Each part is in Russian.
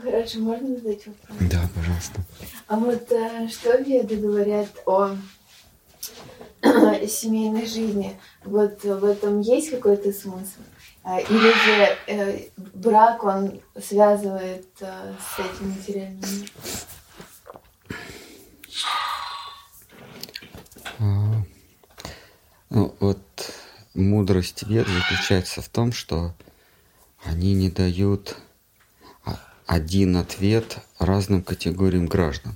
Хорошо, можно задать вопрос? Да, пожалуйста. А вот что веды говорят о семейной жизни? Вот в этом есть какой-то смысл? Или же брак, он связывает с этим материальным миром? Ну, вот мудрость вед заключается в том, что они не дают один ответ разным категориям граждан.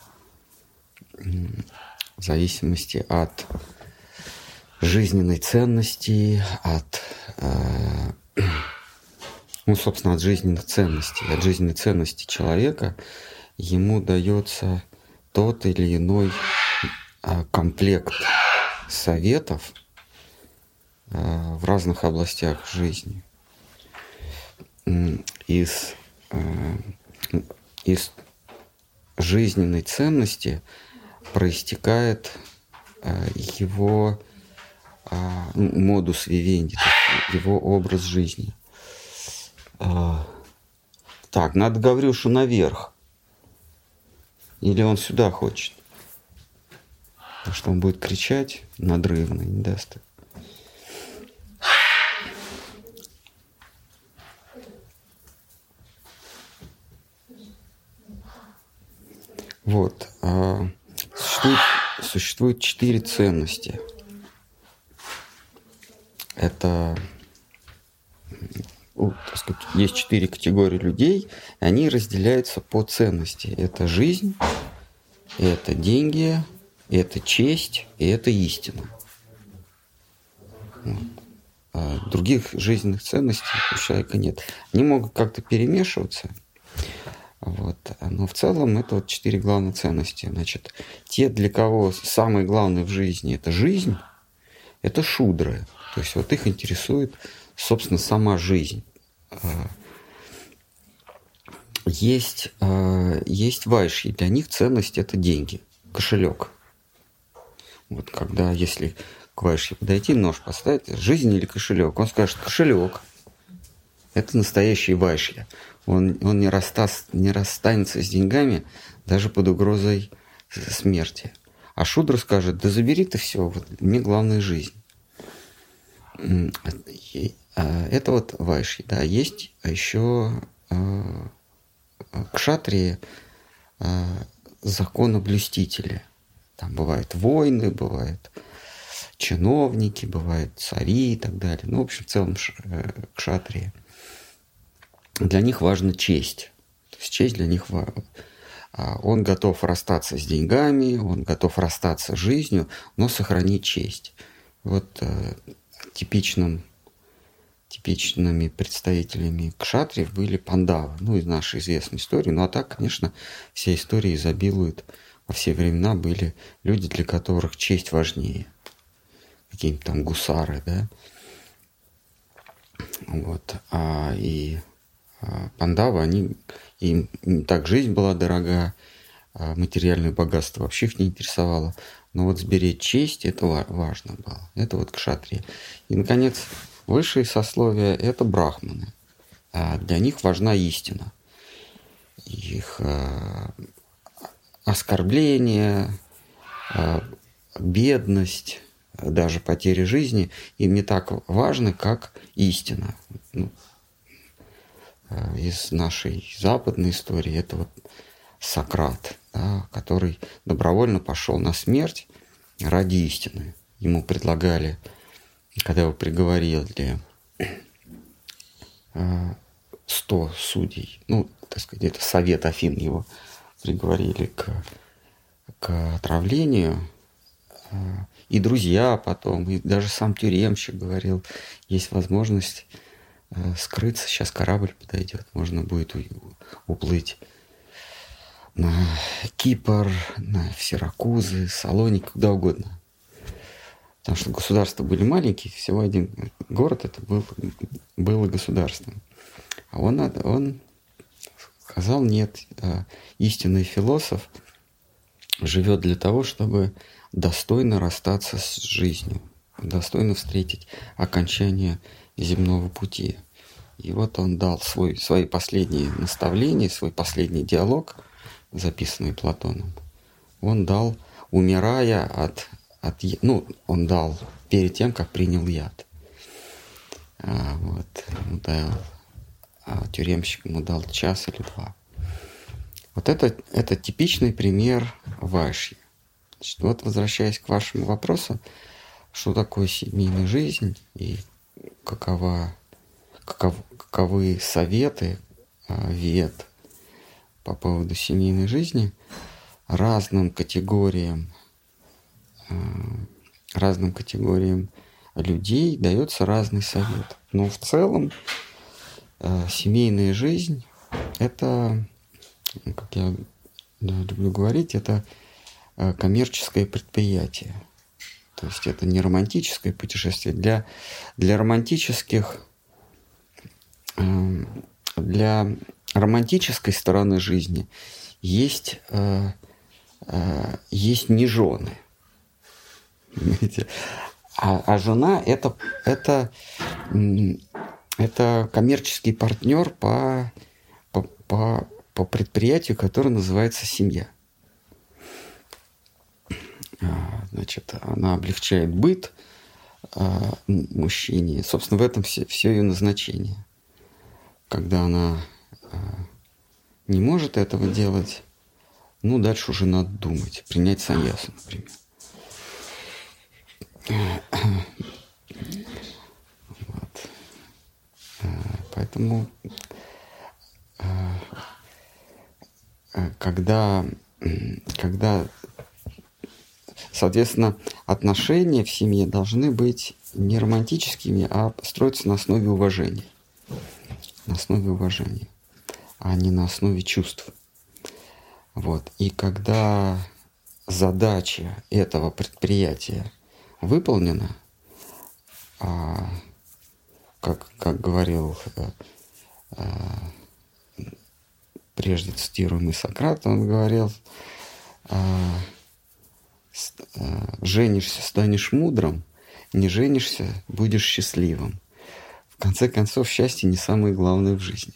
В зависимости от жизненной ценности, собственно, от жизненных ценностей. От жизненной ценности человека ему дается тот или иной комплект советов в разных областях жизни. Из жизненной ценности проистекает его модус вивенди, его образ жизни. Так, надо Гаврюшу наверх. Или он сюда хочет? Потому что он будет кричать надрывно, не даст. Вот. Существует 4 ценности. Это, так сказать, есть 4 категории людей, и они разделяются по ценности. Это жизнь, это деньги, это честь и это истина. Вот. Других жизненных ценностей у человека нет. Они могут как-то перемешиваться. Вот. Но в целом это вот 4 главные ценности. Значит, те, для кого самое главное в жизни это жизнь, это шудры. То есть вот их интересует, собственно, сама жизнь. Есть вайши, для них ценность это деньги, кошелек. Вот когда, если к вайши подойти, нож поставить, жизнь или кошелек, он скажет кошелек. Это настоящий вайшья. Он не расстанется с деньгами даже под угрозой смерти. А шудра скажет, да забери ты все, вот, мне главное жизнь. Это вот вайши, да. Есть еще кшатрии, законоблюстители. Там бывают войны, бывают чиновники, бывают цари и так далее. Ну, в общем, в целом кшатрии. Для них важна честь. То есть честь для них важна. Он готов расстаться с деньгами, он готов расстаться с жизнью, но сохранить честь. Вот типичными представителями кшатриев были пандавы, ну, из нашей известной истории. Ну, а так, конечно, все истории изобилуют. Во все времена были люди, для которых честь важнее. Какие-нибудь там гусары, да. Вот. Пандавы, им так жизнь была дорога, материальное богатство вообще их не интересовало. Но вот сберечь честь, это важно было. Это вот кшатрии. И, наконец, высшие сословия – это брахманы. Для них важна истина. Их оскорбление, бедность, даже потеря жизни им не так важны, как истина. Из нашей западной истории это вот Сократ, да, который добровольно пошел на смерть ради истины. Ему предлагали, когда его приговорили 100 судей, ну, так сказать, это Совет Афин его приговорили к отравлению, и друзья потом, и даже сам тюремщик говорил, есть возможность скрыться, сейчас корабль подойдет, можно будет уплыть на Кипр, в Сиракузы, Салоники, куда угодно. Потому что государства были маленькие, всего один город это было государством. А он сказал, нет, истинный философ живет для того, чтобы достойно расстаться с жизнью, достойно встретить окончание земного пути. И вот он дал свои последние наставления, свой последний диалог, записанный Платоном. Он дал, умирая он дал перед тем, как принял яд. Тюремщик ему дал час или два. Вот это типичный пример вайшьи. Значит, вот возвращаясь к вашему вопросу, что такое семейная жизнь и каковы советы вед по поводу семейной жизни, разным категориям людей дается разный совет. Но в целом семейная жизнь – это, как я люблю говорить, это коммерческое предприятие. То есть это не романтическое путешествие. Для романтической стороны жизни есть не жены. Понимаете? А жена это коммерческий партнер по предприятию, которое называется семья. Значит, она облегчает быт мужчине. Собственно, в этом все ее назначение. Когда она не может этого делать, дальше уже надо думать, принять саньясу, например. Вот. Поэтому, когда, соответственно, отношения в семье должны быть не романтическими, а строиться на основе уважения. На основе уважения, а не на основе чувств. Вот. И когда задача этого предприятия выполнена, как говорил прежде цитируемый Сократ, он говорил: женишься, станешь мудрым, не женишься, будешь счастливым. В конце концов, счастье не самое главное в жизни.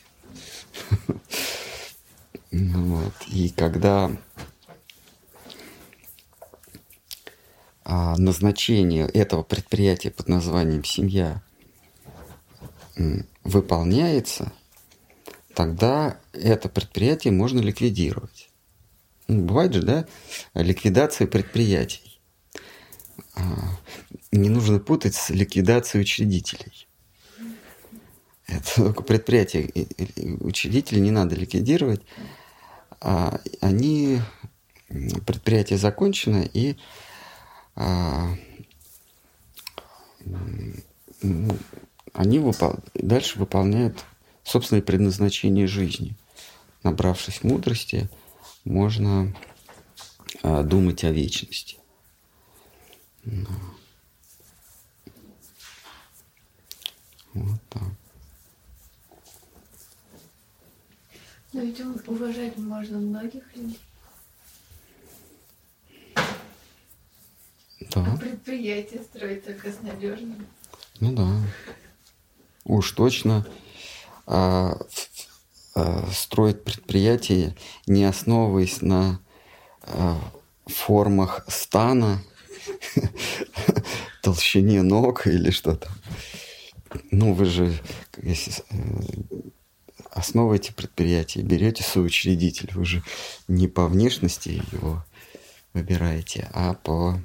И когда назначение этого предприятия под названием «семья» выполняется, тогда это предприятие можно ликвидировать. Бывает же, да, ликвидация предприятий. Не нужно путать с ликвидацией учредителей. Это только предприятие. Учредителей не надо ликвидировать. Предприятие закончено, и они дальше выполняют собственное предназначение жизни. Набравшись мудрости, можно думать о вечности. Вот так. Но ведь уважать можно многих людей. Да. А предприятие строить только с надежным. Ну да. Уж точно строить предприятие, не основываясь на формах стана, толщине ног или что-то. Вы же, если основываете предприятие, берете соучредитель, вы же не по внешности его выбираете, а по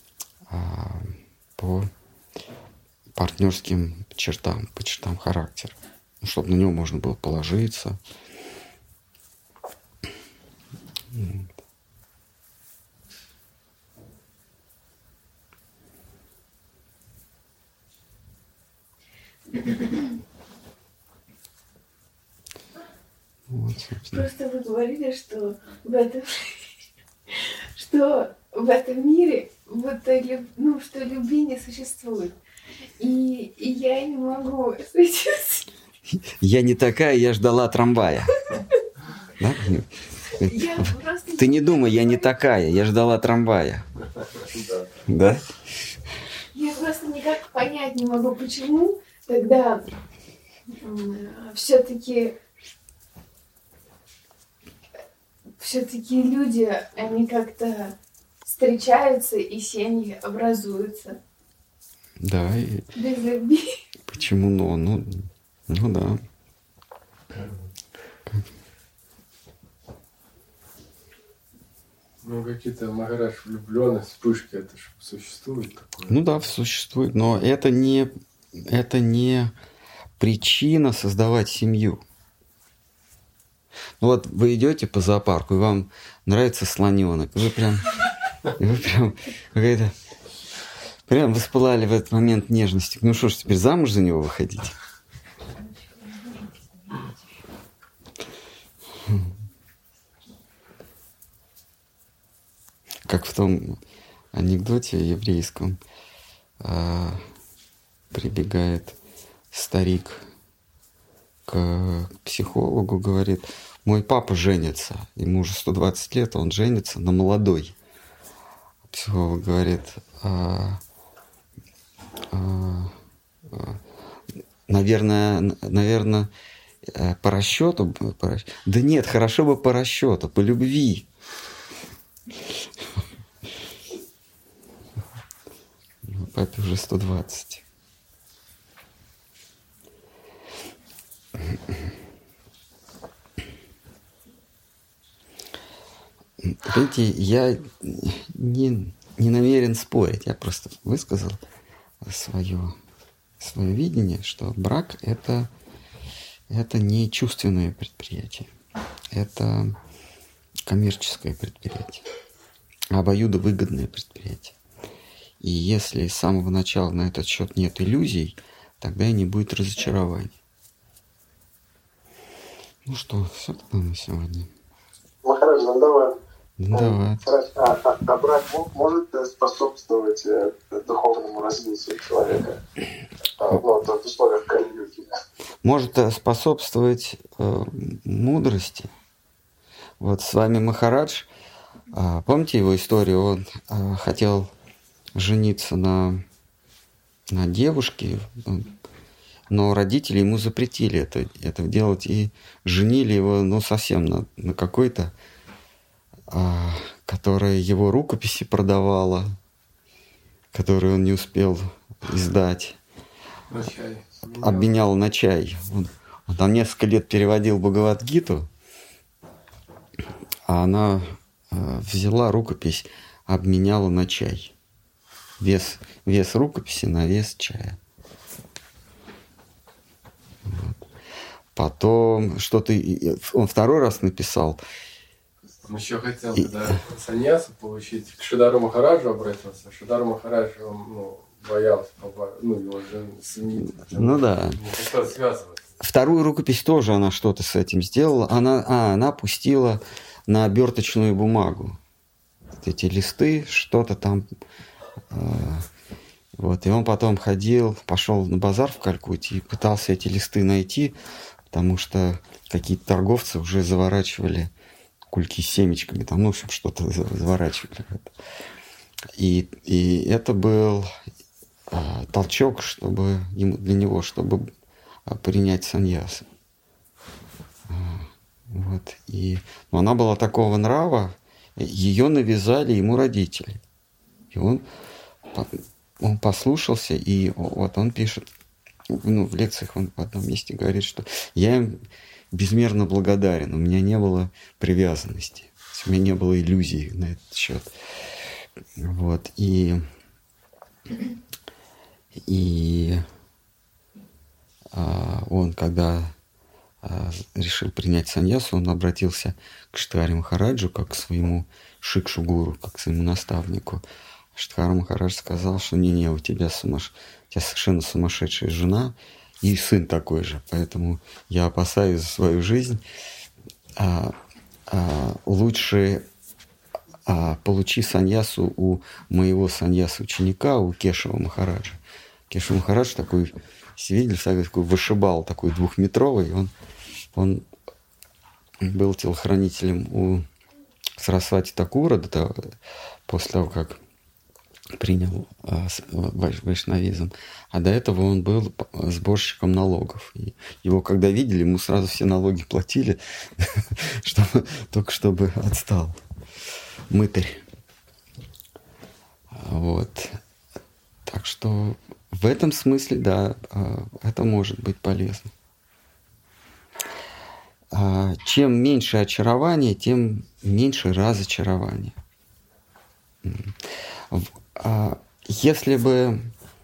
партнерским чертам, по чертам характера, чтобы на него можно было положиться. Вот, просто вы говорили, что в этом мире что любви не существует. И я не могу с этим... Я не такая, я ждала трамвая. Да? Ты не думай, я не такая, я ждала трамвая. Да? Я просто никак понять не могу, почему тогда все-таки люди, они как-то встречаются и семьи образуются. Да. И без любви. Почему но? Ну да. Ну, какие-то, Махарадж, влюбленность, вспышки, это же существует такое. Ну да, существует, но это не причина создавать семью. Ну вот вы идете по зоопарку, и вам нравится слоненок, и вы прям какая-то прям воспылали в этот момент нежности. Ну что ж, теперь замуж за него выходить? Как в том анекдоте еврейском, прибегает старик к психологу, говорит: мой папа женится, ему уже 120 лет, он женится на молодой. Психолог говорит: наверное, по расчету. Да нет, хорошо бы по расчету, по любви. Папе уже 120. Видите, я не намерен спорить, я просто высказал свое видение, что брак – это не чувственное предприятие, это коммерческое предприятие, обоюдовыгодное предприятие. И если с самого начала на этот счет нет иллюзий, тогда и не будет разочарований. Ну что, все тогда на сегодня. Махарадж, давай. Давай. А брак может способствовать духовному развитию человека в условиях Кали-юги? Может способствовать мудрости. Вот с вами Махарадж, помните его историю? Он хотел жениться на девушке, но родители ему запретили это делать и женили его совсем на какой-то, которая его рукописи продавала, которую он не успел издать. На чай. Обменял на чай. Он там несколько лет переводил Бхагавад-гиту, а она взяла рукопись, обменяла на чай. Вес рукописи на вес чая. Вот. Потом что-то он второй раз написал. Он еще хотел когда саньясу получить, к Шидару Махараджу обратился. Шидару Махарадж, он боялся, его же семьи. Ну да. Не хотел связываться. Вторую рукопись тоже она что-то с этим сделала. Она пустила на оберточную бумагу эти листы, что-то там. Вот. И он потом пошел на базар в Калькутте и пытался эти листы найти, потому что какие-то торговцы уже заворачивали кульки с семечками, там, в общем, что-то заворачивали. И это был толчок, для него, чтобы принять саньясу. Вот. Но она была такого нрава, ее навязали ему родители. И он послушался, и вот он пишет, в лекциях он в одном месте говорит, что я им безмерно благодарен, у меня не было привязанности, у меня не было иллюзий на этот счет. Вот. И он, когда решил принять саньясу, он обратился к Штхари Махараджу как к своему шикшу-гуру, как к своему наставнику. Штхара Махарадж сказал, что не, у тебя совершенно сумасшедшая жена и сын такой же, поэтому я опасаюсь за свою жизнь. Лучше получи саньясу у моего саньяса-ученика, у Кешава Махараджа. Кешава Махарадж такой свидетель, такой вышибал, такой 2-метровый. Он был телохранителем у Сарасвати Такура после того, как принял вайшнавизм, а до этого он был сборщиком налогов. И его когда видели, ему сразу все налоги платили, только чтобы отстал. Мытарь. Вот. Так что в этом смысле, да, это может быть полезно. Чем меньше очарования, тем меньше разочарования. Если бы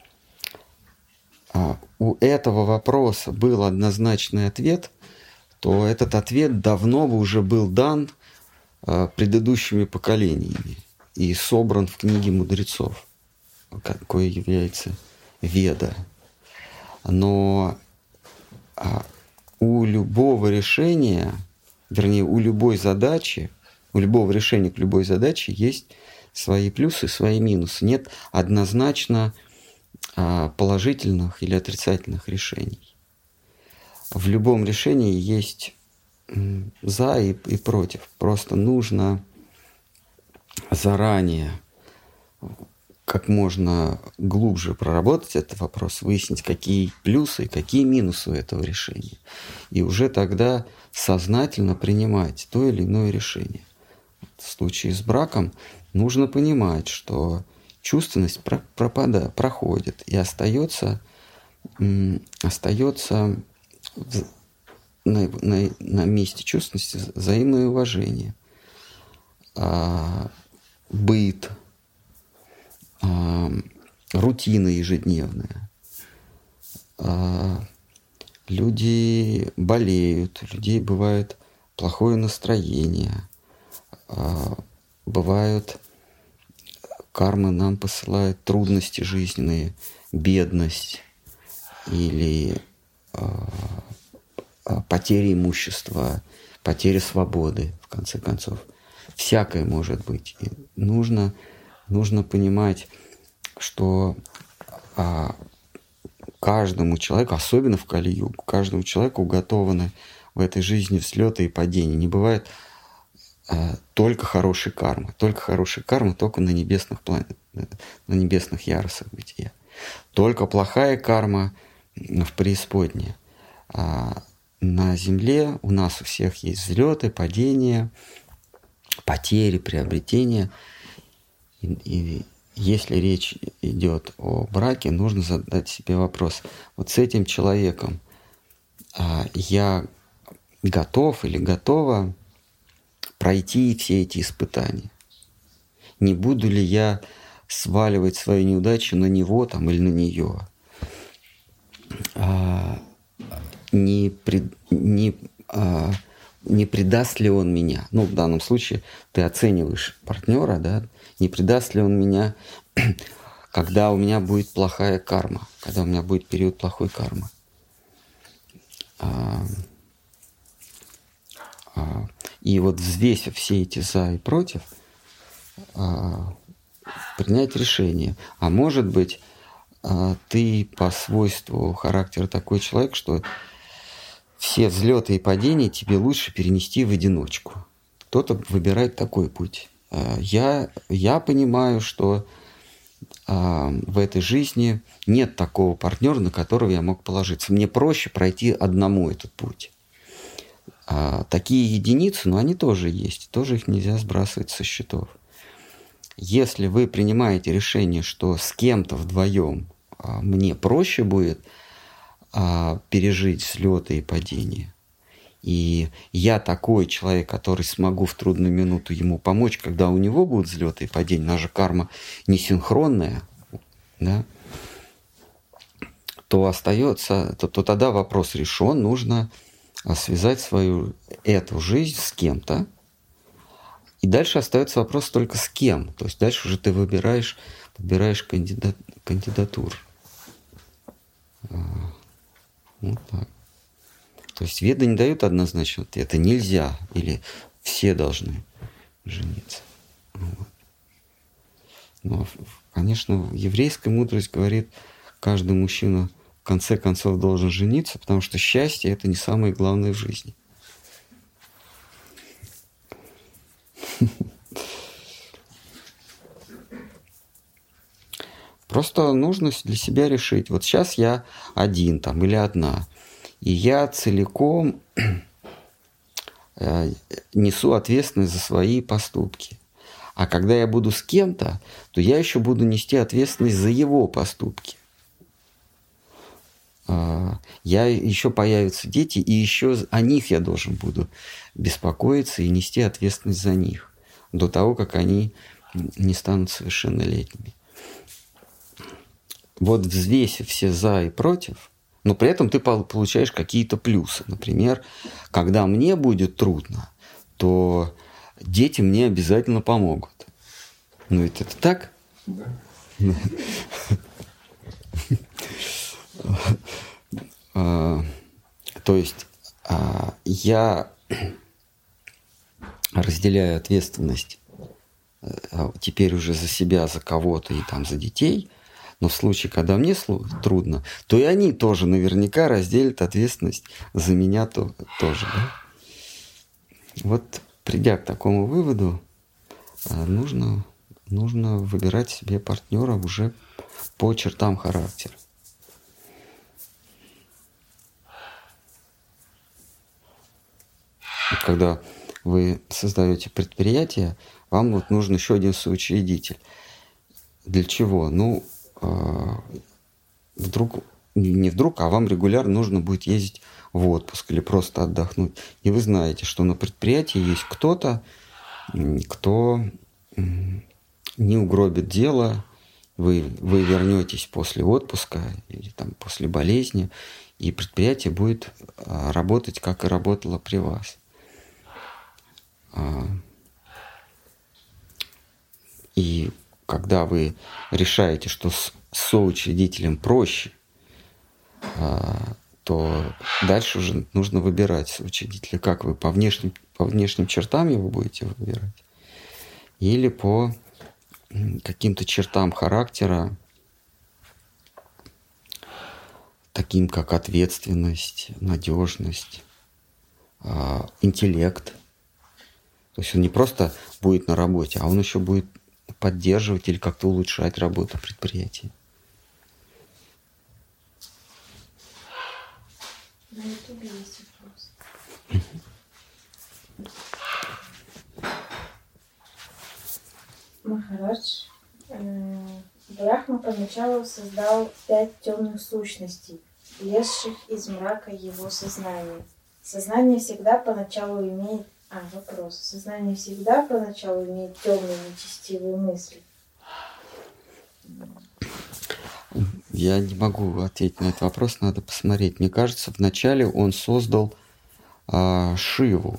у этого вопроса был однозначный ответ, то этот ответ давно бы уже был дан предыдущими поколениями и собран в книге мудрецов, какой является Веда. Но у любого решения, вернее, у любой задачи, у любого решения к любой задаче есть свои плюсы, свои минусы. Нет однозначно положительных или отрицательных решений. В любом решении есть за и против. Просто нужно заранее как можно глубже проработать этот вопрос, выяснить, какие плюсы и какие минусы у этого решения. И уже тогда сознательно принимать то или иное решение. В случае с браком нужно понимать, что чувственность проходит и остается на месте чувственности взаимное уважение, быт, рутина ежедневная. Люди болеют, у людей бывает плохое настроение, бывают карма нам посылает трудности жизненные, бедность или потеря имущества, потеря свободы, в конце концов. Всякое может быть. И нужно понимать, что каждому человеку, особенно в Кали-югу, каждому человеку уготованы в этой жизни взлеты и падения. Не бывает только хорошей кармы. Только хорошая карма только на небесных ярусах бытия. Только плохая карма в преисподней. На земле у нас у всех есть взлеты, падения, потери, приобретения. И если речь идет о браке, нужно задать себе вопрос. Вот с этим человеком я готов или готова пройти все эти испытания? Не буду ли я сваливать свою неудачу на него там, или на нее? Не предаст ли он меня? Ну, в данном случае ты оцениваешь партнера, да? Не предаст ли он меня, когда у меня будет плохая карма, когда у меня будет период плохой кармы? И вот взвесив все эти за и против, принять решение. А может быть, ты по свойству характера такой человек, что все взлеты и падения тебе лучше перенести в одиночку. Кто-то выбирает такой путь. Я понимаю, что в этой жизни нет такого партнера, на которого я мог положиться. Мне проще пройти одному этот путь. Такие единицы, но они тоже есть. Тоже их нельзя сбрасывать со счетов. Если вы принимаете решение, что с кем-то вдвоем мне проще будет пережить взлеты и падения, и я такой человек, который смогу в трудную минуту ему помочь, когда у него будут взлеты и падения, наша карма несинхронная, да, то тогда вопрос решен, нужно связать свою эту жизнь с кем-то, и дальше остается вопрос только с кем. То есть дальше уже ты выбираешь кандидатуру. Вот так. То есть веды не дают однозначно ответа. Нельзя или все должны жениться. Вот. Но, конечно, еврейская мудрость говорит, каждый мужчина в конце концов должен жениться, потому что счастье – это не самое главное в жизни. Просто нужно для себя решить. Вот сейчас я один там или одна, и я целиком несу ответственность за свои поступки. А когда я буду с кем-то, то я еще буду нести ответственность за его поступки. Еще появятся дети, и еще о них я должен буду беспокоиться и нести ответственность за них до того, как они не станут совершеннолетними. Вот взвесив все за и против, но при этом ты получаешь какие-то плюсы. Например, когда мне будет трудно, то дети мне обязательно помогут. Ну ведь это так? Да. То есть я разделяю ответственность теперь уже за себя, за кого-то и там за детей, но в случае, когда мне трудно, то и они тоже наверняка разделят ответственность за меня тоже. Да? Вот придя к такому выводу, нужно выбирать себе партнера уже по чертам характера. Когда вы создаете предприятие, вам вот нужен еще один соучредитель. Для чего? Ну, а вам регулярно нужно будет ездить в отпуск или просто отдохнуть. И вы знаете, что на предприятии есть кто-то, кто не угробит дело, вы вернетесь после отпуска или там, после болезни, и предприятие будет работать, как и работало при вас. И когда вы решаете, что с соучредителем проще, то дальше уже нужно выбирать соучредителя. Как вы по внешним чертам его будете выбирать? Или по каким-то чертам характера, таким как ответственность, надежность, интеллект. То есть он не просто будет на работе, а он еще будет поддерживать или как-то улучшать работу предприятия. На ютубе есть вопрос. Махарадж, Брахма поначалу создал 5 темных сущностей, лезших из мрака его сознания. Сознание всегда поначалу имеет Сознание всегда поначалу имеет темные нечестивые мысли. Я не могу ответить на этот вопрос, надо посмотреть. Мне кажется, вначале он создал Шиву.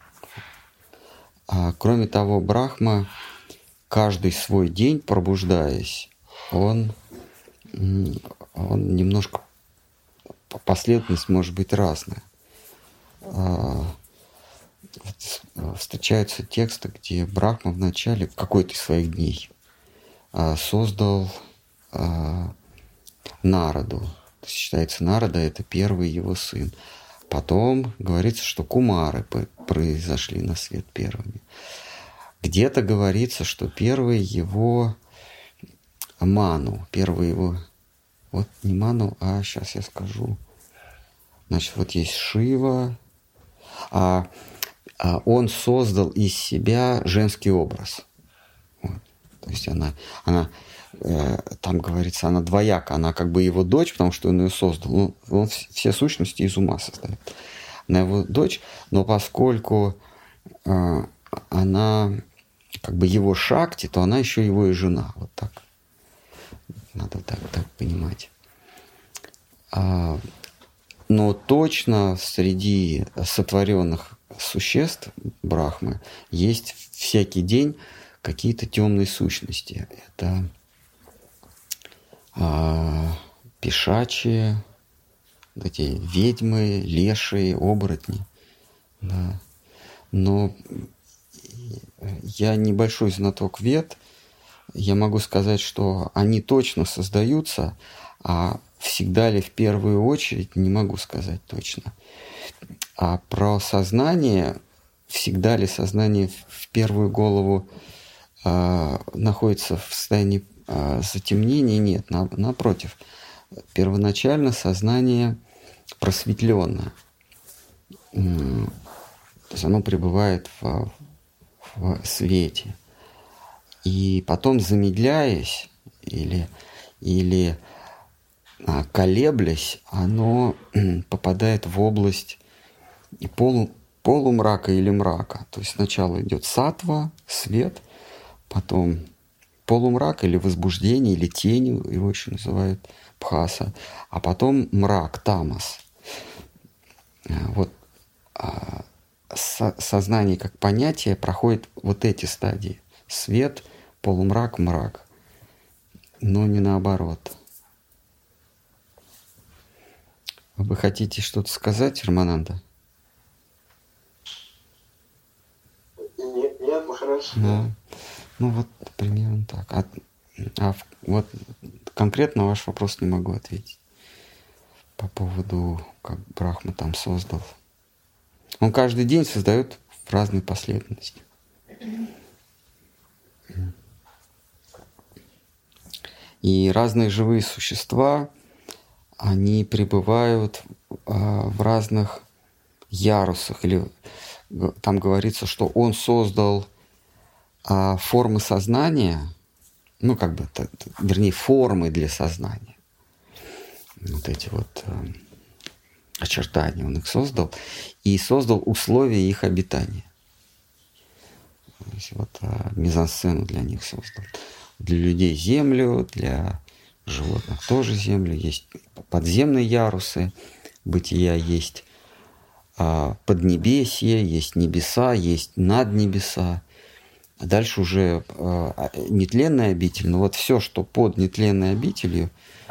Кроме того, Брахма каждый свой день, пробуждаясь, он немножко, последовательность может быть разная. Встречаются тексты, где Брахма в начале, в какой-то из своих дней, создал Нараду. То есть, считается, Нарада — это первый его сын. Потом говорится, что кумары произошли на свет первыми. Где-то говорится, что первый его Ману, первый его... Вот не Ману, а сейчас я скажу. Значит, вот есть Шива, он создал из себя женский образ. Вот. То есть она там говорится, она двояка, она как бы его дочь, потому что он ее создал. Ну, он все сущности из ума создает. Она его дочь, но поскольку она как бы его шакти, то она еще его и жена. Вот так. Надо так понимать. Но точно среди сотворенных существ Брахмы есть всякий день какие-то темные сущности. Это пешачьи, эти ведьмы, лешие, оборотни. Да. Но я небольшой знаток вед. Я могу сказать, что они точно создаются, а всегда ли в первую очередь, не могу сказать точно. А про сознание, всегда ли сознание в первую голову находится в состоянии затемнения нет. Напротив, первоначально сознание просветленное. То есть оно пребывает в свете. И потом, замедляясь или колеблясь, оно попадает в область полумрака или мрака. То есть сначала идет саттва, свет, потом полумрак или возбуждение, или тень, его еще называют бхаса, а потом мрак, тамас. Вот сознание как понятие проходит вот эти стадии. Свет, полумрак, мрак. Но не наоборот. Вы хотите что-то сказать, Рамананда? Нет, Махарадж. Ну вот примерно так. Вот конкретно на ваш вопрос не могу ответить. По поводу, как Брахма там создал. Он каждый день создает в разной последовательности. И разные живые существа, они пребывают в разных ярусах. Или там говорится, что он создал формы сознания, вернее, формы для сознания. Вот эти вот очертания он их создал. И создал условия их обитания. То есть вот мизансцену для них создал. Для людей землю, для животных тоже землю. Есть подземные ярусы бытия, есть поднебесье, есть небеса, есть наднебеса. А дальше уже нетленная обитель. Но вот все, что под нетленной обителью,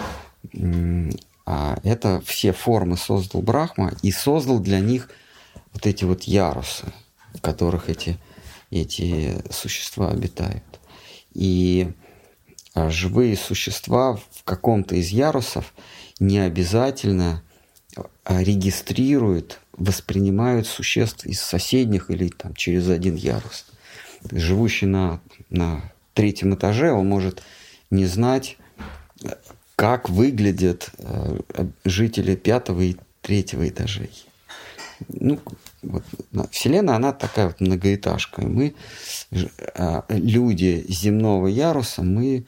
это все формы создал Брахма и создал для них вот эти вот ярусы, в которых эти существа обитают. И живые существа в каком-то из ярусов не обязательно регистрируют, воспринимают существ из соседних или там, через один ярус. Живущий на 3-м этаже, он может не знать, как выглядят жители 5-го и 3-го этажей. Вселенная, она такая вот многоэтажка. И мы, люди земного яруса, мы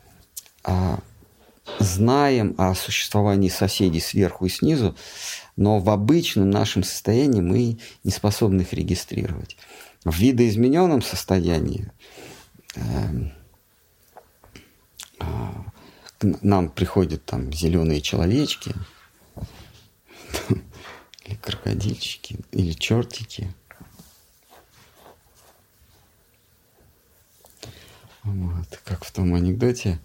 знаем о существовании соседей сверху и снизу, но в обычном нашем состоянии мы не способны их регистрировать. В видоизмененном состоянии к нам приходят там зеленые человечки, или крокодильчики, или чертики. Вот, как в том анекдоте.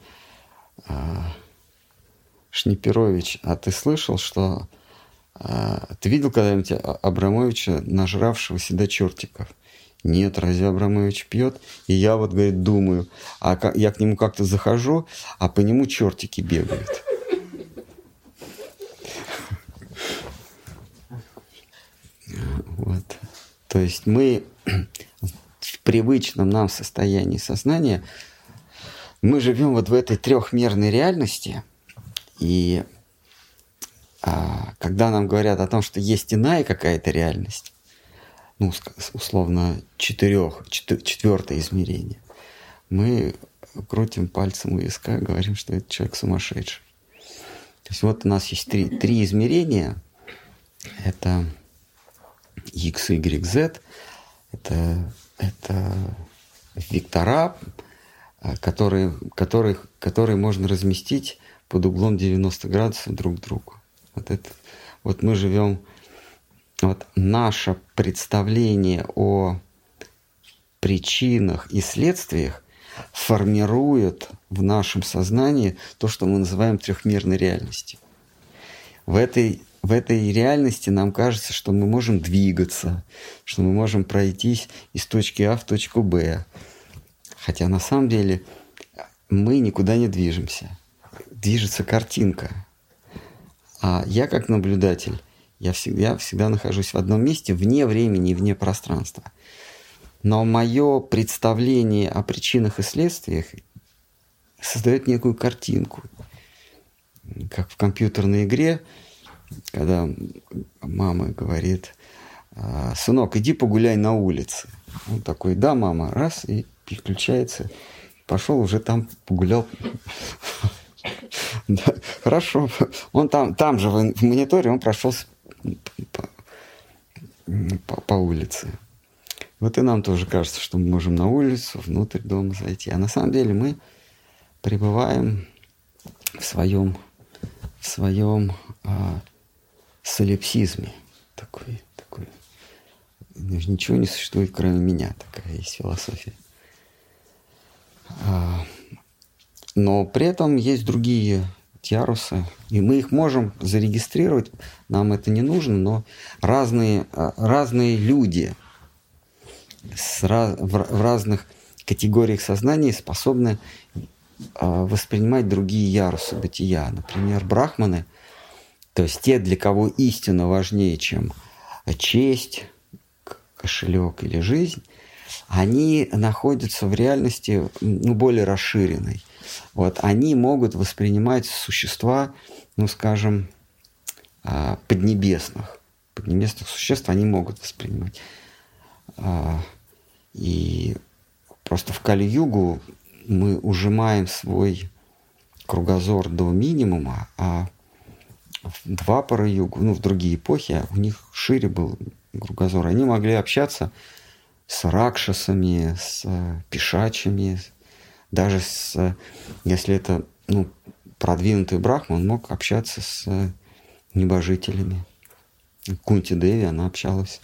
Шниперович, а ты слышал, что... ты видел когда-нибудь Абрамовича, нажравшегося до чертиков? Нет, разве Абрамович пьет? И я вот, говорит, думаю, я к нему как-то захожу, а по нему чертики бегают. Вот. То есть мы в привычном нам состоянии сознания, мы живем вот в этой трехмерной реальности, и когда нам говорят о том, что есть иная какая-то реальность, условно, четвертое измерение, мы крутим пальцем у виска, говорим, что этот человек сумасшедший. То есть вот у нас есть три измерения. Это X, Y, Z. Это вектора, которые можно разместить под углом 90 градусов друг к другу. Вот мы живем. Вот наше представление о причинах и следствиях формирует в нашем сознании то, что мы называем трехмерной реальностью. В этой реальности нам кажется, что мы можем двигаться, что мы можем пройтись из точки А в точку Б. Хотя на самом деле мы никуда не движемся. Движется картинка. А я как наблюдатель, я всегда нахожусь в одном месте, вне времени и вне пространства. Но мое представление о причинах и следствиях создает некую картинку. Как в компьютерной игре, когда мама говорит: сынок, иди погуляй на улице. Он такой: да, мама, раз, и переключается. Пошел, уже там погулял. Да, хорошо. Он там же в мониторе он прошелся по улице. Вот и нам тоже кажется, что мы можем на улицу, внутрь дома зайти. А на самом деле мы пребываем в своем солипсизме. Такой. Ничего не существует, кроме меня. Такая есть философия. Но при этом есть другие ярусы, и мы их можем зарегистрировать. Нам это не нужно, но разные люди в разных категориях сознания способны воспринимать другие ярусы бытия. Например, брахманы, то есть те, для кого истина важнее, чем честь, кошелек или жизнь, они находятся в реальности более расширенной. Вот, они могут воспринимать существа, скажем, поднебесных существ они могут воспринимать. И просто в Кали-югу мы ужимаем свой кругозор до минимума, а в Двапара-югу, в другие эпохи, у них шире был кругозор. Они могли общаться с ракшасами, с пишачами, даже если это продвинутый брахма, он мог общаться с небожителями. Кунти-деви, она общалась.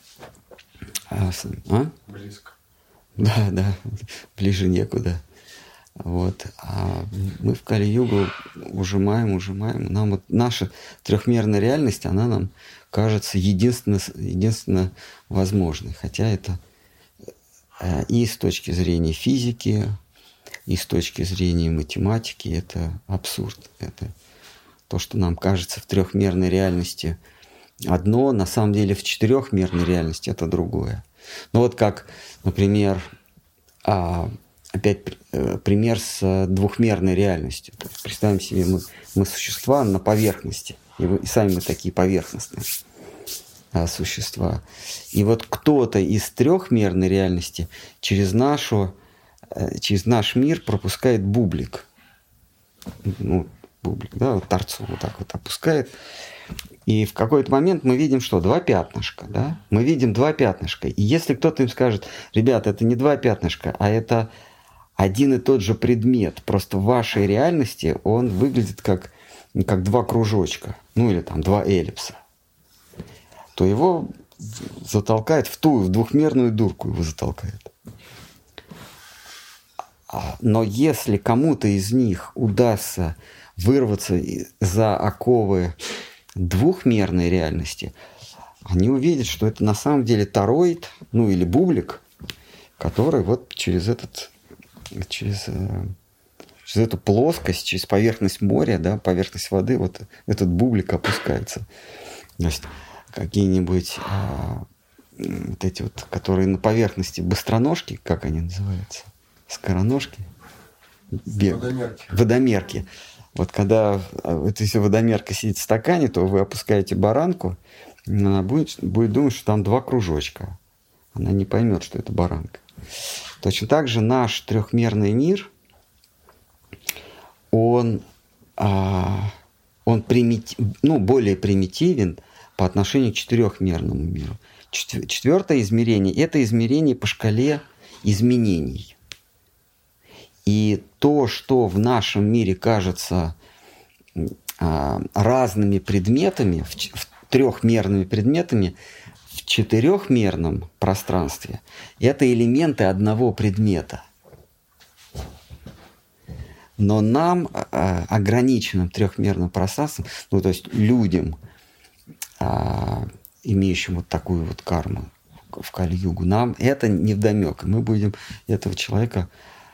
Близко. Да, ближе некуда. Вот. А мы в Кали-югу ужимаем. Нам вот наша трехмерная реальность, она нам кажется единственно возможной. Хотя это и с точки зрения физики, и с точки зрения математики это абсурд. Это то, что нам кажется в трехмерной реальности одно, на самом деле в четырехмерной реальности это другое. Вот как, например, опять пример с двухмерной реальностью. То есть представим себе, мы существа на поверхности, и сами мы такие поверхностные существа. И вот кто-то из трехмерной реальности через наш мир пропускает бублик. Бублик, да, вот торцу вот так вот опускает. И в какой-то момент мы видим что? Два пятнышка, да? Мы видим два пятнышка. И если кто-то им скажет: ребята, это не два пятнышка, а это один и тот же предмет, просто в вашей реальности он выглядит как два кружочка, или там два эллипса, то его затолкает в двухмерную дурку его затолкает. Но если кому-то из них удастся вырваться за оковы двухмерной реальности, они увидят, что это на самом деле тороид, или бублик, который вот через эту плоскость, через поверхность моря, да, поверхность воды, вот этот бублик опускается. То есть какие-нибудь вот эти вот, которые на поверхности быстроножки, как они называются? Скороножки? Водомерки. Вот когда если водомерка сидит в стакане, то вы опускаете баранку, она будет думать, что там два кружочка. Она не поймет, что это баранка. Точно так же наш трехмерный мир, он более примитивен по отношению к четырехмерному миру. Четвертое измерение – это измерение по шкале изменений. И то, что в нашем мире кажется разными предметами, трехмерными предметами, в четырехмерном пространстве это элементы одного предмета. Но нам, ограниченным трехмерным пространством, то есть людям, имеющим вот такую вот карму в Кали-югу, нам это невдомек. И мы будем этого человека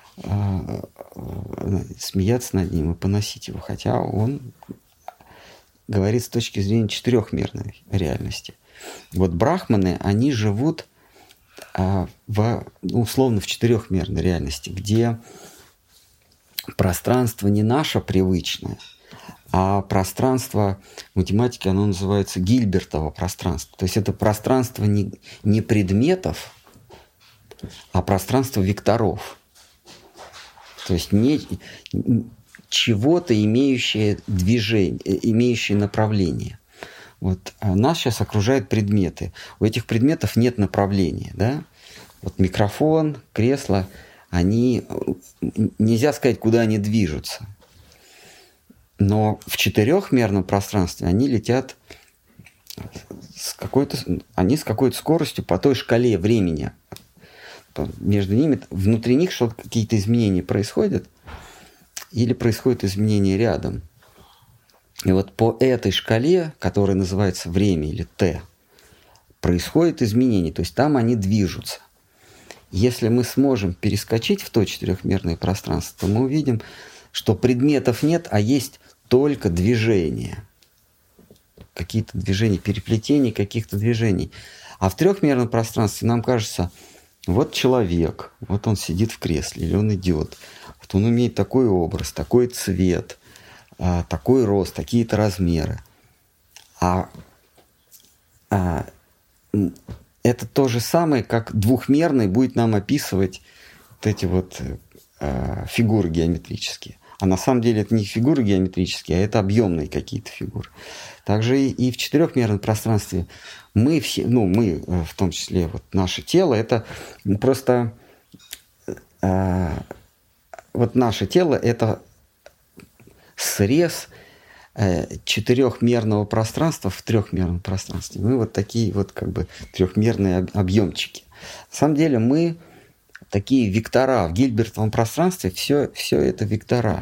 смеяться над ним и поносить его, хотя он говорит с точки зрения четырехмерной реальности. Вот брахманы, они живут условно в четырехмерной реальности, где пространство не наше привычное, а пространство, в математике оно называется Гильбертово пространство. То есть это пространство не предметов, а пространство векторов. То есть не чего-то, имеющее движение, имеющее направление. Вот нас сейчас окружают предметы. У этих предметов нет направления. Да? Вот микрофон, кресло, они, нельзя сказать, куда они движутся. Но в четырехмерном пространстве они летят с какой-то скоростью по той шкале времени. Между ними, внутри них что-то, какие-то изменения происходят, или происходят изменения рядом. И вот по этой шкале, которая называется время или Т, происходит изменение, то есть там они движутся. Если мы сможем перескочить в то четырехмерное пространство, то мы увидим, что предметов нет, а есть только движения. Какие-то движения, переплетения каких-то движений. А в трехмерном пространстве нам кажется, вот человек, вот он сидит в кресле, или он идет, вот он имеет такой образ, такой цвет, такой рост, такие-то размеры. Это то же самое, как двухмерный будет нам описывать вот эти вот фигуры геометрические. А на самом деле это не фигуры геометрические, а это объемные какие-то фигуры. Также и в четырехмерном пространстве мы все, мы в том числе вот наше тело, это просто вот наше тело это срез четырехмерного пространства в трехмерном пространстве. Мы вот такие вот как бы трехмерные объемчики. На самом деле мы такие вектора в Гильбертовом пространстве, все это вектора.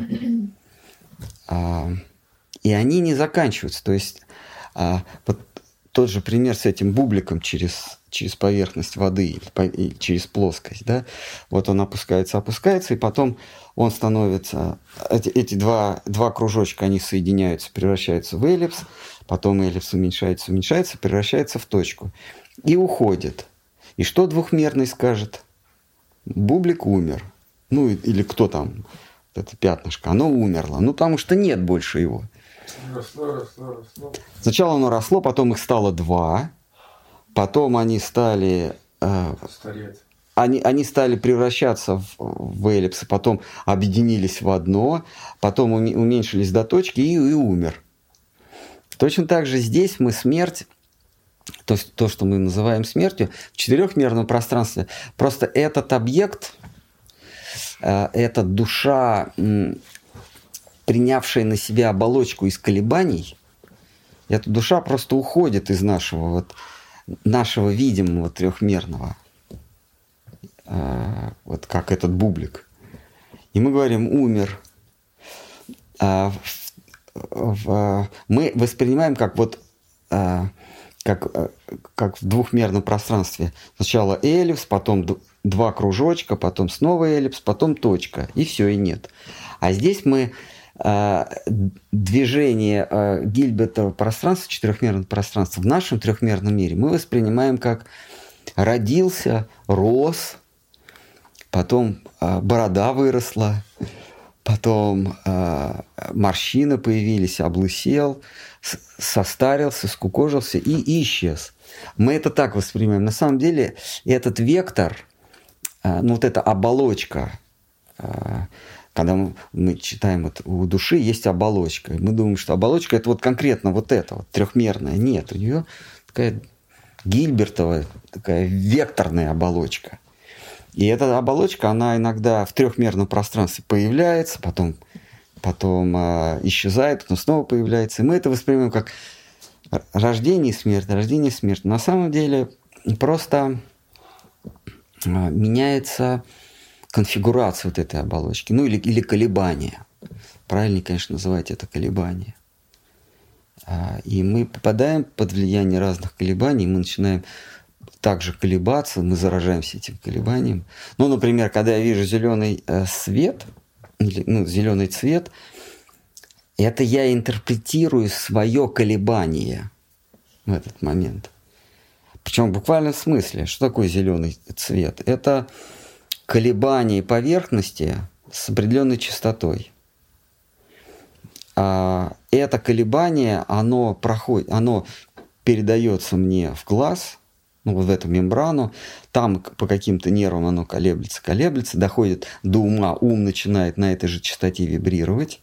И они не заканчиваются. То есть вот тот же пример с этим бубликом через поверхность воды или через плоскость. Да? Вот он опускается, и потом он становится... Эти два кружочка, они соединяются, превращаются в эллипс, потом эллипс уменьшается, превращается в точку. И уходит. И что двухмерный скажет? Бублик умер. Или кто там, это пятнышко, оно умерло. Потому что нет больше его. Росло. Сначала оно росло, потом их стало два. Потом они стали... Стареть. Они стали превращаться в эллипсы, потом объединились в одно, потом уменьшились до точки и умер. Точно так же здесь мы смерть... То есть то, что мы называем смертью, в четырехмерном пространстве. Просто этот объект, эта душа, принявшая на себя оболочку из колебаний, эта душа просто уходит из нашего видимого трехмерного, вот как этот бублик. И мы говорим «умер». Мы воспринимаем как как в двухмерном пространстве. Сначала эллипс, потом два кружочка, потом снова эллипс, потом точка. И все, и нет. А здесь мы движение Гильбертова пространства, четырехмерного пространства в нашем трехмерном мире мы воспринимаем как родился, рос, потом борода выросла, потом морщины появились, облысел, состарился, скукожился и исчез. Мы это так воспринимаем. На самом деле этот вектор, вот эта оболочка, когда мы читаем, у души есть оболочка. Мы думаем, что оболочка это вот конкретно вот это, вот трехмерная. Нет, у нее такая Гильбертова, такая векторная оболочка. И эта оболочка, она иногда в трехмерном пространстве появляется, потом исчезает, потом снова появляется. И мы это воспринимаем как рождение и смерть, рождение и смерть. На самом деле просто меняется конфигурация вот этой оболочки, или колебания. Правильнее, конечно, называть это колебания. И мы попадаем под влияние разных колебаний, мы начинаем также колебаться, мы заражаемся этим колебанием. Например, когда я вижу зеленый свет, зеленый цвет, это я интерпретирую свое колебание в этот момент. Причем в буквальном смысле. Что такое зеленый цвет? Это колебание поверхности с определенной частотой. Это колебание, оно передается мне в глаз, ну, вот в эту мембрану, там по каким-то нервам оно колеблется, доходит до ума, ум начинает на этой же частоте вибрировать,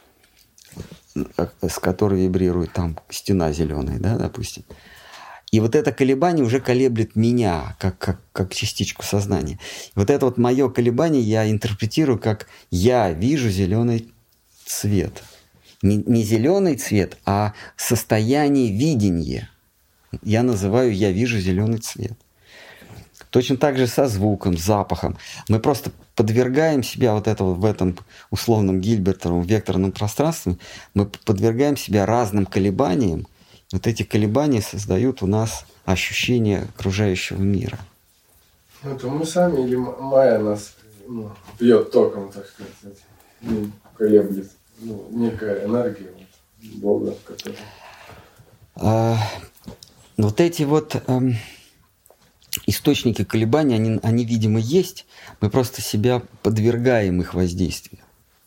с которой вибрирует там стена зеленая, да, допустим. И вот это колебание уже колеблет меня, как частичку сознания. Вот это вот мое колебание я интерпретирую как я вижу зеленый цвет. Не зеленый цвет, а состояние видения. Я называю «я вижу зеленый цвет». Точно так же со звуком, с запахом. Мы просто подвергаем себя вот это вот в этом условном Гильбертовом векторном пространстве, мы подвергаем себя разным колебаниям. Вот эти колебания создают у нас ощущение окружающего мира. Это мы сами или Майя нас бьет током, так сказать, колеблет, некая энергия Бога, которая... Вот эти вот источники колебаний, они, видимо, есть, мы просто себя подвергаем их воздействию.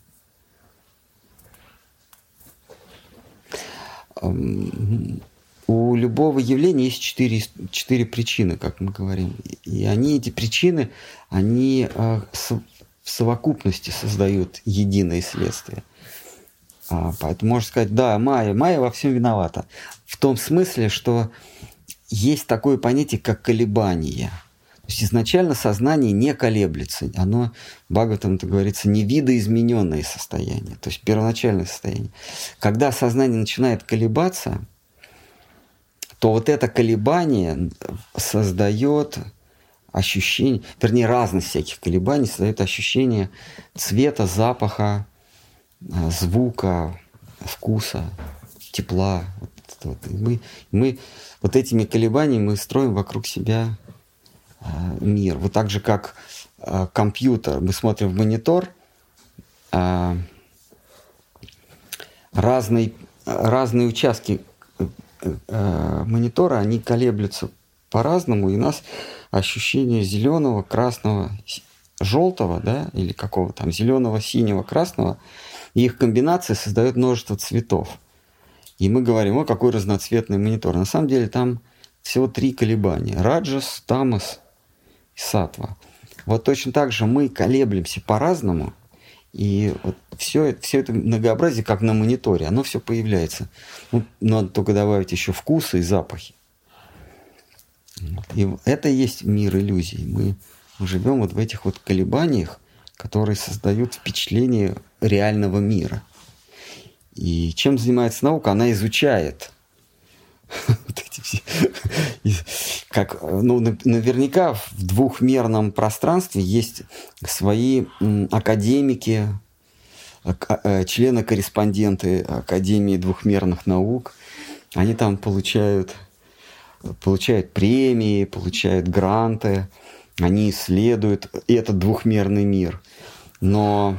У любого явления есть четыре причины, как мы говорим. И эти причины, они в совокупности создают единое следствие. Поэтому можно сказать, да, Майя во всем виновата. В том смысле, что есть такое понятие, как колебание. То есть изначально сознание не колеблется. Оно, Бхагаватам это говорится, не видоизмененное состояние, то есть первоначальное состояние. Когда сознание начинает колебаться, то вот это колебание создает ощущение, вернее, разность всяких колебаний создает ощущение цвета, запаха, звука, вкуса, тепла. И мы вот этими колебаниями мы строим вокруг себя мир. Вот так же, как компьютер. Мы смотрим в монитор, разные участки монитора, они колеблются по-разному, и у нас ощущение зеленого, красного, желтого, да, или какого там зеленого, синего, красного, и их комбинация создает множество цветов. И мы говорим, какой разноцветный монитор. На самом деле там всего 3 колебания. Раджас, Тамас и Саттва. Вот точно так же мы колеблемся по-разному, и вот все это многообразие, как на мониторе, оно все появляется. Надо только добавить еще вкусы и запахи. И это и есть мир иллюзий. Мы живем вот в этих вот колебаниях, которые создают впечатление реального мира. И чем занимается наука? Она изучает. Наверняка в двухмерном пространстве есть свои академики, члены-корреспонденты Академии двухмерных наук. Они там получают премии, получают гранты, они исследуют этот двухмерный мир. Но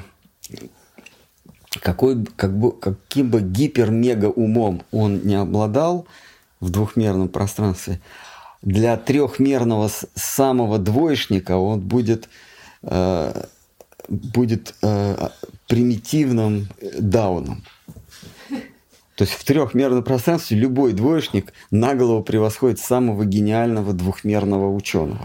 каким бы гипер-мега-умом он не обладал в двухмерном пространстве, для трехмерного самого двоечника он будет примитивным дауном. То есть в трехмерном пространстве любой двоечник на голову превосходит самого гениального двухмерного ученого.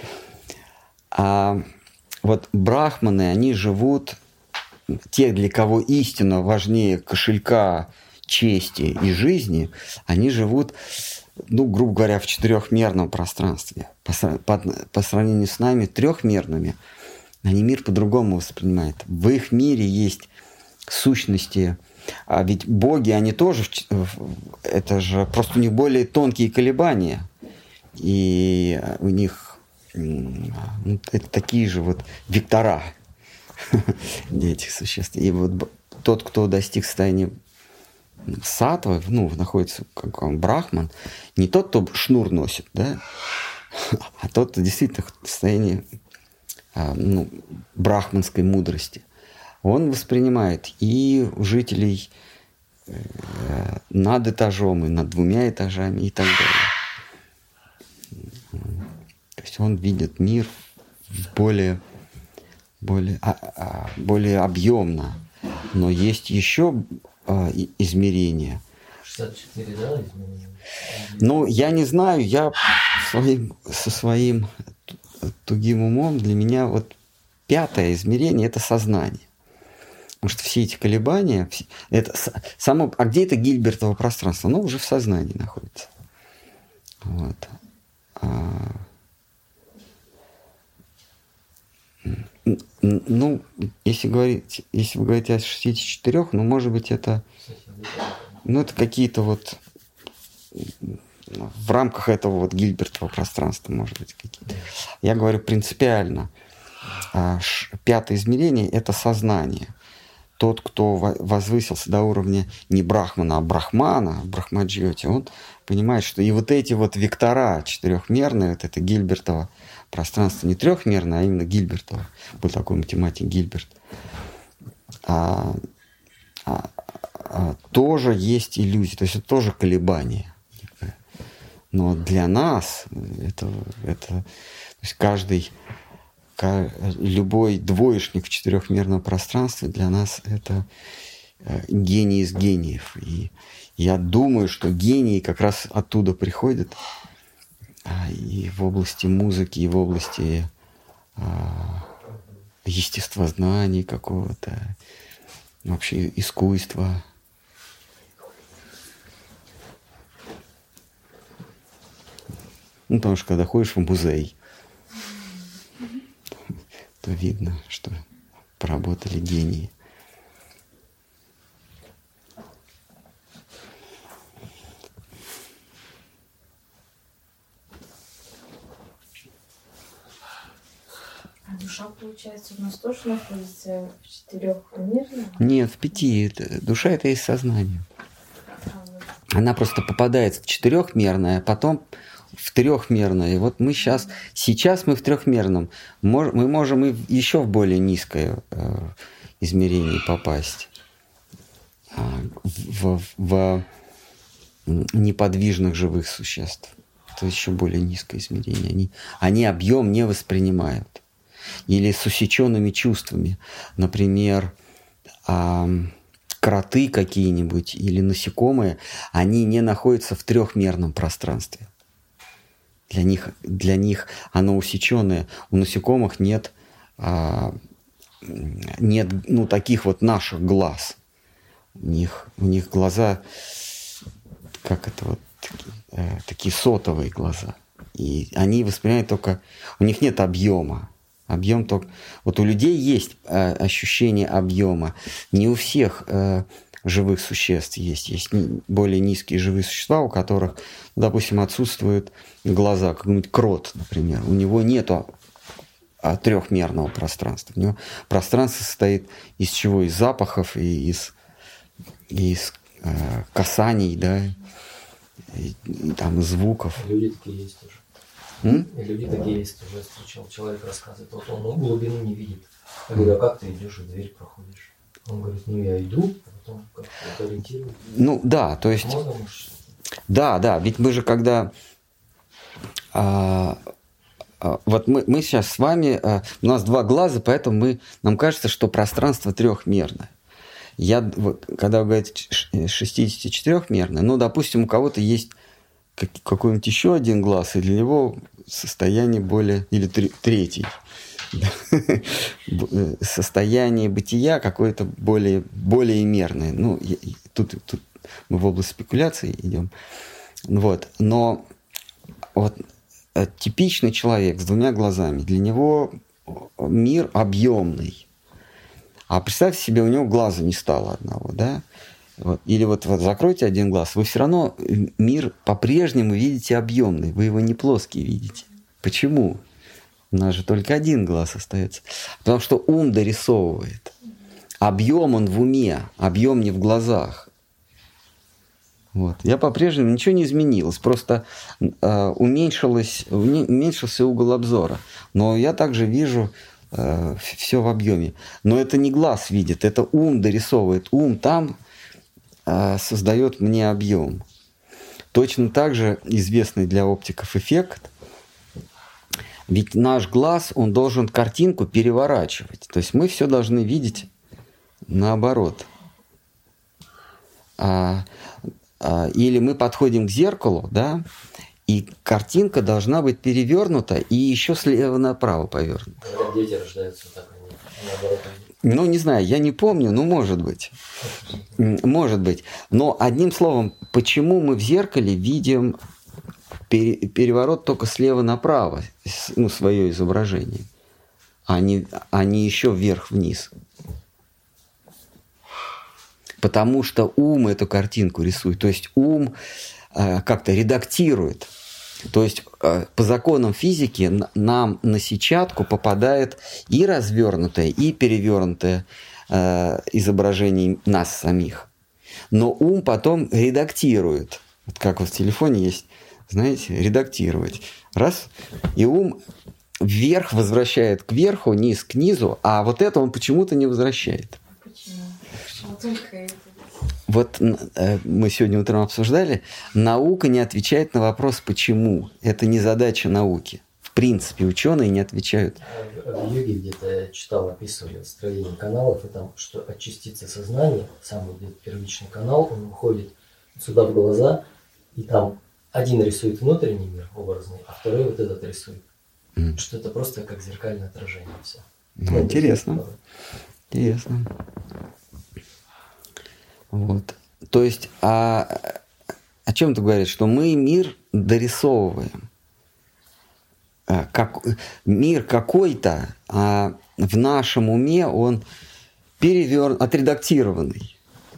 А вот брахманы, они живут, те, для кого истина важнее кошелька, чести и жизни, они живут, грубо говоря, в четырехмерном пространстве. По сравнению с нами, трехмерными, они мир по-другому воспринимают. В их мире есть сущности, а ведь боги, они тоже, это же просто у них более тонкие колебания. И у них это такие же вот вектора для этих существ. И вот тот, кто достиг состояния саттвы, находится как он брахман, не тот, кто шнур носит, да, а тот, кто действительно в состоянии брахманской мудрости. Он воспринимает и у жителей над этажом, и над 2 этажами, и так далее. То есть он видит мир в более более объемно. Но есть еще измерения. 64, да, измерения? Ну, я не знаю, я со своим тугим умом, для меня вот 5-е измерение – это сознание. Потому что все эти колебания, это само, а где это Гильбертово пространство? Оно уже в сознании находится. Вот. Ну, если вы говорите о 64, ну, может быть, это, ну, это какие-то вот в рамках этого вот Гильбертова пространства, может быть, какие-то. Я говорю принципиально. 5-е измерение – это сознание. Тот, кто возвысился до уровня не Брахмана, а Брахмана, Брахмаджьоти, он понимает, что и вот эти вот вектора четырехмерные, вот это Гильбертово пространство, не трехмерное, а именно Гильбертово. Был такой математик Гильберт. Тоже есть иллюзии, то есть это тоже колебания. Но для нас это то есть любой двоечник в четырехмерном пространстве для нас это гений из гениев. И я думаю, что гении как раз оттуда приходят и в области музыки, и в области естествознаний какого-то, вообще искусства. Ну, потому что когда ходишь в музей, то видно, что поработали гении. А душа, получается, у нас тоже находится в 4-мерном? Нет, в 5. Душа – это есть сознание. Она просто попадает в 4-мерное, а потом в 3-мерное. И вот мы сейчас мы в 3-мерном. Мы можем и еще в более низкое измерение попасть. В неподвижных живых существ. Это еще более низкое измерение. Они объем не воспринимают. Или с усеченными чувствами. Например, кроты какие-нибудь или насекомые, они не находятся в 3-мерном пространстве. Для них оно усеченное. У насекомых нет таких вот наших глаз. У них глаза, такие сотовые глаза. И они воспринимают только... У них нет объема. Объем только... Вот у людей есть ощущение объема. Не у всех живых существ есть. Есть более низкие живые существа, у которых, допустим, отсутствуют глаза. Какой-нибудь крот, например. У него нету 3-мерного пространства. У него пространство состоит из чего? Из запахов и из касаний, да, и там, из звуков. Люди такие есть тоже. И люди такие есть, уже встречал. Человек рассказывает, вот он глубину не видит. Я говорю, а как ты идешь и дверь проходишь? Он говорит, я иду, а потом как-то ориентирую. Ну да, то есть... Да, ведь мы же когда... вот мы сейчас с вами... у нас 2 глаза, поэтому нам кажется, что пространство 3-мерное. Когда вы говорите 64-мерное, ну, допустим, у кого-то есть какой-нибудь еще один глаз, и для него состояние более... Или 3-й. Состояние бытия какое-то более мерное. Ну, тут мы в область спекуляций идем. Вот. Но вот типичный человек с 2 глазами, для него мир объемный. А представьте себе, у него глаза не стало одного, да? Вот. Или вот закройте один глаз, вы все равно мир по-прежнему видите объемный, вы его не плоский видите. Почему? У нас же только 1 глаз остается. Потому что ум дорисовывает. Объем он в уме, объем не в глазах. Вот. Я по-прежнему ничего не изменилось, просто уменьшился угол обзора. Но я также вижу все в объеме. Но это не глаз видит, это ум дорисовывает. Ум там создает мне объем. Точно так же известный для оптиков эффект Ведь наш глаз, он должен картинку переворачивать. То есть мы все должны видеть наоборот. Или мы подходим к зеркалу, да, и картинка должна быть перевернута и еще слева направо повернута. Когда дети рождаются, так они наоборот. Ну, не знаю, я не помню, но может быть. Может быть. Но одним словом, почему мы в зеркале видим переворот только слева направо, ну, свое изображение, а не еще вверх-вниз? Потому что ум эту картинку рисует, то есть ум как-то редактирует. То есть по законам физики нам на сетчатку попадает и развернутое, и перевернутое изображение нас самих. Но ум потом редактирует. Вот как вот в телефоне есть, знаете, редактировать. Раз, и ум вверх возвращает кверху, низ к низу, а вот это он почему-то не возвращает. Почему? Вот только это. Вот мы сегодня утром обсуждали, наука не отвечает на вопрос «почему?». Это не задача науки. В принципе, ученые не отвечают. В йоге где-то я читал, описывали строение каналов, и там, что от частицы сознания, самый первичный канал, он уходит сюда в глаза, и там один рисует внутренний мир образный, а второй вот этот рисует. Что это просто как зеркальное отражение все. Ну, интересно. Интересно. Вот. То есть, о чем ты говоришь? Что мы мир дорисовываем. Мир какой-то, а в нашем уме он отредактированный.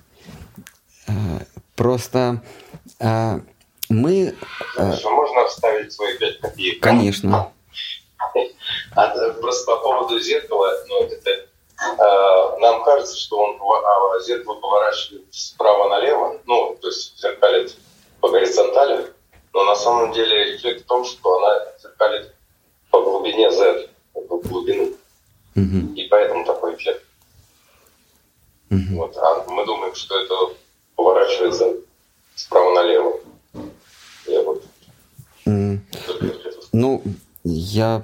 Просто мы... Хорошо, можно вставить свои 5 копеек? Конечно. Просто по поводу зеркала, ну, это... Нам кажется, что зеркало поворачивает справа налево, ну, то есть зеркалит по горизонтали, но на самом деле эффект в том, что она зеркалит по глубине Z, по глубину. И поэтому такой эффект. Вот. А мы думаем, что это поворачивается справа налево. Я вот... Ну, я...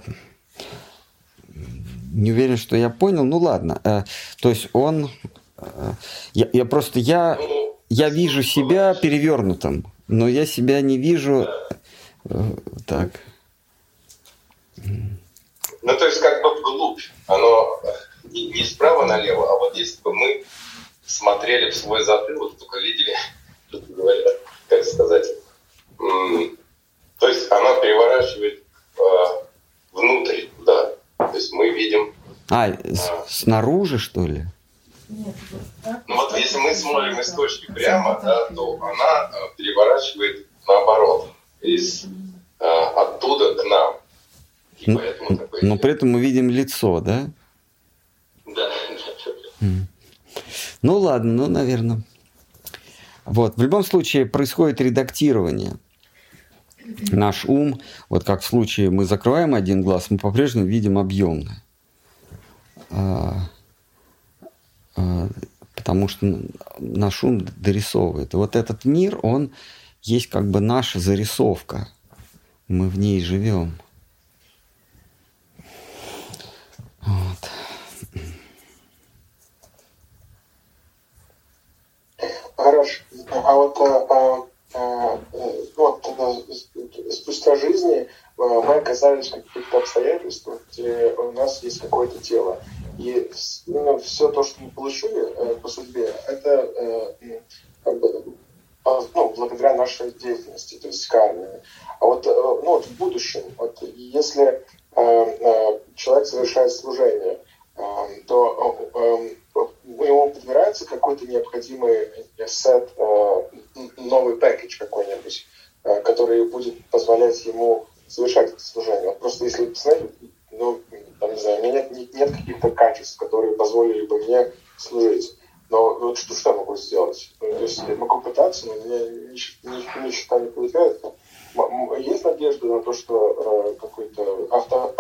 не уверен, что я понял. Ну ладно. То есть он... Я вижу себя перевернутым, но я себя не вижу... Так. Ну, то есть как бы вглубь. Оно не справа налево, а вот если бы мы смотрели в свой затылок, только видели, как сказать... То есть она переворачивает внутрь, да. То есть мы видим... снаружи, что ли? Нет, вот так. Ну вот если мы смотрим из точки прямо, да, то она переворачивает наоборот, оттуда к нам. И поэтому такой... Но при этом мы видим лицо, да? Да. Ну ладно, ну, наверное. Вот, в любом случае происходит редактирование. Наш ум, вот как в случае мы закрываем один глаз, мы по-прежнему видим объемное. Потому что наш ум дорисовывает. И вот этот мир, он есть как бы наша зарисовка. Мы в ней живем. Вот. Хорошо. Спустя жизни мы оказались в каких-то обстоятельствах, где у нас есть какое-то тело. И все то, что мы получили по судьбе, это благодаря нашей деятельности, то есть карме. А вот в будущем, если человек совершает служение, то ему подбирается какой-то необходимый сет, новый пакет какой-нибудь, который будет позволять ему совершать это служение. Вот просто если посмотреть, не знаю, у меня нет каких-то качеств, которые позволили бы мне служить. Но вот что я могу сделать? То есть я могу пытаться, но у меня ничего не получается. Есть надежда на то, что какой-то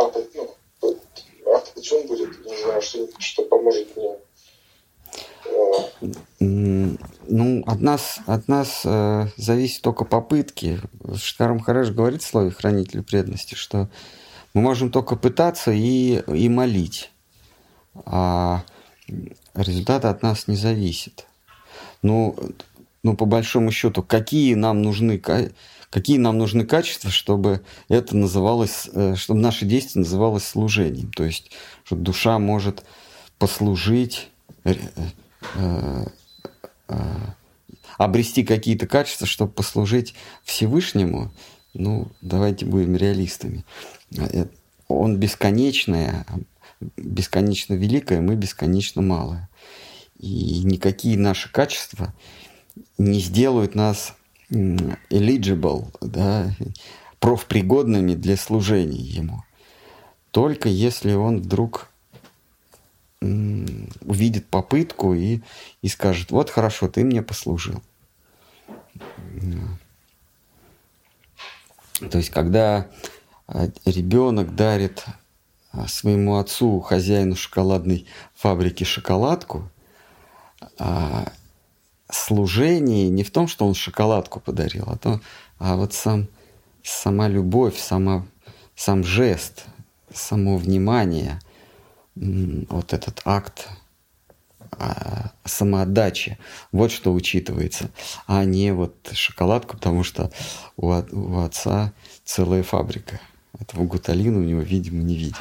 автотюн будет, не знаю, что поможет мне. Ну, от нас зависит только попытки. Шрила Махарадж говорит в слове «Хранитель преданности», что Мы можем только пытаться и молить. А результат от нас не зависит. Ну, по большому счету, какие нам нужны качества, чтобы это называлось, чтобы наше действие называлось служением. То есть, что душа может послужить, обрести какие-то качества, чтобы послужить Всевышнему. Ну, давайте будем реалистами. Он бесконечно великое, мы бесконечно малое. И никакие наши качества не сделают нас eligible, да, профпригодными для служения Ему. Только если Он вдруг увидит попытку и скажет: вот хорошо, ты мне послужил. То есть, когда ребенок дарит своему отцу, хозяину шоколадной фабрики, шоколадку, служение не в том, что он шоколадку подарил, а вот сама любовь, сам жест, само внимание, вот этот акт самоотдачи, вот что учитывается, а не вот шоколадку, потому что у отца целая фабрика. Этого гуталина у него, видимо, не видел.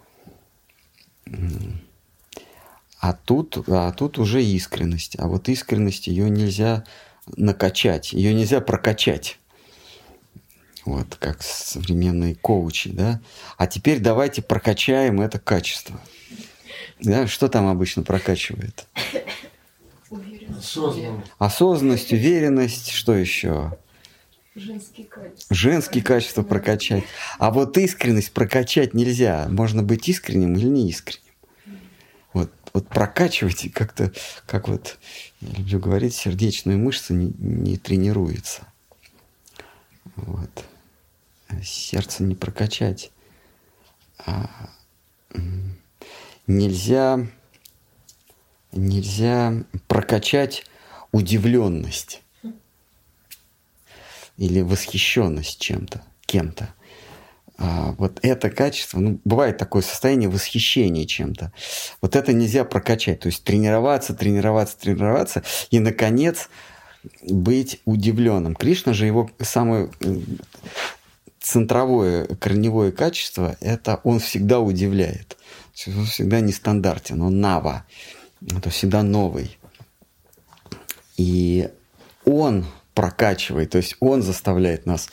А тут уже искренность. А вот искренность, ее нельзя накачать, ее нельзя прокачать. Вот как современные коучи, да. А теперь давайте прокачаем это качество. Да, что там обычно прокачивает? Осознанность, уверенность, что еще? Женские качества прокачать. А вот искренность прокачать нельзя. Можно быть искренним или неискренним. Вот прокачивайте как-то, как вот, я люблю говорить, сердечная мышца не тренируется. Вот. Сердце не прокачать. Нельзя прокачать удивленность или восхищенность кем-то. Вот это качество, бывает такое состояние восхищения чем-то. Вот это нельзя прокачать. То есть тренироваться и, наконец, быть удивленным. Кришна же, его самое центровое, корневое качество, это он всегда удивляет. Он всегда нестандартен, он нава, это всегда новый. И он прокачивает, то есть он заставляет нас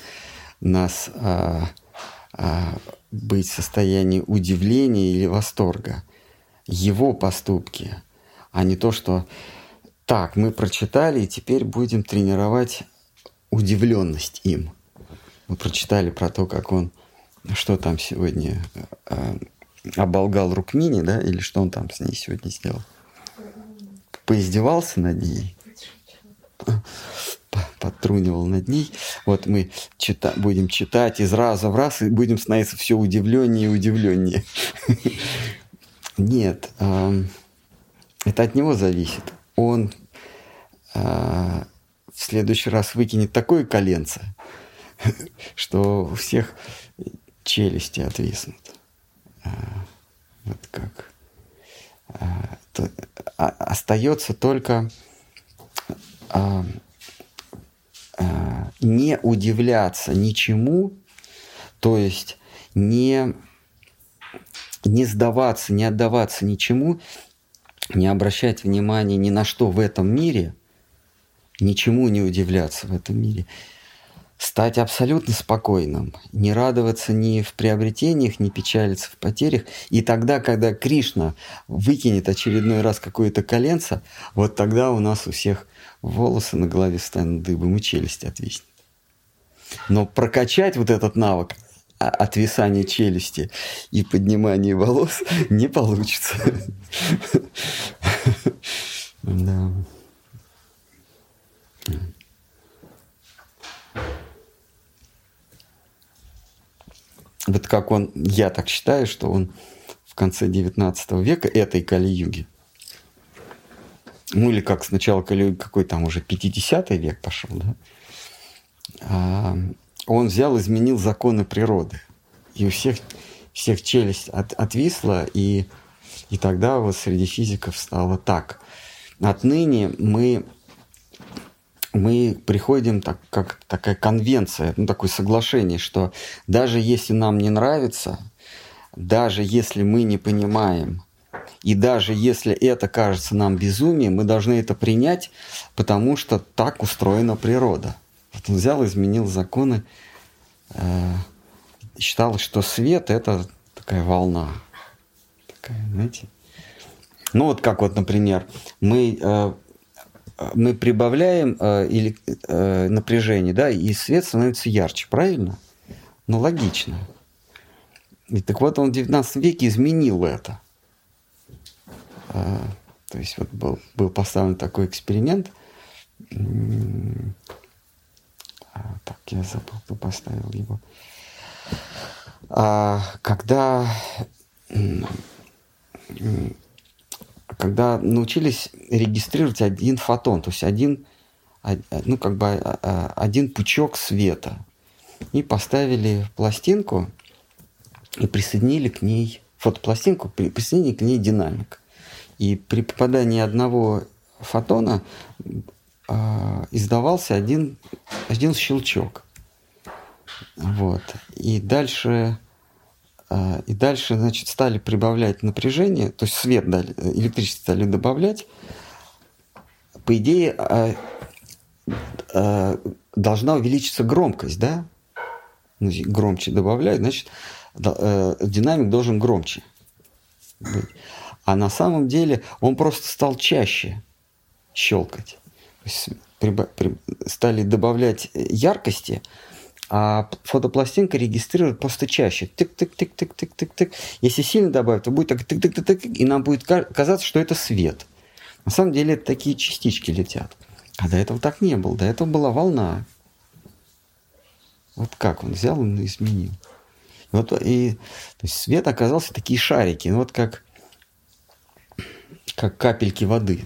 быть в состоянии удивления или восторга. Его поступки, а не то, что так, мы прочитали, и теперь будем тренировать удивленность им. Мы прочитали про то, как он, что там сегодня, оболгал Рукмини, да, или что он там с ней сегодня сделал? Поиздевался над ней? Подтрунивал над ней. Вот мы будем читать из раза в раз, и будем становиться все удивленнее и удивленнее. Нет, это от него зависит. Он в следующий раз выкинет такое коленце, что у всех челюсти отвиснут. Вот как. Остается только не удивляться ничему, то есть не сдаваться, не отдаваться ничему, не обращать внимания ни на что в этом мире, ничему не удивляться в этом мире, стать абсолютно спокойным, не радоваться ни в приобретениях, не печалиться в потерях. И тогда, когда Кришна выкинет очередной раз какое-то коленце, вот тогда у нас у всех волосы на голове станут дыбом и челюсть отвиснет. Но прокачать вот этот навык отвисания челюсти и поднимания волос не получится. Да. Вот как я так считаю, что он в конце 19 века этой Кали-юги, или как сначала Кали-юги, какой там уже 50-й век пошел, да, он взял, изменил законы природы. И у всех всех челюсть отвисла, и тогда вот среди физиков стало так. Отныне мы приходим как такая конвенция, такое соглашение, что даже если нам не нравится, даже если мы не понимаем, и даже если это кажется нам безумием, мы должны это принять, потому что так устроена природа. Вот он взял, изменил законы, считалось, что свет – это такая волна. Такая, знаете? Ну вот как вот, например, мы прибавляем напряжение, да, и свет становится ярче, правильно? Ну, логично. И так вот он в 19 веке изменил это. То есть вот был поставлен такой эксперимент. Так, я забыл, кто поставил его. Когда научились регистрировать один фотон, то есть один пучок света, и поставили пластинку и присоединили к ней фотопластинку, присоединили к ней динамик. И при попадании одного фотона издавался один щелчок. Вот. И дальше, значит, стали прибавлять напряжение, то есть свет дали, электричество стали добавлять. По идее, должна увеличиться громкость, да? Ну, громче добавляют, значит, динамик должен громче быть. А на самом деле он просто стал чаще щелкать. То есть стали добавлять яркости, а фотопластинка регистрирует просто чаще. Тык-тык-тык-тык-тык-тык-тык. Если сильно добавить, то будет так тык-тык-тык-тык, и нам будет казаться, что это свет. На самом деле это такие частички летят. А до этого так не было. До этого была волна. Вот как он взял и изменил. Вот, то есть свет оказался такие шарики, вот как капельки воды.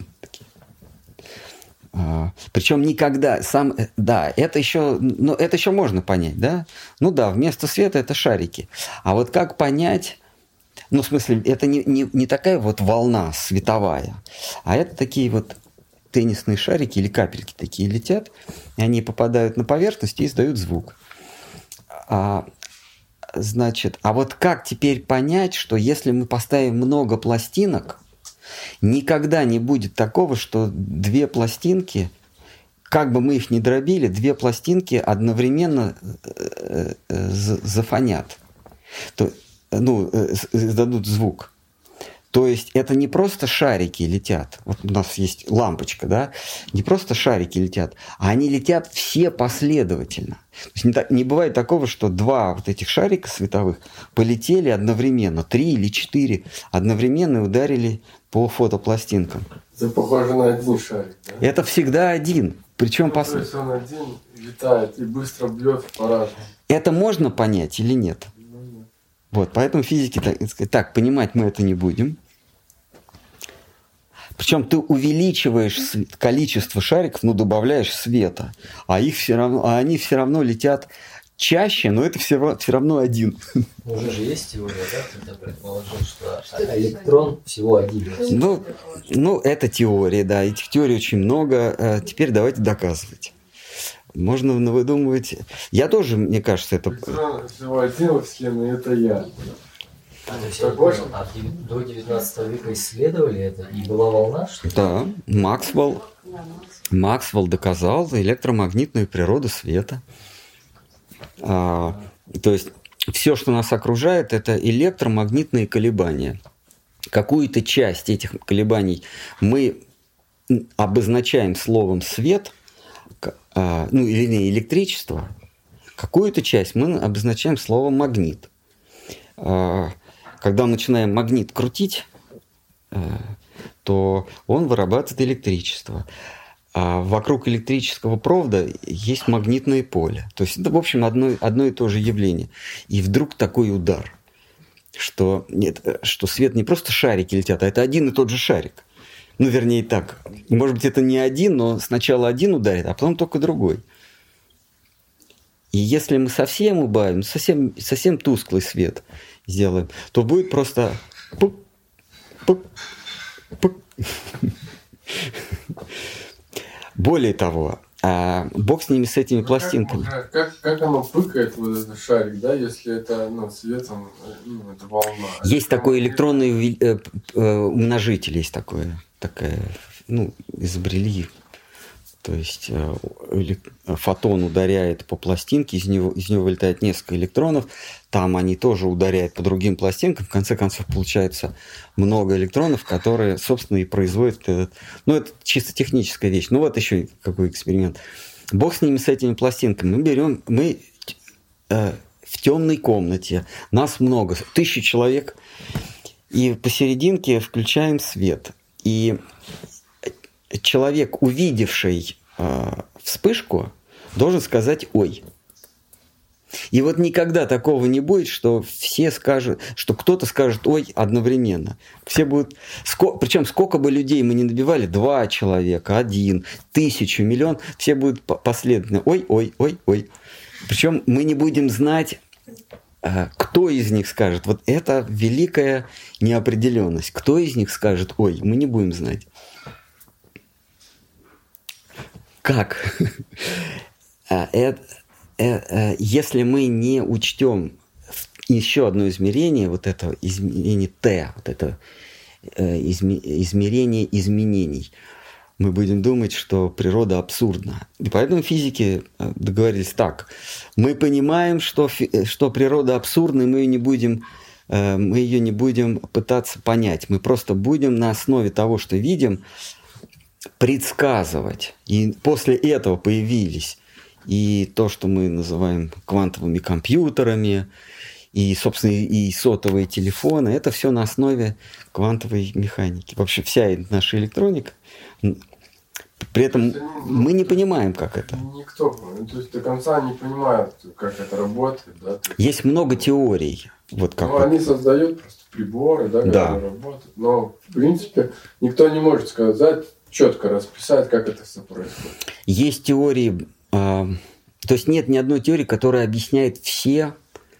Причем никогда это еще можно понять, да? Ну да, вместо света это шарики. А вот как понять, ну в смысле, это не такая вот волна световая, а это такие вот теннисные шарики или капельки такие летят, и они попадают на поверхность и издают звук. Значит, а вот как теперь понять, что если мы поставим много пластинок, никогда не будет такого, что две пластинки, как бы мы их ни дробили, две пластинки одновременно зафонят, издадут звук. То есть это не просто шарики летят, вот у нас есть лампочка, да, не просто шарики летят, а они летят все последовательно. То есть не бывает такого, что два вот этих шарика световых полетели одновременно, 3 или 4 одновременно и ударили по фотопластинкам. Это похоже на один шарик, да? Это всегда один. Причем то есть он один летает и быстро бьет по-разному. Это можно понять или нет? Нет. Вот, поэтому физики так понимать мы это не будем. Причем ты увеличиваешь количество шариков, добавляешь света, а они все равно летят чаще, но это все равно один. Уже же есть теория, да, когда предположил, что электрон всего один. Ну, это теория, да, этих теорий очень много. Теперь давайте доказывать. Можно выдумывать. Я тоже, мне кажется, это... Электрон всего один во Вселенной, это я. До 19 века исследовали это, и была волна, что ли? Да, Максвелл доказал электромагнитную природу света. То есть все, что нас окружает, это электромагнитные колебания. Какую-то часть этих колебаний мы обозначаем словом свет, или электричество. Какую-то часть мы обозначаем словом магнит. Когда мы начинаем магнит крутить, то он вырабатывает электричество. А вокруг электрического провода есть магнитное поле. То есть это, в общем, одно и то же явление. И вдруг такой удар, что свет не просто шарики летят, а это один и тот же шарик. Ну, вернее, так. Может быть, это не один, но сначала один ударит, а потом только другой. И если мы совсем убавим, совсем тусклый свет, сделаем, то будет просто пук, пук, пук. Более того, бог с ними, с этими пластинками. Как оно пыкает, вот этот шарик, да, если это светом, это волна? Есть такой электронный умножитель, есть такая, изобрели. То есть фотон ударяет по пластинке, из него вылетает несколько электронов, там они тоже ударяют по другим пластинкам, в конце концов получается много электронов, которые, собственно, и производят этот... это чисто техническая вещь. Вот еще какой эксперимент. Бог с ними, с этими пластинками. Мы в темной комнате, нас много, 1000 человек, и посерединке включаем свет. И человек, увидевший вспышку, должен сказать «ой». И вот никогда такого не будет, что все скажут, что кто-то скажет «ой» одновременно. Все будут... Причем сколько бы людей мы ни набивали, 2 человека, 1, 1000, миллион, все будут последовательно «ой, ой, ой, ой». Причем мы не будем знать, кто из них скажет. Вот это великая неопределенность. Кто из них скажет «ой», мы не будем знать. Как? Если мы не учтем еще одно измерение, вот это измерение Т, вот это измерение изменений, мы будем думать, что природа абсурдна. И поэтому физики договорились так. Мы понимаем, что природа абсурдна, и мы ее не будем пытаться понять. Мы просто будем на основе того, что видим, предсказывать. И после этого появились и то, что мы называем квантовыми компьютерами, и, собственно, и сотовые телефоны. Это все на основе квантовой механики. Вообще вся наша электроника. При этом мы не понимаем, как это. Никто, то есть до конца не понимает, как это работает. Да? Есть много теорий. Вот как они создают просто приборы, да, которые работают. Но, в принципе, никто не может сказать, четко расписать, как это все происходит. Есть теории, то есть нет ни одной теории, которая объясняет все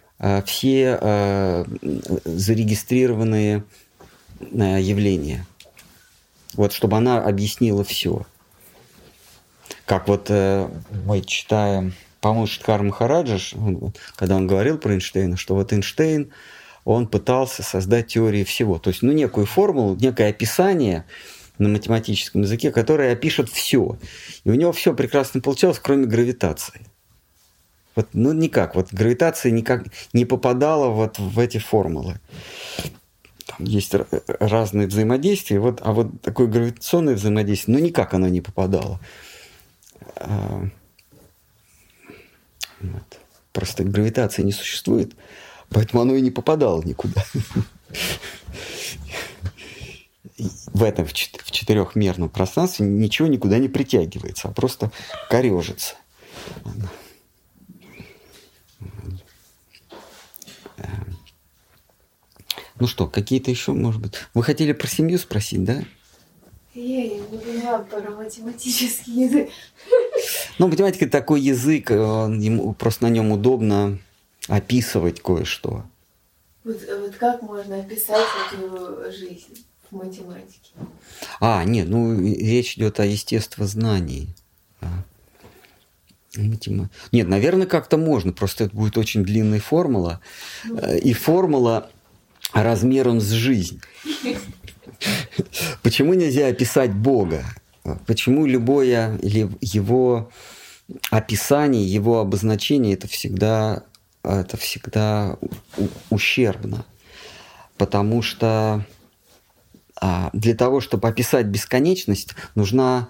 зарегистрированные явления. Вот чтобы она объяснила все. Как вот мы читаем, по-моему, Шидхар Махараджа, когда он говорил про Эйнштейна, что вот Эйнштейн, он пытался создать теорию всего. То есть, некую формулу, некое описание на математическом языке, которое опишет все. И у него все прекрасно получалось, кроме гравитации. Вот, никак. Вот гравитация никак не попадала вот в эти формулы. Там есть разные взаимодействия, а вот такое гравитационное взаимодействие, никак оно не попадало. Вот. Просто гравитации не существует, поэтому оно и не попадало никуда. В этом, в четырехмерном пространстве ничего никуда не притягивается, а просто корежится. Ну что, какие-то еще, может быть... Вы хотели про семью спросить, да? Я не поняла про математический язык. Математика такой язык, просто на нем удобно описывать кое-что. Вот как можно описать эту жизнь в математике? Нет, речь идет о естествознании. Нет, наверное, как-то можно, просто это будет очень длинная формула. И формула размером с жизнь. Почему нельзя описать Бога? Почему любое или его описание, его обозначение это всегда ущербно? Потому что для того, чтобы описать бесконечность, нужен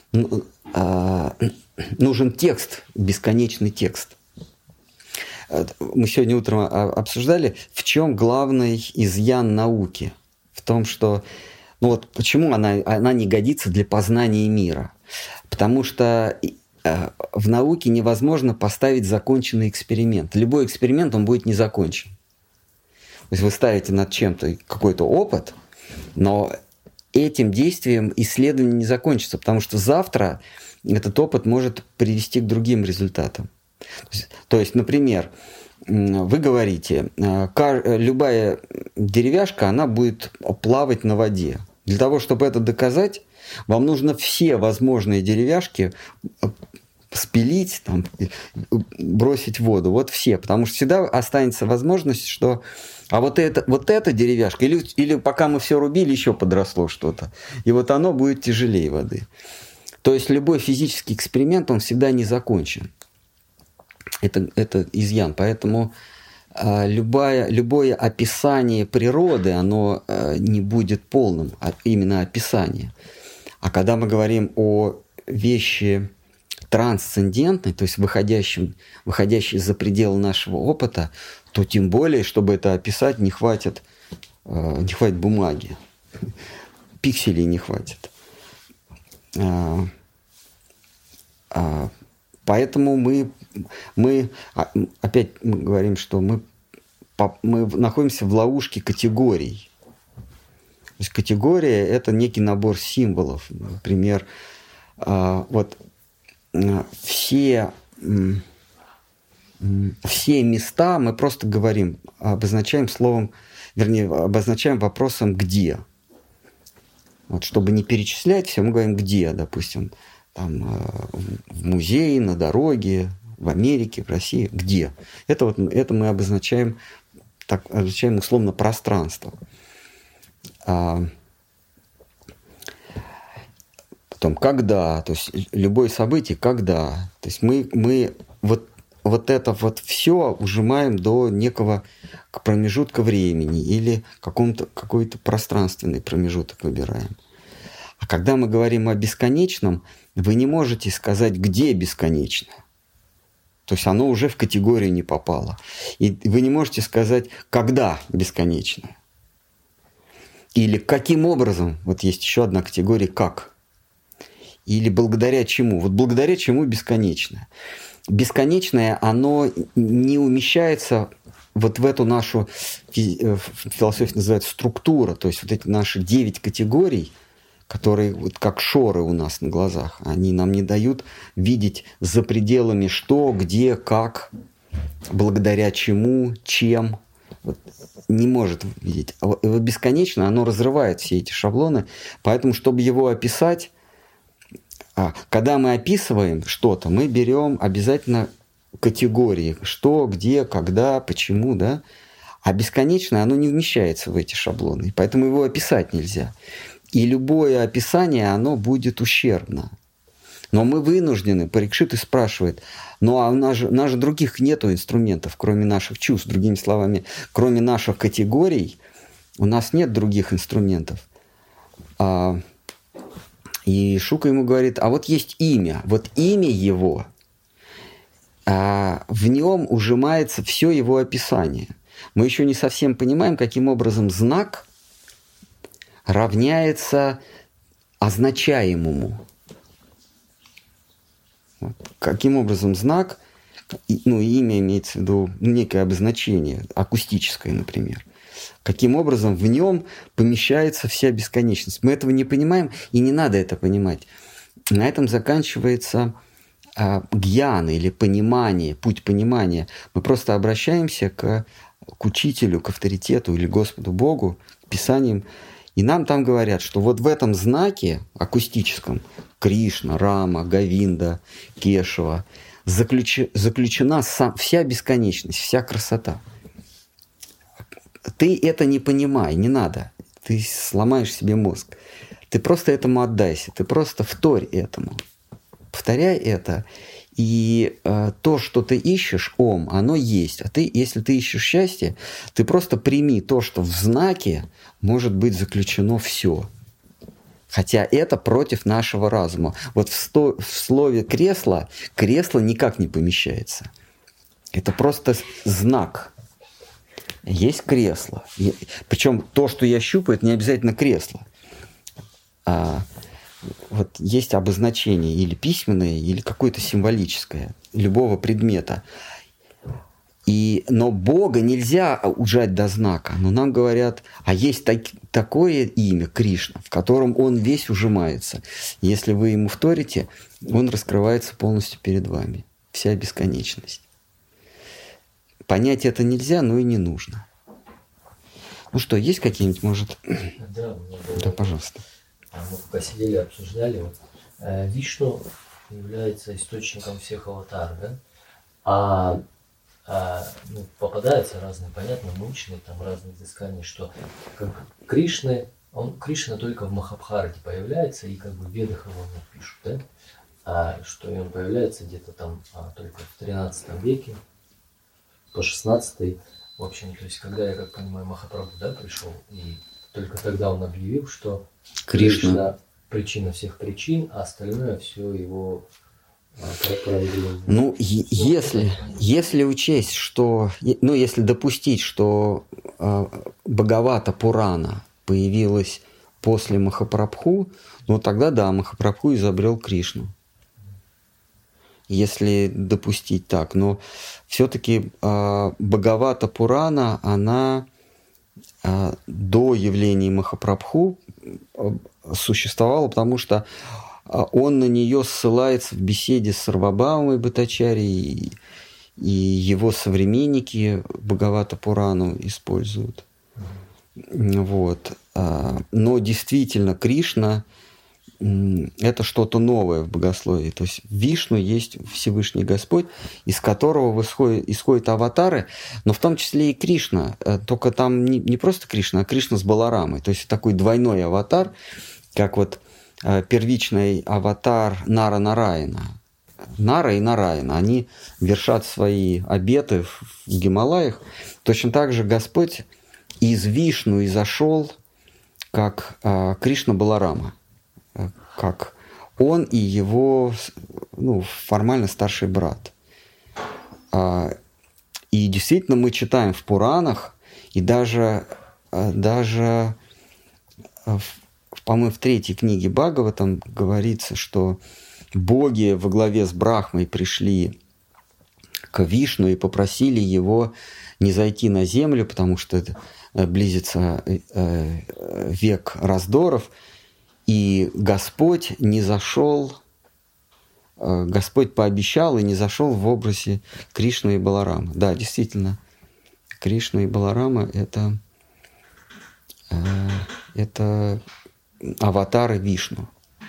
текст, бесконечный текст. Мы сегодня утром обсуждали, в чем главный изъян науки. В том, что почему она не годится для познания мира. Потому что в науке невозможно поставить законченный эксперимент. Любой эксперимент, он будет не закончен. То есть вы ставите над чем-то какой-то опыт, но этим действием исследование не закончится, потому что завтра этот опыт может привести к другим результатам. То есть, например, вы говорите, любая деревяшка, она будет плавать на воде. Для того, чтобы это доказать, вам нужно все возможные деревяшки спилить, там, бросить в воду. Вот все. Потому что всегда останется возможность, что а вот эта деревяшка, или пока мы все рубили, еще подросло что-то. И вот оно будет тяжелее воды. То есть любой физический эксперимент, он всегда не закончен. Это изъян. Поэтому любое описание природы, оно не будет полным, а именно описание. А когда мы говорим о вещи трансцендентной, то есть выходящей за пределы нашего опыта, то тем более, чтобы это описать, не хватит бумаги. Пикселей не хватит. Поэтому мы опять говорим, что мы находимся в ловушке категорий. То есть категория – это некий набор символов. Например, вот все места мы просто говорим, обозначаем словом, вернее, обозначаем вопросом «где?». Вот, чтобы не перечислять все, мы говорим «где?», допустим, там, в музее, на дороге, в Америке, в России, где. Это мы обозначаем условно пространство. Потом когда, то есть любое событие, когда. То есть мы вот это вот все ужимаем до некого промежутка времени или какой-то пространственный промежуток выбираем. А когда мы говорим о бесконечном, вы не можете сказать, где бесконечно. То есть оно уже в категорию не попало. И вы не можете сказать, когда бесконечно. Или каким образом. Вот есть еще одна категория «как». Или благодаря чему. Вот благодаря чему бесконечное. Бесконечное, оно не умещается вот в эту нашу, в философии называется структура. То есть вот эти наши 9 категорий, которые вот как шоры у нас на глазах, они нам не дают видеть за пределами что, где, как, благодаря чему, чем. Вот, не может видеть. А вот бесконечно оно разрывает все эти шаблоны, поэтому, чтобы его описать, когда мы описываем что-то, мы берем обязательно категории, что, где, когда, почему, да, а бесконечное оно не вмещается в эти шаблоны, поэтому его описать нельзя. И любое описание, оно будет ущербно. Но мы вынуждены, Парикшит спрашивает, ну а у нас же других нету инструментов, кроме наших чувств, другими словами, кроме наших категорий, у нас нет других инструментов. И Шука ему говорит, а вот есть имя, вот имя его, в нем ужимается все его описание. Мы еще не совсем понимаем, каким образом знак равняется означаемому. Каким образом знак, имя имеется в виду некое обозначение, акустическое, например. Каким образом в нем помещается вся бесконечность. Мы этого не понимаем, и не надо это понимать. На этом заканчивается гьяна или понимание, путь понимания. Мы просто обращаемся к учителю, к авторитету или Господу Богу, к Писаниям, и нам там говорят, что вот в этом знаке акустическом Кришна, Рама, Говинда, Кешава заключена вся бесконечность, вся красота. Ты это не понимай, не надо. Ты сломаешь себе мозг. Ты просто этому отдайся, ты просто вторь этому. Повторяй это, и то, что ты ищешь, оно есть. А если ты ищешь счастье, ты просто прими то, что в знаке может быть заключено все. Хотя это против нашего разума. Вот в слове кресло никак не помещается. Это просто знак. Есть кресло. Причем то, что я щупаю, это не обязательно кресло. Вот есть обозначение или письменное, или какое-то символическое любого предмета. Но Бога нельзя ужать до знака. Но нам говорят, а есть такое имя Кришна, в котором он весь ужимается. Если вы ему вторите, он раскрывается полностью перед вами. Вся бесконечность. понять это нельзя, но и не нужно. Ну что, есть какие-нибудь, может? Да, Да, пожалуйста. Мы пока сидели, обсуждали. Вот, Вишну является источником всех аватар, да? Ну, попадаются разные, понятно, научные, там разные изыскания, что как Кришна только в Махабхарате появляется, и как бы в Ведах его не пишут, да? Что и он появляется где-то там только в 13 веке, по 16. В общем, то есть, когда, я как понимаю, Махапрабху, да, пришел, и только тогда он объявил, что Кришна причина всех причин, а остальное все его проявление. Ну, если учесть, что, ну, если допустить, что Бхагавата Пурана появилась после Махапрабху, ну, тогда да, Махапрабху изобрел Кришну. Если допустить так, но все-таки Бхагавата Пурана, она до явления Махапрабху существовала, потому что он на нее ссылается в беседе с Сарвабхаумой Бхаттачарьей, и его современники Бхагавата Пурану используют. Вот. Но действительно Кришна – это что-то новое в богословии. То есть Вишну есть Всевышний Господь, из которого исходят аватары, но в том числе и Кришна. Только там не просто Кришна, а Кришна с Баларамой. То есть такой двойной аватар, как вот первичный аватар Нара Нараяна. Нара и Нараяна, они вершат свои обеты в Гималаях. Точно так же Господь из Вишну изошел, как Кришна Баларама. Как он и его, ну, формально старший брат. И действительно мы читаем в Пуранах, и даже по-моему, в 3 книге Бхагаватам говорится, что боги во главе с Брахмой пришли к Вишну и попросили его не зайти на землю, потому что близится век раздоров. И Господь не зашел, Господь пообещал и не зашел в образе Кришны и Баларамы. Да, действительно, Кришна и Баларама – это аватары Вишну.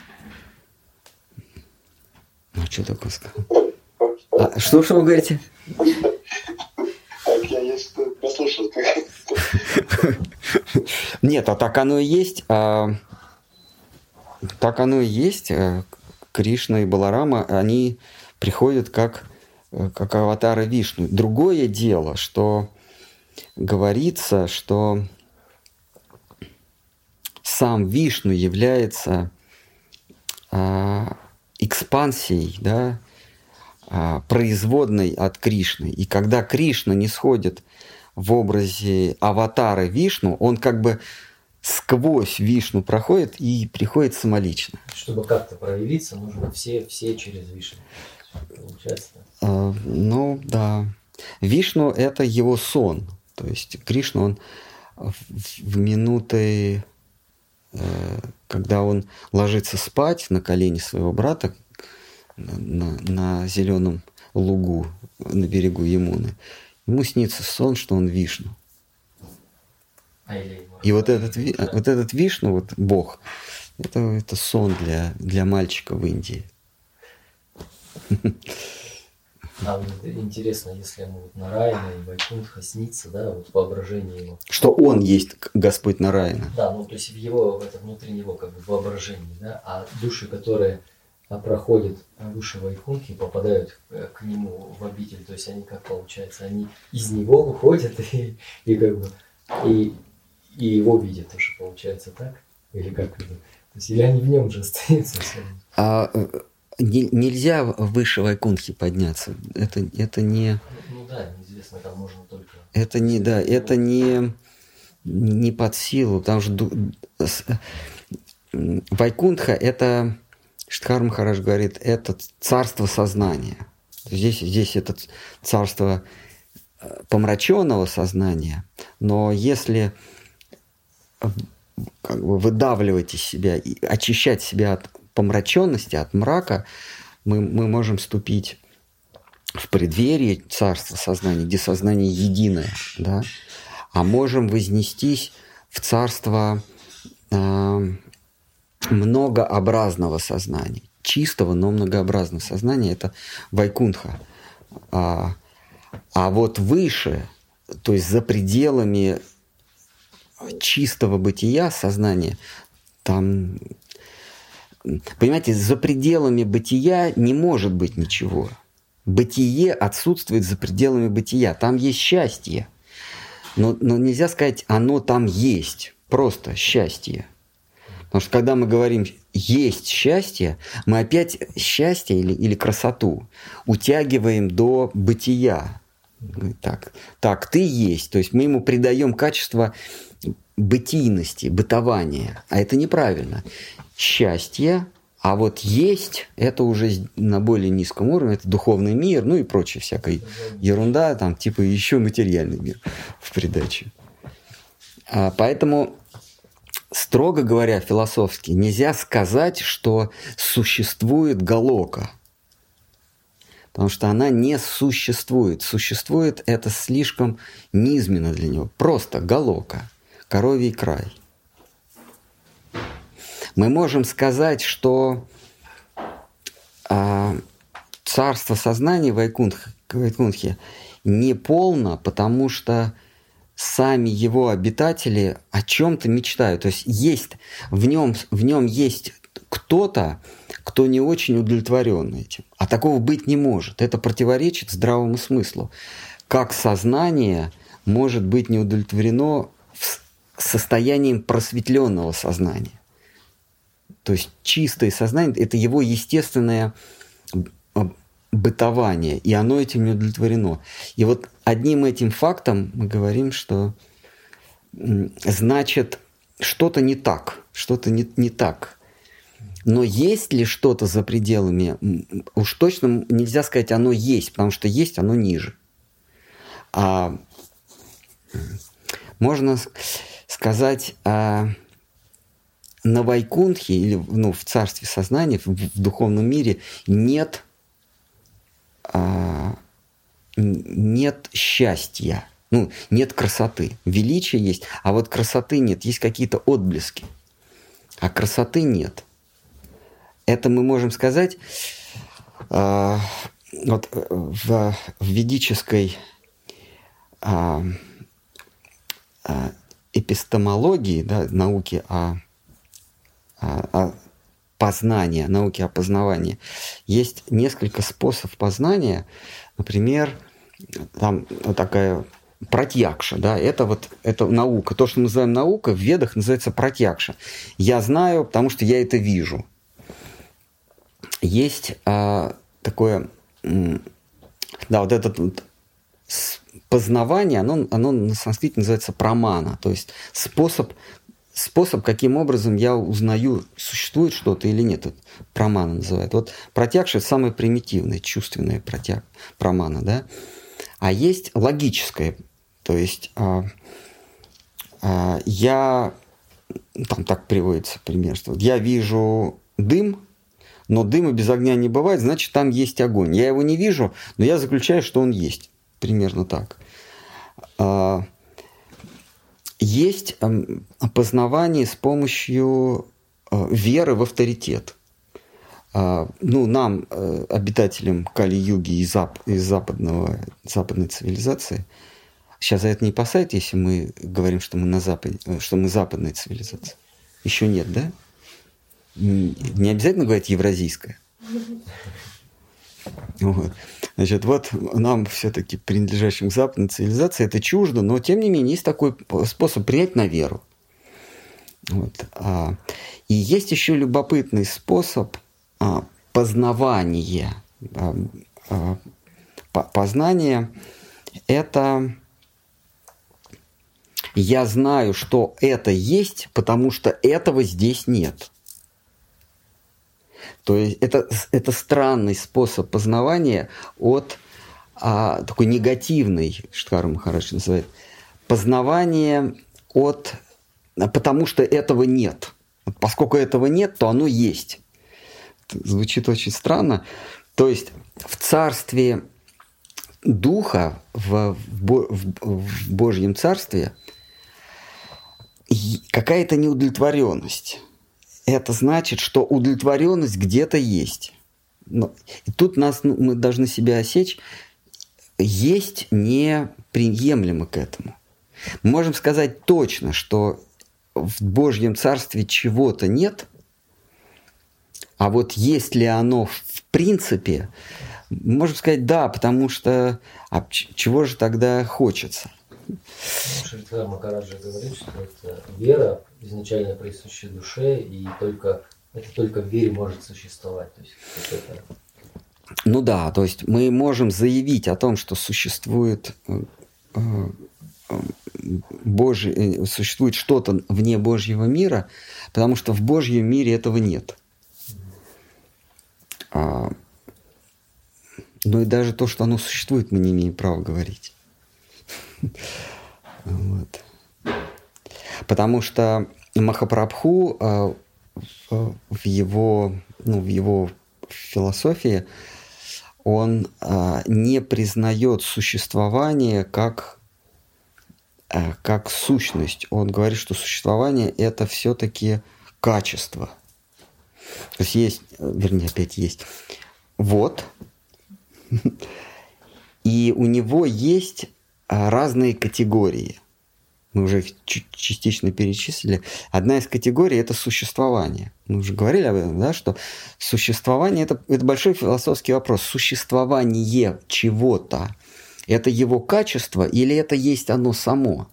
А что такое сказал? Что вы говорите? Так, я послушал. Нет, так оно и есть. Так оно и есть. Кришна и Баларама, они приходят как аватары Вишну. Другое дело, что говорится, что сам Вишну является экспансией, да, производной от Кришны. И когда Кришна не сходит в образе аватара Вишну, он как бы сквозь Вишну проходит и приходит самолично. Чтобы как-то проявиться, нужно все через Вишну. Получается? Ну, да. Вишну – это его сон. То есть Кришна, он в минуты, когда он ложится спать на колени своего брата на зеленом лугу на берегу Ямуны, ему снится сон, что он Вишну. И вот этот Вишну, вот Бог, это сон для мальчика в Индии. Вот интересно, если ему вот Нараяна и Вайкунтха снится, да, вот воображение его. Что он есть Господь Нараяна. Да, ну то есть это внутри него как бы воображение, да, а души, которые проходят выше Вайкунтхи, попадают к нему в обитель, то есть они, как получается, они из него уходят и как бы и его видят тоже, получается, так? Или как это? То есть, или они в нем же остаются? Нельзя выше Вайкунтхи подняться. Это не... Ну да, неизвестно, там можно только... Это не под силу, потому что Вайкунтха – это, Штхар Махарадж говорит, это царство сознания. Здесь это царство помраченного сознания, но если как бы выдавливать из себя и очищать себя от помраченности, от мрака, мы можем вступить в преддверии царства сознания, где сознание единое, да, а можем вознестись в царство многообразного сознания, чистого, но многообразного сознания, это вайкунтха. А вот выше, то есть за пределами чистого бытия сознания, там, понимаете, за пределами бытия не может быть ничего. Бытие отсутствует за пределами бытия. Там есть счастье. Но нельзя сказать, оно там есть. Просто счастье. Потому что когда мы говорим «есть счастье», мы опять счастье или красоту утягиваем до бытия. Так, ты есть. То есть мы ему придаем качество бытийности, бытования. А это неправильно. Счастье, а вот есть, это уже на более низком уровне, это духовный мир, ну и прочая всякая ерунда, там типа еще материальный мир в придаче. Поэтому, строго говоря, философски, нельзя сказать, что существует Галока. Потому что она не существует. Существует это слишком низменно для него. Просто Галока, коровий край. Мы можем сказать, что царство сознания Вайкунтхи не полно, потому что сами его обитатели о чем-то мечтают. То есть в нем есть кто-то, кто не очень удовлетворен этим. А такого быть не может. Это противоречит здравому смыслу. Как сознание может быть не удовлетворено состоянием просветленного сознания? То есть чистое сознание – это его естественное бытование, и оно этим не удовлетворено. И вот одним этим фактом мы говорим, что значит что-то не так, что-то не так. Но есть ли что-то за пределами, уж точно нельзя сказать, оно есть, потому что есть, оно ниже. А можно сказать, на Вайкунтхе или в царстве сознания, в духовном мире нет счастья, нет красоты. Величие есть, а вот красоты нет, есть какие-то отблески, а красоты нет. Это мы можем сказать вот в ведической эпистемологии, да, науки о познании, науки о познавании, есть несколько способов познания. Например, там такая пратьякша, да, это наука. То, что мы называем наукой, в ведах называется пратьякша. Я знаю, потому что я это вижу. Есть такое, да, вот это вот познавание, оно на санскрите называется прамана, то есть способ, каким образом я узнаю, существует что-то или нет. Это прамана называют. Вот пратьякша – это самое примитивное, чувственное прамана, да. А есть логическое, то есть я, там так приводится пример, что я вижу дым, но дыма без огня не бывает, значит, там есть огонь. Я его не вижу, но я заключаю, что он есть. Примерно так. Есть познавание с помощью веры в авторитет. Нам, обитателям Кали-юги из западной цивилизации, сейчас за это не посадят, если мы говорим, что мы на Западе, что мы западная цивилизация. Еще нет, да? Не обязательно говорить евразийская. Вот. Значит, вот нам все-таки, принадлежащим к западной цивилизации, это чуждо, но тем не менее есть такой способ принять на веру. Вот. И есть еще любопытный способ познавания. Познание – это я знаю, что это есть, потому что этого здесь нет. То есть это странный способ познавания от такой негативный, Штхара Махарадж называет, познавание потому что этого нет. Поскольку этого нет, то оно есть. Это звучит очень странно. То есть в царстве духа в Божьем Царстве какая-то неудовлетворенность. Это значит, что удовлетворенность где-то есть. И тут мы должны себя осечь. Есть неприемлемо к этому. Мы можем сказать точно, что в Божьем Царстве чего-то нет, а вот есть ли оно в принципе, можем сказать да, потому что чего же тогда хочется? Шридхар Махараджа говорит, что это вера, изначально присущая душе, и только в вере может существовать. То есть, это... Ну да, то есть мы можем заявить о том, что существует что-то вне Божьего мира, потому что в Божьем мире этого нет. Ну и даже то, что оно существует, мы не имеем права говорить. Вот. Потому что Махапрабху в его философии он не признает существование как сущность. Он говорит, что существование – это все-таки качество. То есть есть вот, и у него есть разные категории. Мы уже их частично перечислили. Одна из категорий – это существование. Мы уже говорили об этом, да, что существование – это большой философский вопрос. Существование чего-то – это его качество или это есть оно само?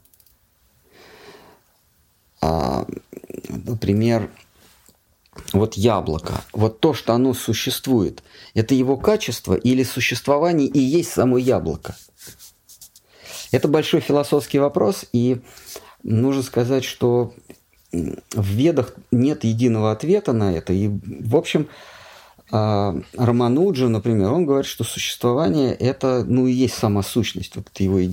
Например, вот яблоко. Вот то, что оно существует, это его качество или существование и есть само яблоко? Это большой философский вопрос, и нужно сказать, что в Ведах нет единого ответа на это. И, в общем, Рамануджа, например, он говорит, что существование – это, и есть сама сущность. Вот это его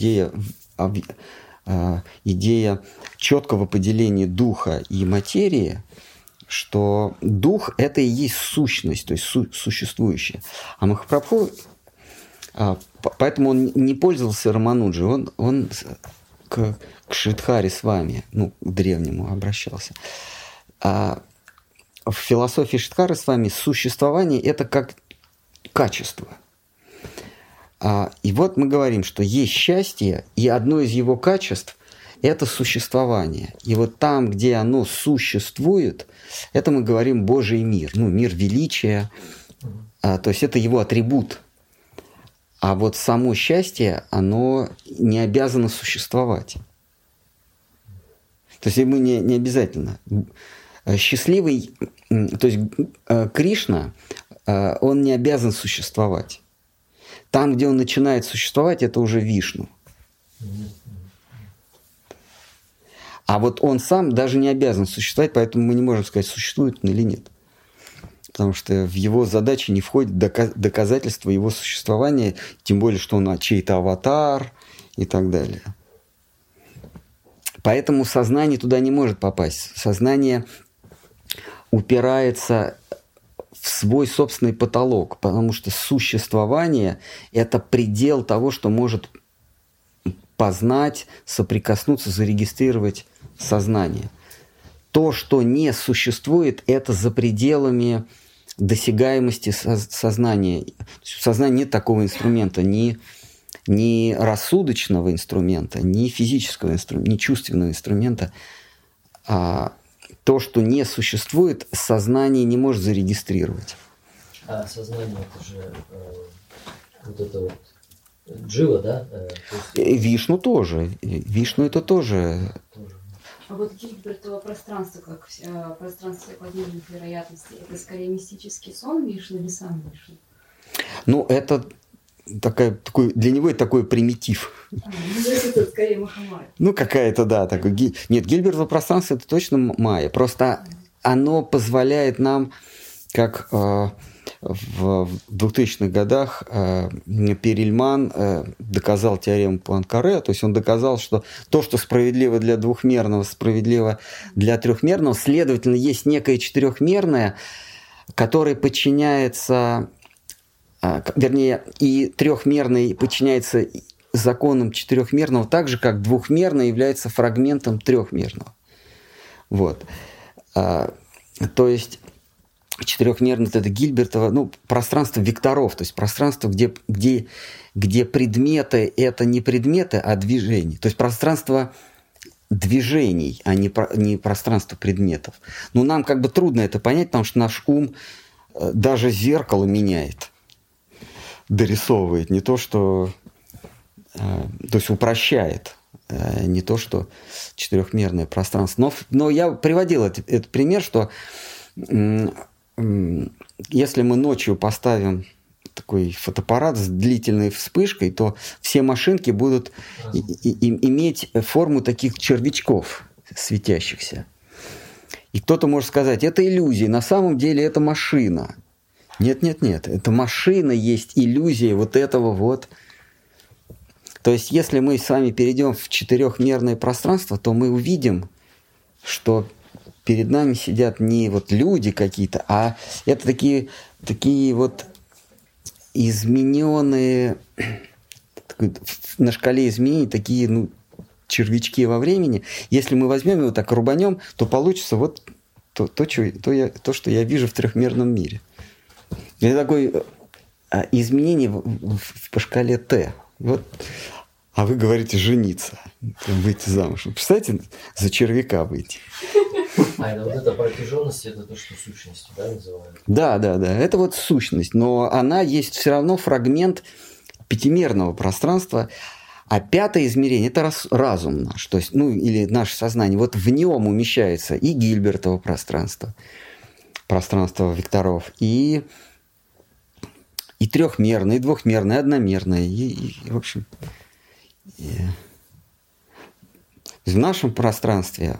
идея четкого поделения духа и материи, что дух – это и есть сущность, то есть существующее. А Махапрабху, поэтому он не пользовался Рамануджей, он к Шридхаре с вами, к древнему обращался. А в философии Шридхары с вами существование – это как качество. И вот мы говорим, что есть счастье, и одно из его качеств – это существование. И вот там, где оно существует, это мы говорим Божий мир, мир величия, то есть это его атрибут. А вот само счастье, оно не обязано существовать. То есть ему не обязательно. Счастливый, то есть Кришна, он не обязан существовать. Там, где он начинает существовать, это уже Вишну. А вот он сам даже не обязан существовать, поэтому мы не можем сказать, существует он или нет. Потому что в его задачи не входит доказательство его существования, тем более, что он чей-то аватар и так далее. Поэтому сознание туда не может попасть. Сознание упирается в свой собственный потолок, потому что существование – это предел того, что может познать, соприкоснуться, зарегистрировать сознание. То, что не существует, это за пределами досягаемости сознания. У сознания нет такого инструмента, ни рассудочного инструмента, ни физического инструмента, ни чувственного инструмента. То, что не существует, сознание не может зарегистрировать. А сознание – это же вот это вот джива, да? Вишну тоже. Вишну это тоже. А вот Гильбертово пространство, как пространство подвижных вероятностей, это скорее мистический сон Вишну или сам Вишну? Это такой, для него это такой примитив. Это скорее Махамайя. Какая-то, да. Такой. Нет, Гильбертово пространство это точно майя. Просто оно позволяет нам, как в 2000-х годах Перельман доказал теорему Пуанкаре, то есть он доказал, что то, что справедливо для двухмерного, справедливо для трехмерного, следовательно, есть некое четырехмерное, которое подчиняется вернее, и трехмерный подчиняется законам четырехмерного так же, как двухмерный является фрагментом трехмерного. Вот. То есть четырехмерное это Гильбертово, пространство векторов, то есть пространство, где предметы это не предметы, а движения. То есть пространство движений, а не пространство предметов. Но нам как бы трудно это понять, потому что наш ум даже зеркало меняет, дорисовывает, не то что, то есть упрощает, не то что четырехмерное пространство. Но я приводил этот пример, что если мы ночью поставим такой фотоаппарат с длительной вспышкой, то все машинки будут иметь форму таких червячков светящихся. И кто-то может сказать, это иллюзия, на самом деле это машина. Нет, это машина есть иллюзия вот этого вот. То есть если мы с вами перейдем в четырехмерное пространство, то мы увидим, что перед нами сидят не вот люди какие-то, а это такие вот измененные, на шкале изменений, такие червячки во времени. Если мы возьмем его так рубанем, то получится вот то, что я вижу в трехмерном мире. Это такое изменение по шкале Т. Вот. А вы говорите жениться, выйти замуж. Представляете, за червяка выйти. А вот эта протяженность, это то, что сущность, да, называют? Да. Это вот сущность. Но она есть все равно фрагмент пятимерного пространства. А пятое измерение – это разум наш. То есть, или наше сознание. Вот в нем умещается и Гильбертово пространство векторов, и трехмерное, и двухмерное, и одномерное. И в общем... В нашем пространстве,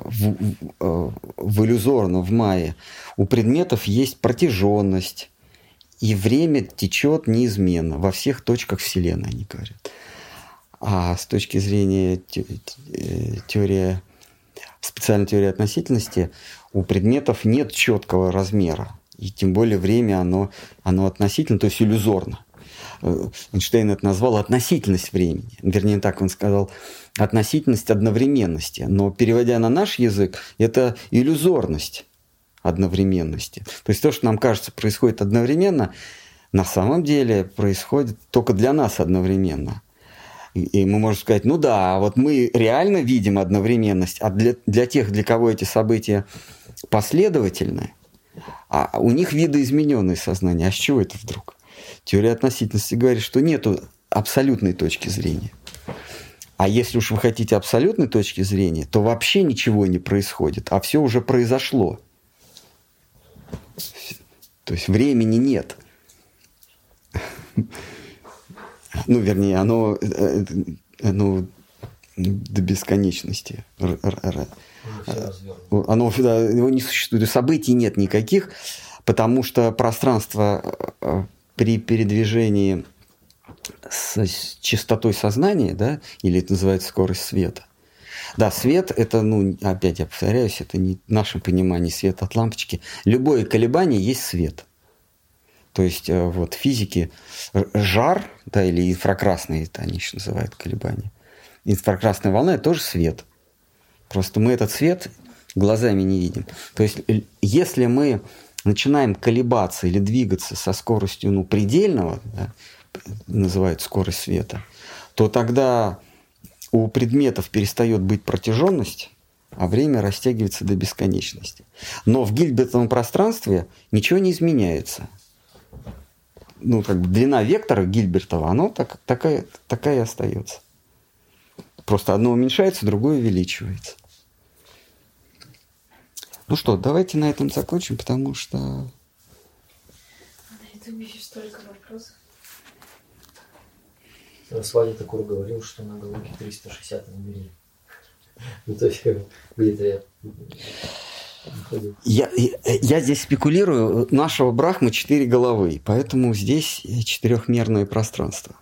в иллюзорном, в майе, у предметов есть протяженность, и время течет неизменно во всех точках Вселенной, они говорят. А с точки зрения специальной теории относительности, у предметов нет четкого размера, и тем более время оно относительно, то есть иллюзорно. Эйнштейн это назвал относительность времени. Вернее, так он сказал, относительность одновременности. Но переводя на наш язык, это иллюзорность одновременности. То есть то, что нам кажется происходит одновременно, на самом деле происходит только для нас одновременно. И мы можем сказать, вот мы реально видим одновременность, а для тех, для кого эти события последовательны, а у них видоизмененное сознание. А с чего это вдруг? Теория относительности говорит, что нет абсолютной точки зрения. А если уж вы хотите абсолютной точки зрения, то вообще ничего не происходит, а все уже произошло. То есть времени нет. Вернее, оно до бесконечности. Его не существует. Событий нет никаких, потому что пространство при передвижении с частотой сознания, да, или это называется скорость света. Да, свет – это, опять я повторяюсь, это не в нашем понимании свет от лампочки. Любое колебание есть свет. То есть вот физики жар, да, или инфракрасные, это они еще называют колебания. Инфракрасная волна – это тоже свет. Просто мы этот свет глазами не видим. То есть если мы начинаем колебаться или двигаться со скоростью предельного, да, называют скорость света, то тогда у предметов перестает быть протяженность, а время растягивается до бесконечности. Но в Гильбертовом пространстве ничего не изменяется. Длина вектора Гильбертова, она такая и остается. Просто одно уменьшается, другое увеличивается. Давайте на этом закончим, потому что... На этом еще столько вопросов. Свадья Такур говорил, что на Галуке 360 измерений. То есть где-то я здесь спекулирую. Нашего Брахмы 4 головы, поэтому здесь четырехмерное пространство.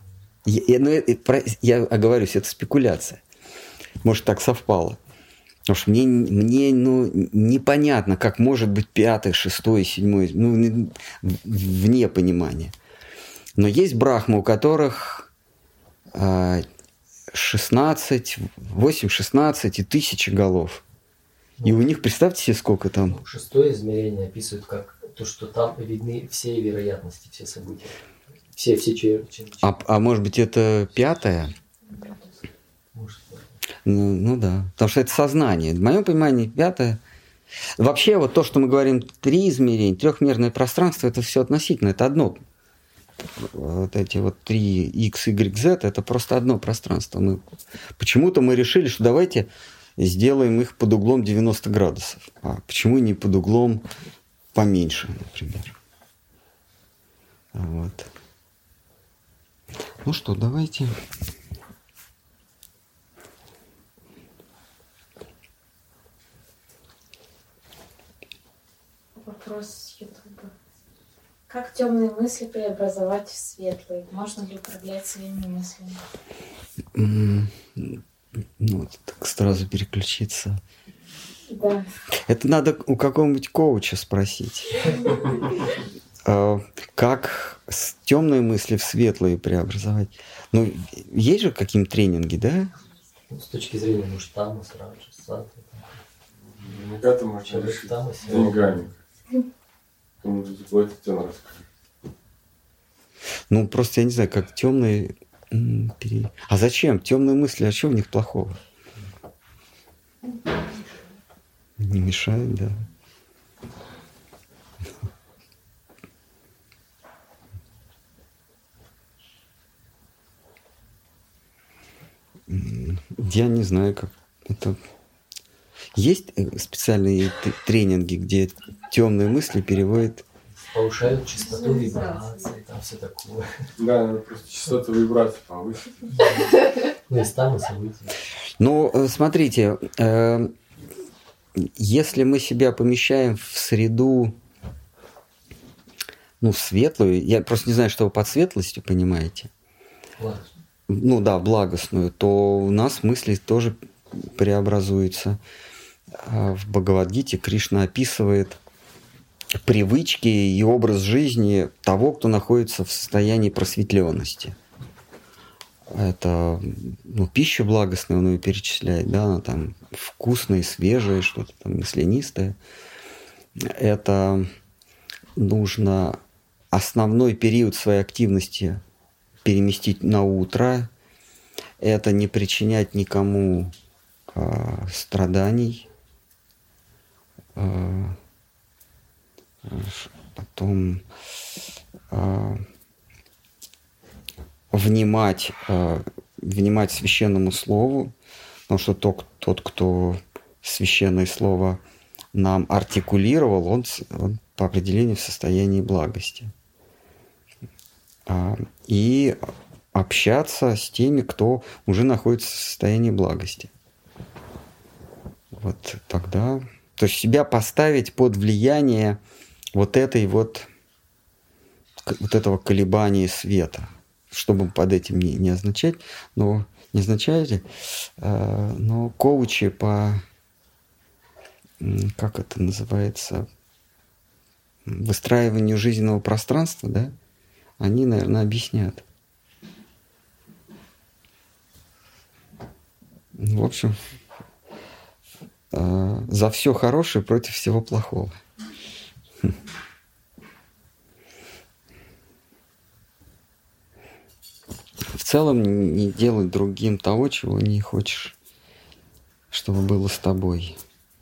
Я оговорюсь, это спекуляция. Может, так совпало. Потому что мне непонятно, как может быть 5, 6, 7, вне понимания. Но есть брахмы, у которых 16, 8, 16 и 1000 голов. И у них, представьте себе, сколько там. Шестое измерение описывает как то, что там видны все вероятности, все события. Все А может быть, это 5-е? Может, Ну да. Потому что это сознание. В моем понимании, 5-е. Вообще, вот то, что мы говорим, 3 измерения, трехмерное пространство, это все относительно, это одно. Вот эти вот 3 X, Y, Z, это просто одно пространство. Почему-то мы решили, что давайте сделаем их под углом 90 градусов. А почему не под углом поменьше, например? Вот. Ну что, давайте. Вопрос с Ютуба. Как темные мысли преобразовать в светлые? Можно ли управлять своими мыслями? Ну, так сразу переключиться. Да. Это надо у какого-нибудь коуча спросить. Как темные мысли в светлые преобразовать? Ну, есть же какие-то тренинги, да? с точки зрения муштама, сразу сад. Наверняка ты можешь решить деньгами. Кому-то заплатить, он расскажет. Ну, просто я не знаю, как темные... А зачем? Темные мысли, а что в них плохого? Не мешает, да. Я не знаю, как это... Есть специальные тренинги, где темные мысли переводят... Повышают частоту вибраций, там все такое. Да, надо просто частоту вибраций повысить. Ну и там и события. Ну, смотрите, если мы себя помещаем в среду, ну, светлую, я просто не знаю, что вы под светлостью понимаете. Благостную. Ну да, благостную, то у нас мысли тоже преобразуются. В Бхагавад-гите Кришна описывает привычки и образ жизни того, кто находится в состоянии просветленности. Это пища благостная, он ее перечисляет, да, она там вкусная, свежая, что-то там маслянистое. Это нужно основной период своей активности переместить на утро. Это не причинять никому страданий. Потом внимать священному слову, потому что тот, кто священное слово нам артикулировал, он по определению в состоянии благости. И общаться с теми, кто уже находится в состоянии благости. Вот тогда... То есть себя поставить под влияние вот этого колебания света, чтобы под этим не означать, но не означает, но коучи по, как это называется, выстраиванию жизненного пространства, да, они, наверное, объяснят. В общем, за все хорошее против всего плохого. В целом не делай другим того, чего не хочешь, чтобы было с тобой.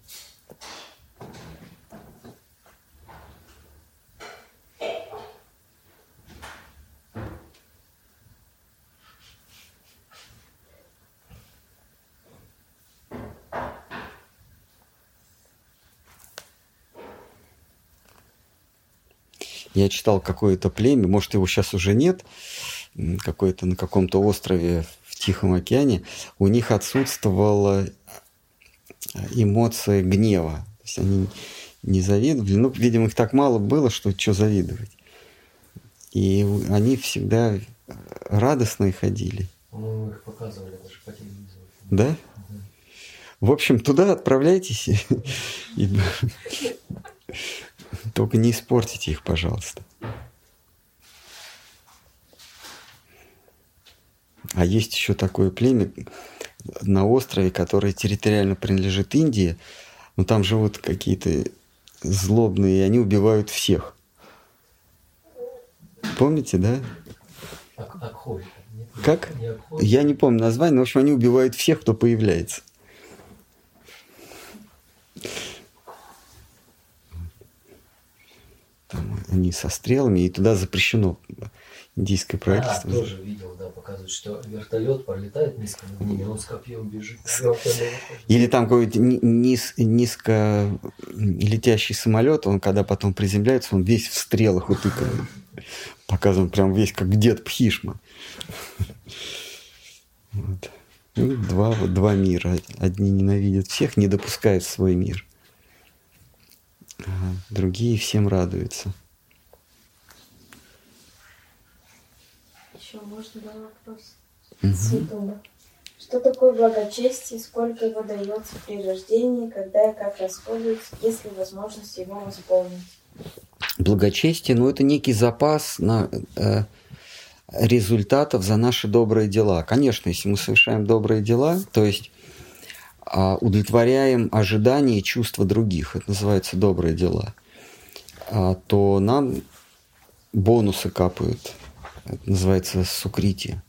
Я читал какое-то племя, может, его сейчас уже нет, какое-то на каком-то острове в Тихом океане, у них отсутствовала эмоция гнева. То есть они не завидовали. Ну, видимо, их так мало было, что завидовать. И они всегда радостные ходили. Ну, их показывали даже по телевизору. Да? Угу. В общем, туда отправляйтесь. Только не испортите их, пожалуйста. А есть еще такое племя на острове, которое территориально принадлежит Индии, но там живут какие-то злобные, и они убивают всех. Помните, да? Акхой. Как? Я не помню название, но, в общем, они убивают всех, кто появляется. Там они со стрелами, и туда запрещено индийское правительство. Тоже видел, да, показывают, что вертолет пролетает низко над ними, он с копьем бежит. Или там какой-то низко летящий самолет, он когда потом приземляется, он весь в стрелах утыкан. Показан прям весь как дед Пхишма. Вот. Ну, два мира. Одни ненавидят всех, не допускают в свой мир. А другие всем радуются. Еще можно был вопрос? Святого. Что такое благочестие, сколько его дается при рождении, когда и как расходуется, есть ли возможность его восполнить? Благочестие, это некий запас результатов за наши добрые дела. Конечно, если мы совершаем добрые дела, то есть удовлетворяем ожидания и чувства других, это называется добрые дела, то нам бонусы капают, это называется сукрити.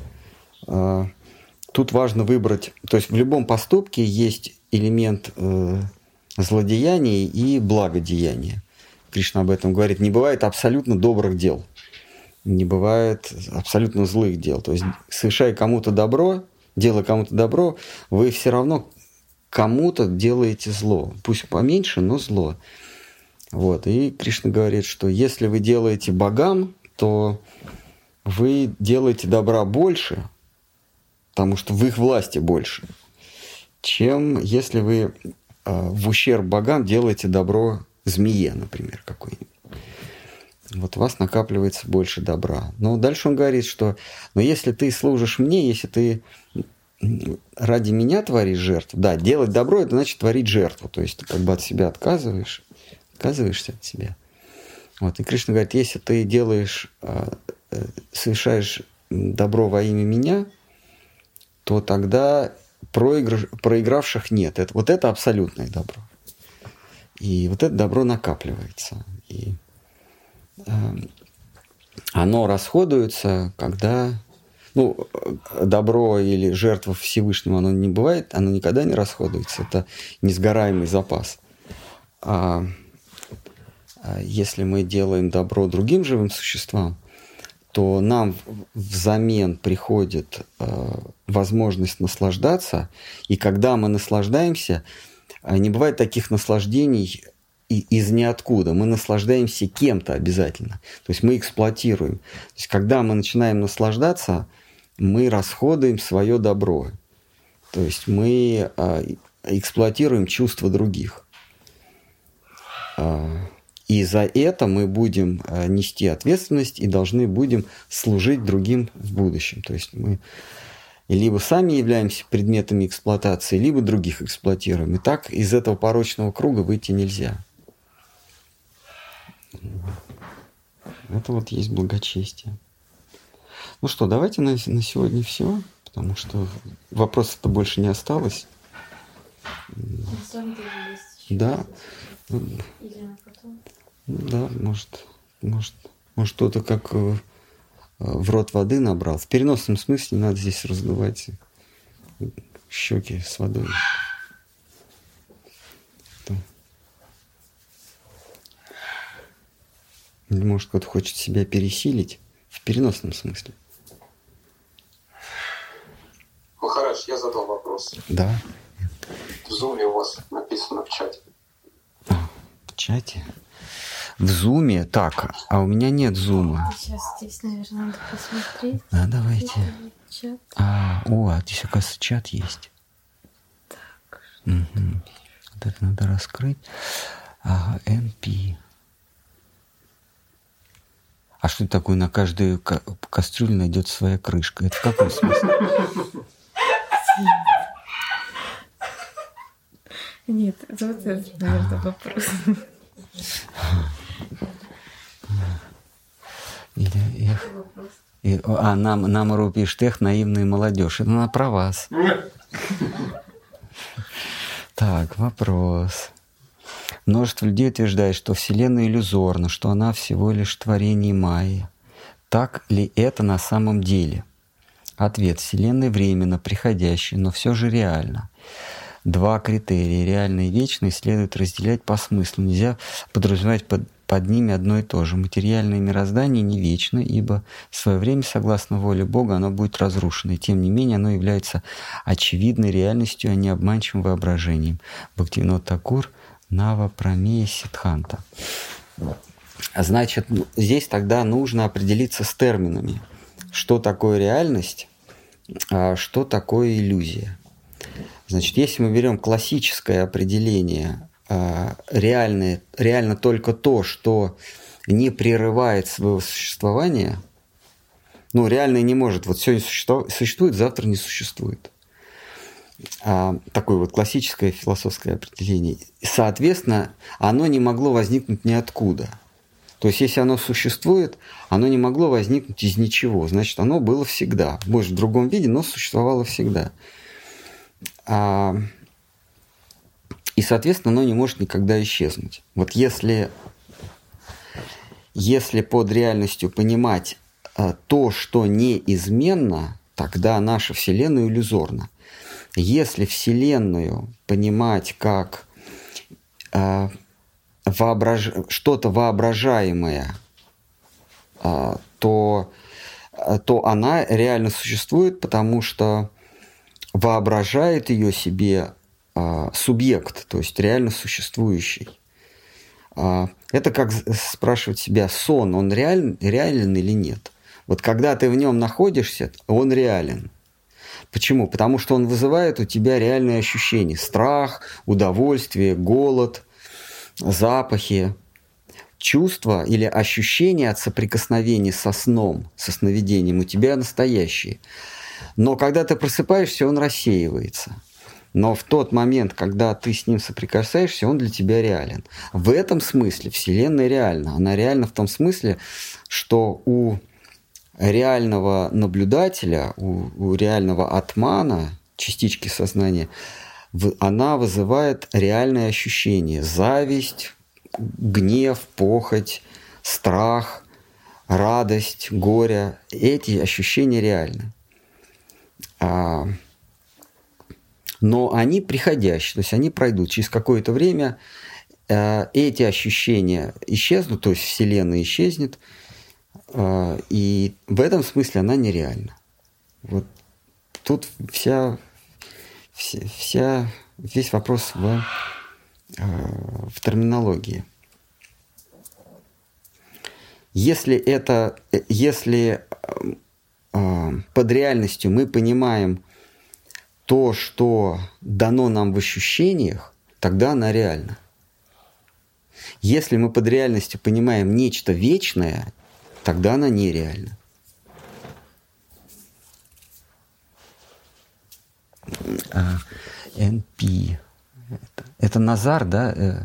Тут важно выбрать, то есть в любом поступке есть элемент злодеяния и благодеяния. Кришна об этом говорит. Не бывает абсолютно добрых дел. Не бывает абсолютно злых дел. То есть, совершая кому-то добро, делая кому-то добро, вы все равно кому-то делаете зло. Пусть поменьше, но зло. Вот. И Кришна говорит, что если вы делаете богам, то вы делаете добра больше, потому что в их власти больше, чем если вы в ущерб богам делаете добро змее, например, какой-нибудь. Вот у вас накапливается больше добра. Но дальше он говорит, что если ты служишь мне, если ты ради меня творишь жертву, да, делать добро, это значит творить жертву. То есть ты как бы от себя отказываешься от себя. Вот. И Кришна говорит, если ты совершаешь добро во имя меня, то тогда проигравших нет. Вот это абсолютное добро. И вот это добро накапливается. И оно расходуется, когда добро или жертва Всевышнему, оно не бывает, оно никогда не расходуется. Это несгораемый запас. А если мы делаем добро другим живым существам, то нам взамен приходит возможность наслаждаться. И когда мы наслаждаемся, не бывает таких наслаждений из ниоткуда. Мы наслаждаемся кем-то обязательно. То есть мы эксплуатируем. То есть когда мы начинаем наслаждаться, мы расходуем свое добро. То есть мы эксплуатируем чувства других. И за это мы будем нести ответственность и должны будем служить другим в будущем. То есть мы либо сами являемся предметами эксплуатации, либо других эксплуатируем. И так из этого порочного круга выйти нельзя. Это вот есть благочестие. Ну что, давайте на сегодня все, потому что вопросов-то больше не осталось. Да. Да, может кто-то как в рот воды набрал. В переносном смысле не надо здесь раздувать щеки с водой. Или может кто-то хочет себя пересилить в переносном смысле. Махарадж, я задал вопрос. Да. В зуме у вас написано в чате. В чате? В зуме? Так, а у меня нет зума. Сейчас здесь, наверное, надо посмотреть. Да, давайте. Чат. Здесь, оказывается, чат есть. Так. Угу. Вот это надо раскрыть. MP. А что это такое? На каждую кастрюлю найдется своя крышка. Это в каком смысле? Нет, вот это, наверное, вопрос. Или Намару Пиштех, наивная молодежь. Это она про вас. Так, вопрос. Множество людей утверждает, что Вселенная иллюзорна, что она всего лишь творение Майи. Так ли это на самом деле? Ответ. Вселенная временно, приходящая, но все же реально. Два критерия, реальное и вечное, следует разделять по смыслу. Нельзя подразумевать под ними одно и то же. Материальное мироздание не вечно, ибо в свое время, согласно воле Бога, оно будет разрушено. И тем не менее, оно является очевидной реальностью, а не обманчивым воображением. Бхактивинод Такур, Нава Прамея Сиддханта. Значит, здесь тогда нужно определиться с терминами. Что такое реальность, а что такое иллюзия. Значит, если мы берем классическое определение, реально только то, что не прерывает своего существования, ну, реальное не может, вот сегодня существует, завтра не существует. Такое вот классическое философское определение. И, соответственно, оно не могло возникнуть ниоткуда. То есть, если оно существует, оно не могло возникнуть из ничего. Значит, оно было всегда. Может, в другом виде, но существовало всегда. И, соответственно, оно не может никогда исчезнуть. Вот если под реальностью понимать то, что неизменно, тогда наша Вселенная иллюзорна. Если Вселенную понимать как что-то воображаемое, то она реально существует, потому что воображает ее себе субъект, то есть реально существующий. Это как спрашивать себя, сон, он реален или нет? Вот когда ты в нем находишься, он реален. Почему? Потому что он вызывает у тебя реальные ощущения. Страх, удовольствие, голод, запахи, чувства или ощущения от соприкосновения со сном, со сновидением у тебя настоящие. Но когда ты просыпаешься, он рассеивается. Но в тот момент, когда ты с ним соприкасаешься, он для тебя реален. В этом смысле Вселенная реальна. Она реальна в том смысле, что у реального наблюдателя, у реального атмана, частички сознания, она вызывает реальные ощущения. Зависть, гнев, похоть, страх, радость, горе. Эти ощущения реальны. Но они приходящие, то есть они пройдут. Через какое-то время эти ощущения исчезнут, то есть Вселенная исчезнет, и в этом смысле она нереальна. Вот тут весь вопрос в терминологии. Если под реальностью мы понимаем то, что дано нам в ощущениях, тогда она реальна. Если мы под реальностью понимаем нечто вечное, тогда она нереальна. НП. Это Назар, да?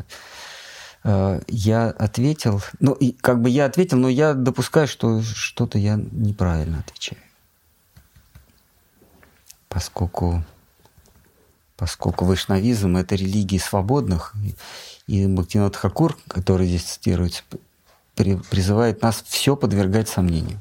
Я ответил. Ну, я ответил, но я допускаю, что что-то я неправильно отвечаю. Поскольку вайшнавизм – это религия свободных, и Бхактивинод Тхакур, который здесь цитируется, призывает нас все подвергать сомнению.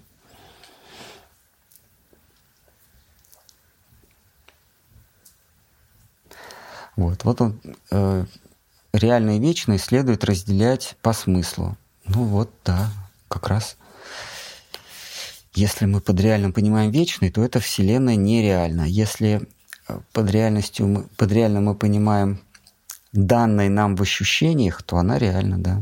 Вот он реальное и вечное следует разделять по смыслу. Ну вот, да, как раз. Если мы под реальным понимаем вечный, то эта Вселенная нереальна. Если под реальным мы понимаем данное нам в ощущениях, то она реальна, да.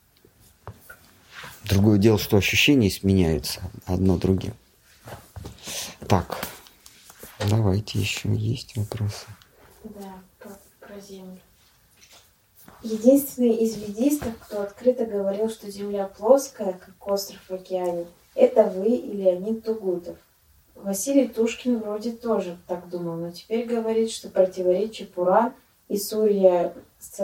Другое дело, что ощущения сменяются одно другим. Так, давайте еще есть вопросы. Да, про Землю. Единственный из ведистов, кто открыто говорил, что Земля плоская, как остров в океане, это вы и Леонид Тугутов. Василий Тушкин вроде тоже так думал, но теперь говорит, что противоречие Пуран и Сурья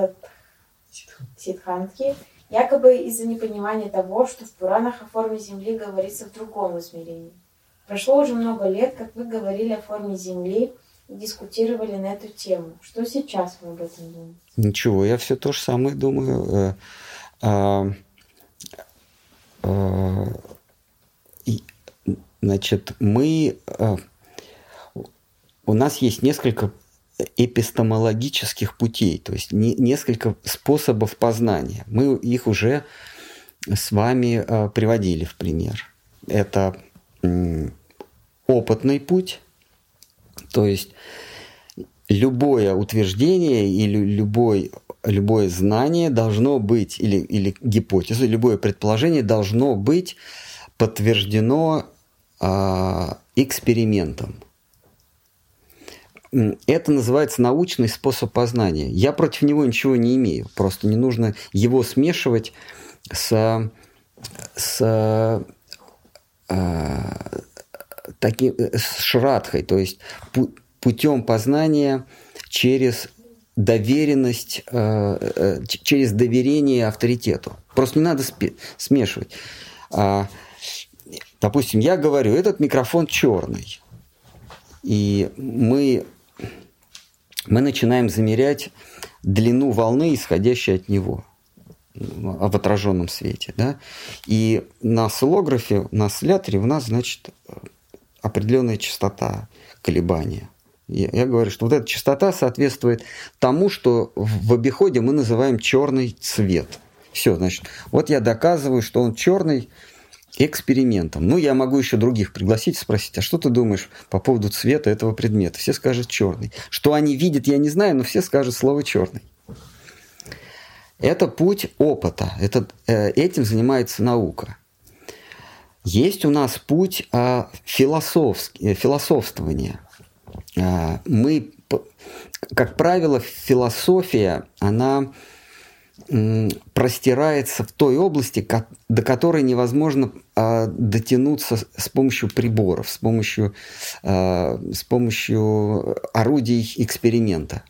Сиддхантхи якобы из-за непонимания того, что в Пуранах о форме Земли говорится в другом измерении. Прошло уже много лет, как вы говорили о форме Земли и дискутировали на эту тему. Что сейчас вы об этом думаете? Ничего, я все то же самое думаю. Значит, у нас есть несколько эпистемологических путей, то есть несколько способов познания. Мы их уже с вами приводили в пример. Это опытный путь, то есть любое утверждение или любое знание должно быть, или гипотеза, любое предположение должно быть подтверждено экспериментом. Это называется научный способ познания. Я против него ничего не имею. Просто не нужно его смешивать с шрадхой, то есть путем познания через доверенность, через доверение авторитету. Просто не надо смешивать. Допустим, я говорю, этот микрофон черный. И мы начинаем замерять длину волны, исходящей от него в отраженном свете. Да? И на осциллографе, на осцилляторе у нас, значит, определенная частота колебания. Я говорю, что вот эта частота соответствует тому, что в обиходе мы называем черный цвет. Все, значит, вот я доказываю, что он черный экспериментом. Ну, я могу еще других пригласить и спросить, а что ты думаешь по поводу цвета этого предмета? Все скажут черный. Что они видят, я не знаю, но все скажут слово черный. Это путь опыта. Этим занимается наука. Есть у нас путь философствования. Мы, как правило, философия, она простирается в той области, до которой невозможно дотянуться с помощью приборов, с помощью орудий эксперимента.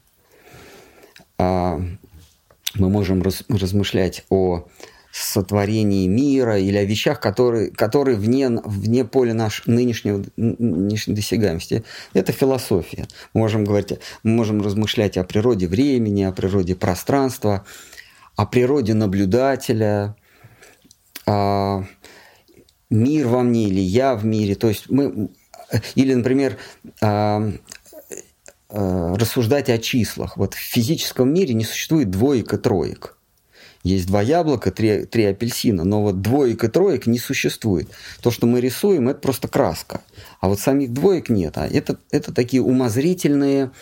Мы можем размышлять о сотворении мира или о вещах, которые вне поля нашей нынешней досягаемости. Это философия. Мы можем размышлять о природе времени, о природе пространства, о природе наблюдателя, мир во мне или я в мире. То есть или, например, рассуждать о числах. Вот в физическом мире не существует двоек и троек. Есть 2 яблока, 3 апельсина, но вот двоек и троек не существует. То, что мы рисуем, это просто краска. А вот самих двоек нет. А это такие умозрительные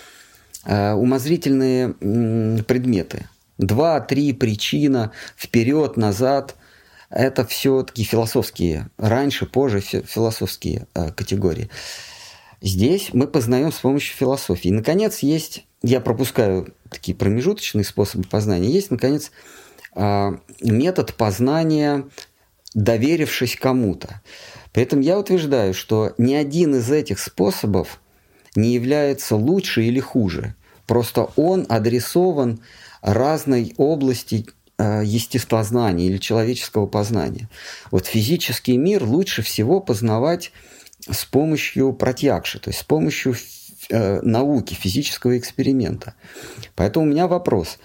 предметы. 2, 3, причина, вперед, назад. Это все такие философские, раньше, позже философские категории. Здесь мы познаем с помощью философии. И, наконец, я пропускаю такие промежуточные способы познания, есть, наконец, метод познания, доверившись кому-то. При этом я утверждаю, что ни один из этих способов не является лучше или хуже. Просто он адресован разной области естествознания или человеческого познания. Вот физический мир лучше всего познавать с помощью пратьякши, то есть с помощью науки, физического эксперимента. Поэтому у меня вопрос.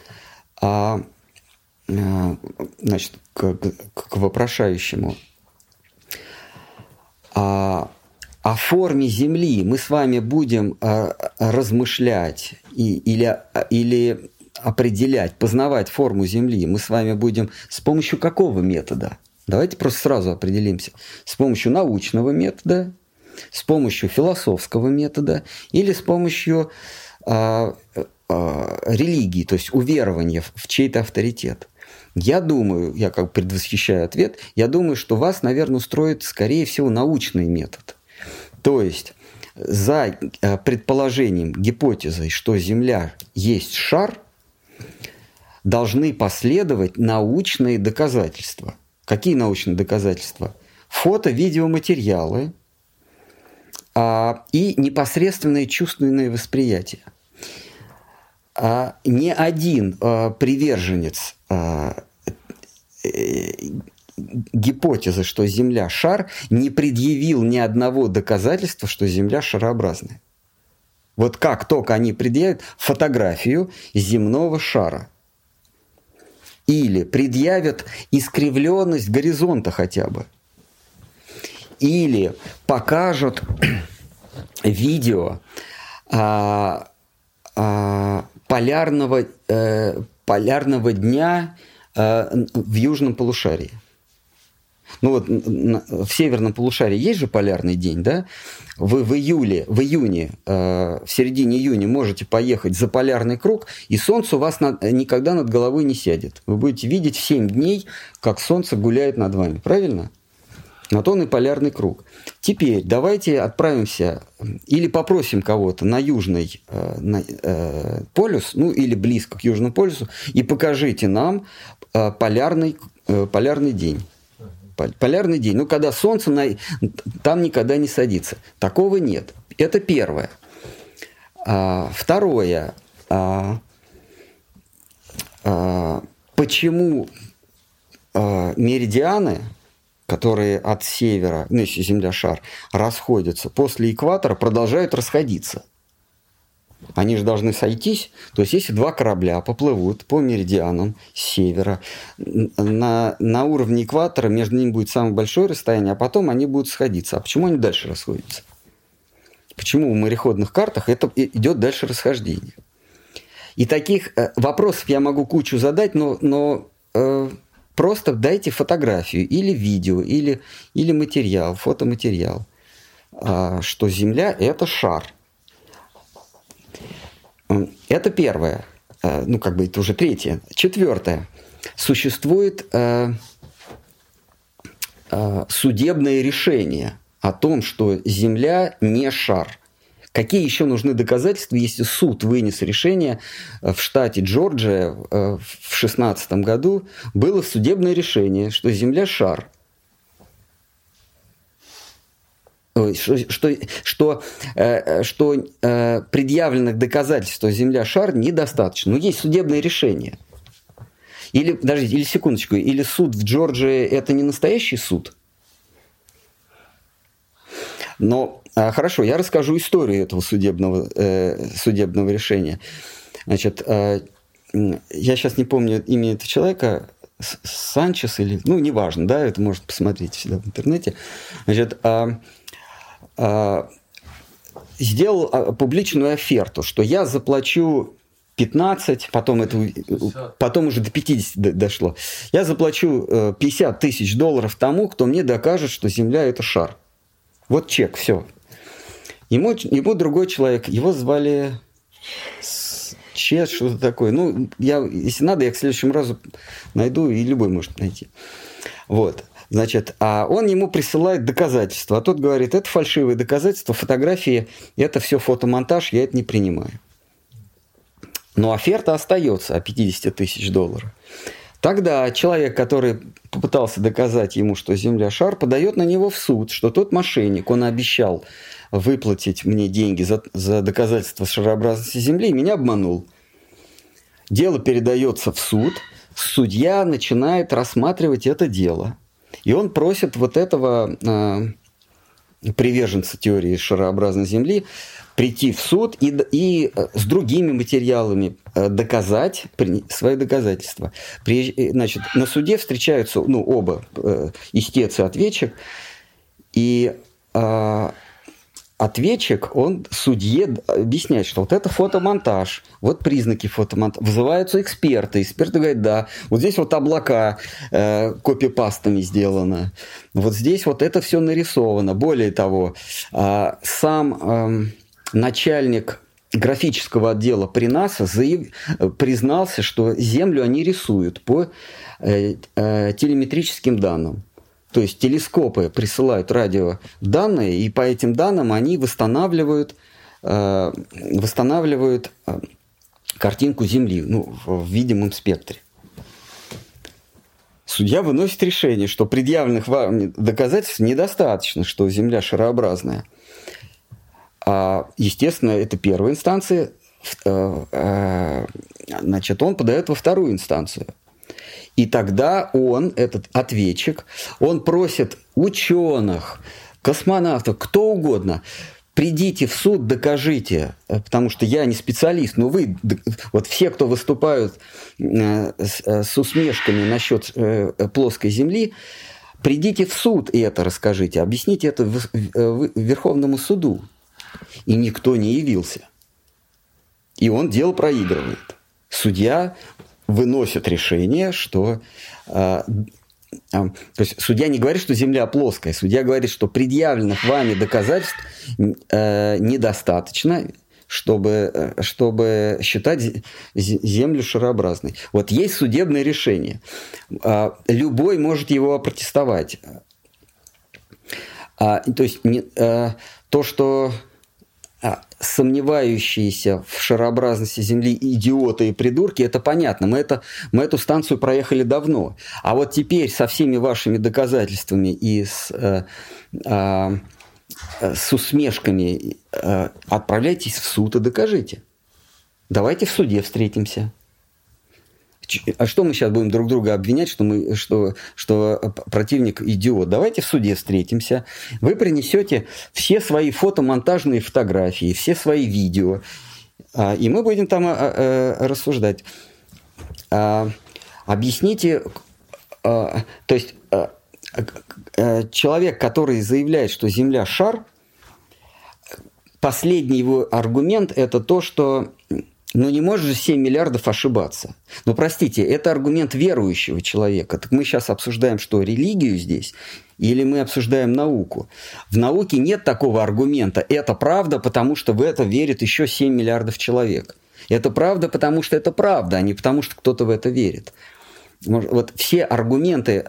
Значит, к вопрошающему. О форме Земли мы с вами будем размышлять или определять, познавать форму Земли мы с вами будем с помощью какого метода? Давайте просто сразу определимся. С помощью научного метода, с помощью философского метода или с помощью религии, то есть уверования в чей-то авторитет. Я думаю, я как бы предвосхищаю ответ, я думаю, что вас, наверное, устроит, скорее всего, научный метод. То есть за предположением, гипотезой, что Земля есть шар, должны последовать научные доказательства. Какие научные доказательства? Фото-видеоматериалы и непосредственное чувственное восприятие. Ни один приверженец гипотезы, что Земля шар, не предъявил ни одного доказательства, что Земля шарообразная. Вот как только они предъявят фотографию земного шара или предъявят искривленность горизонта хотя бы, или покажут видео полярного дня в южном полушарии. Ну вот в северном полушарии есть же полярный день, да? Вы в июне, в середине июня можете поехать за полярный круг, и солнце у вас никогда над головой не сядет. Вы будете видеть 7 дней, как солнце гуляет над вами, правильно? Вот он и полярный круг. Теперь давайте отправимся или попросим кого-то на южный полюс, ну или близко к южному полюсу, и покажите нам полярный день. Полярный день. Ну, когда солнце там никогда не садится. Такого нет. Это первое. Второе. Почему меридианы, которые от севера, ну, если Земля шар, расходятся, после экватора продолжают расходиться? Они же должны сойтись. То есть, если два корабля поплывут по меридианам с севера, на уровне экватора между ними будет самое большое расстояние, а потом они будут сходиться. А почему они дальше расходятся? Почему в мореходных картах это идет дальше расхождение? И таких вопросов я могу кучу задать, но просто дайте фотографию или видео, или материал, фотоматериал, что Земля – это шар. Это первое. Ну, как бы это уже третье. Четвертое. Существует судебное решение о том, что Земля не шар. Какие еще нужны доказательства, если суд вынес решение в штате Джорджия в 2016 году? Было судебное решение, что Земля шар. Что предъявленных доказательств, что Земля шар, недостаточно. Но есть судебное решение. Или секундочку, или суд в Джорджии – это не настоящий суд? Но хорошо, я расскажу историю этого судебного решения. Значит, я сейчас не помню имя этого человека, Санчес или, ну, неважно, да, это можно посмотреть всегда в интернете. Значит, сделал публичную оферту, что я заплачу 15, потом уже до 50 дошло. Я заплачу $50 тысяч тому, кто мне докажет, что Земля – это шар. Вот чек, все. Ему другой человек, его звали Чет, что-то такое. Ну, если надо, я к следующему разу найду, и любой может найти. Вот. Значит, а он ему присылает доказательства. А тот говорит, это фальшивые доказательства, фотографии, это все фотомонтаж, я это не принимаю. Но оферта остается о $50 тысяч. Тогда человек, который попытался доказать ему, что Земля шар, подает на него в суд, что тот мошенник, он обещал выплатить мне деньги за доказательство шарообразности Земли, и меня обманул. Дело передается в суд, судья начинает рассматривать это дело. И он просит вот этого приверженца теории шарообразной Земли прийти в суд и с другими материалами доказать свои доказательства. Значит, на суде встречаются оба, истец и ответчик, и ответчик, он судье объясняет, что вот это фотомонтаж, вот признаки фотомонтажа. Вызываются эксперты. Эксперты говорят, да, вот здесь вот облака копипастами сделано, вот здесь вот это все нарисовано. Более того, сам начальник графического отдела при НАСА признался, что Землю они рисуют по телеметрическим данным. То есть телескопы присылают радиоданные, и по этим данным они восстанавливают картинку Земли в видимом спектре. Судья выносит решение, что предъявленных вам доказательств недостаточно, что Земля шарообразная. Естественно, это первая инстанция. Значит, он подает во вторую инстанцию. И тогда он, этот ответчик, он просит ученых, космонавтов, кто угодно, придите в суд, докажите, потому что я не специалист, но вы, вот все, кто выступают с усмешками насчет плоской Земли, придите в суд и это расскажите, объясните это Верховному суду. И никто не явился. И он дело проигрывает. Судья выносит решение, что... То есть судья не говорит, что Земля плоская. Судья говорит, что предъявленных вами доказательств недостаточно, чтобы считать Землю шарообразной. Вот есть судебное решение. Любой может его опротестовать. То есть то, что сомневающиеся в шарообразности Земли идиоты и придурки, это понятно. Мы эту станцию проехали давно. А вот теперь со всеми вашими доказательствами и с усмешками отправляйтесь в суд и докажите. Давайте в суде встретимся. А что мы сейчас будем друг друга обвинять, что противник идиот? Давайте в суде встретимся. Вы принесете все свои фотомонтажные фотографии, все свои видео, и мы будем там рассуждать. Объясните, то есть человек, который заявляет, что Земля шар, последний его аргумент – это то, что не может же 7 миллиардов ошибаться. Но простите, это аргумент верующего человека. Так мы сейчас обсуждаем что, религию здесь? Или мы обсуждаем науку? В науке нет такого аргумента. Это правда, потому что в это верит еще 7 миллиардов человек. Это правда, потому что это правда, а не потому что кто-то в это верит. Вот все аргументы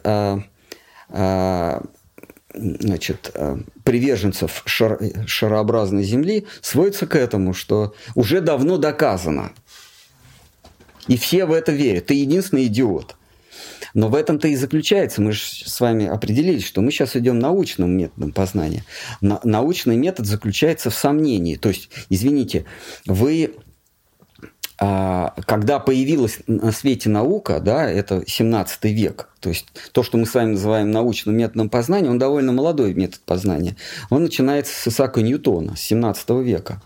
приверженцев шарообразной Земли сводятся к этому, что уже давно доказано. И все в это верят. Ты единственный идиот. Но в этом-то и заключается. Мы же с вами определились, что мы сейчас идем научным методом познания. Научный метод заключается в сомнении. То есть, извините, вы... Когда появилась на свете наука, да, это 17 век, то есть то, что мы с вами называем научным методом познания, он довольно молодой метод познания. Он начинается с Исаака Ньютона, с 17 века.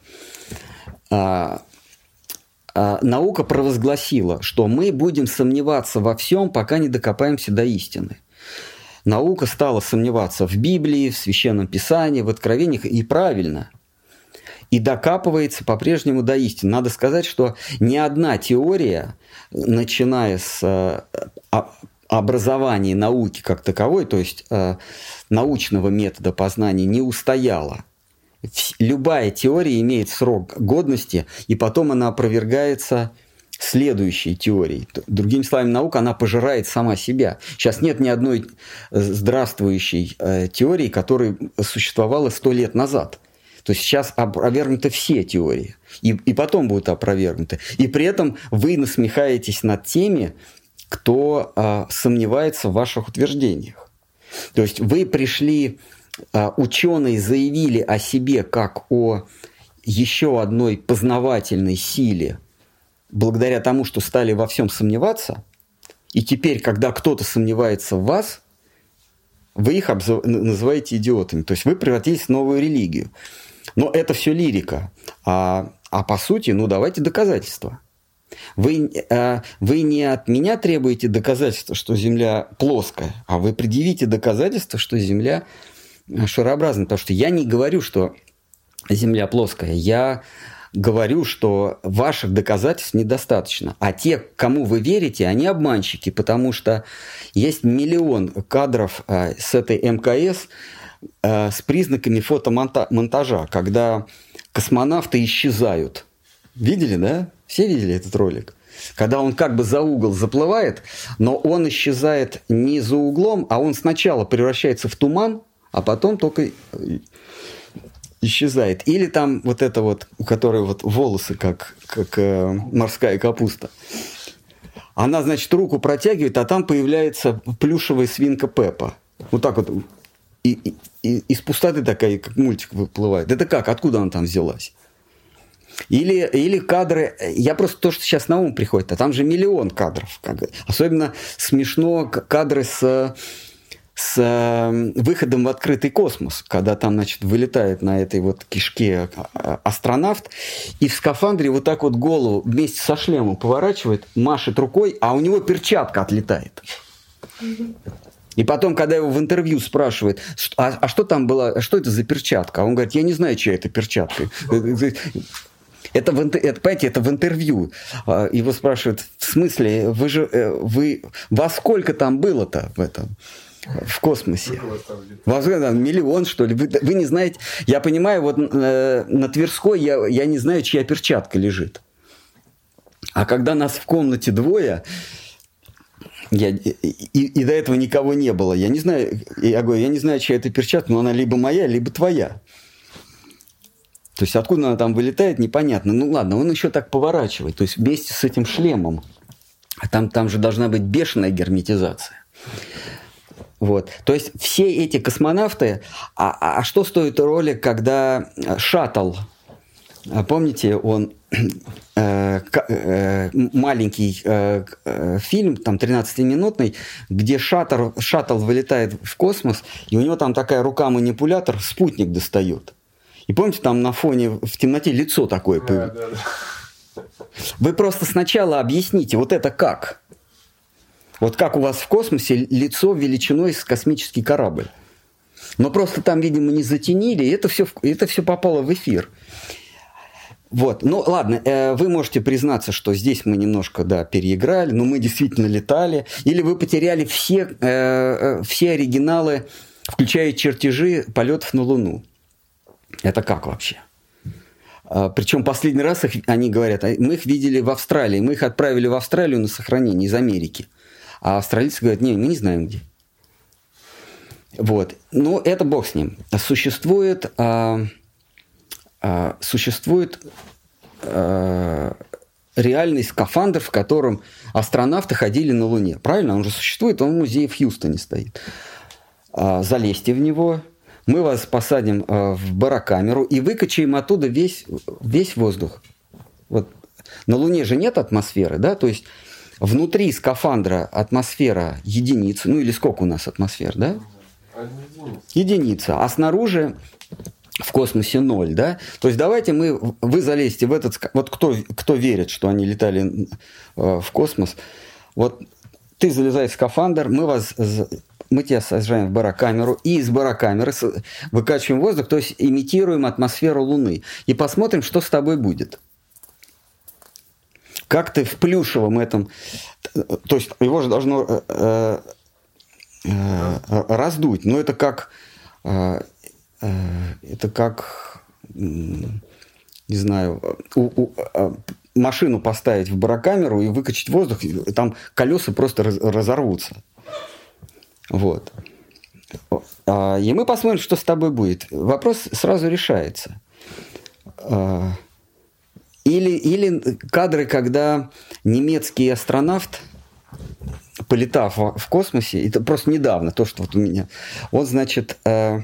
Наука провозгласила, что мы будем сомневаться во всем, пока не докопаемся до истины. Наука стала сомневаться в Библии, в Священном Писании, в Откровениях, и правильно. И докапывается по-прежнему до истины. Надо сказать, что ни одна теория, начиная с образования науки как таковой, то есть научного метода познания, не устояла. Любая теория имеет срок годности, и потом она опровергается следующей теорией. Другими словами, наука, она пожирает сама себя. Сейчас нет ни одной здравствующей теории, которая существовала 100 лет назад. То есть сейчас опровергнуты все теории, и потом будут опровергнуты. И при этом вы насмехаетесь над теми, кто сомневается в ваших утверждениях. То есть вы пришли, ученые заявили о себе как о еще одной познавательной силе, благодаря тому, что стали во всем сомневаться, и теперь, когда кто-то сомневается в вас, вы их называете идиотами. То есть вы превратились в новую религию. Но это все лирика. А по сути, давайте доказательства. Вы не от меня требуете доказательства, что Земля плоская, а вы предъявите доказательства, что Земля шарообразная. Потому что я не говорю, что Земля плоская. Я говорю, что ваших доказательств недостаточно. А те, кому вы верите, они обманщики, потому что есть миллион кадров с этой МКС с признаками фотомонтажа, когда космонавты исчезают. Видели, да? Все видели этот ролик? Когда он как бы за угол заплывает, но он исчезает не за углом, а он сначала превращается в туман, а потом только исчезает. Или там вот это вот, у которой вот волосы как морская капуста. Она, значит, руку протягивает, а там появляется плюшевая свинка Пеппа. Вот так вот. И из пустоты такая, как мультик, выплывает. Это как? Откуда она там взялась? Или кадры, я просто то, что сейчас на ум приходит, а там же миллион кадров. Особенно смешно кадры с выходом в открытый космос, когда там, значит, вылетает на этой вот кишке астронавт и в скафандре вот так вот голову вместе со шлемом поворачивает, машет рукой, а у него перчатка отлетает. И потом, когда его в интервью спрашивают, а что там было, что это за перчатка? А он говорит, я не знаю, чья это перчатка. Это, понимаете, это в интервью. Его спрашивают, в смысле, вы во сколько там было-то в этом? В космосе. Миллион, что ли? Вы не знаете. Я понимаю, вот на Тверской я не знаю, чья перчатка лежит. А когда нас в комнате двое, и до этого никого не было, я не знаю, я говорю, я не знаю, чья это перчатка, но она либо моя, либо твоя. То есть откуда она там вылетает, непонятно. Ну ладно, он еще так поворачивает. То есть вместе с этим шлемом. А там же должна быть бешеная герметизация. Вот. То есть все эти космонавты... А что стоит ролик, когда шаттл... Помните, он... маленький фильм, там 13-минутный, где шаттл вылетает в космос, и у него там такая рука-манипулятор, спутник достает. И помните, там на фоне в темноте лицо такое появилось? Да. Вы просто сначала объясните, вот это как? Вот как у вас в космосе лицо величиной с космический корабль. Но просто там, видимо, не затенили, и это все попало в эфир. Вот, ну ладно, вы можете признаться, что здесь мы немножко, да, переиграли, но мы действительно летали. Или вы потеряли все оригиналы, включая чертежи полетов на Луну. Это как вообще? Причем последний раз они говорят, мы их видели в Австралии, мы их отправили в Австралию на сохранение из Америки. А австралийцы говорят, не, мы не знаем где. Вот, ну это бог с ним. Существует реальный скафандр, в котором астронавты ходили на Луне. Правильно? Он же существует, он в музее в Хьюстоне стоит. Залезьте в него, мы вас посадим в барокамеру и выкачаем оттуда весь воздух. Вот. На Луне же нет атмосферы, да? То есть внутри скафандра атмосфера единица, ну или сколько у нас атмосфер, да? Единица. А снаружи в космосе 0, да? То есть давайте вы залезете в этот... Вот кто верит, что они летали в космос, вот ты залезаешь в скафандр, мы тебя сажаем в барокамеру, и из барокамеры выкачиваем воздух, то есть имитируем атмосферу Луны. И посмотрим, что с тобой будет. Как ты в плюшевом этом... То есть его же должно раздуть. Но это как... не знаю, машину поставить в барокамеру и выкачать воздух, и там колеса просто разорвутся. Вот. И мы посмотрим, что с тобой будет. Вопрос сразу решается. Или кадры, когда немецкий астронавт, полетав в космосе, это просто недавно, то, что вот у меня, он, значит,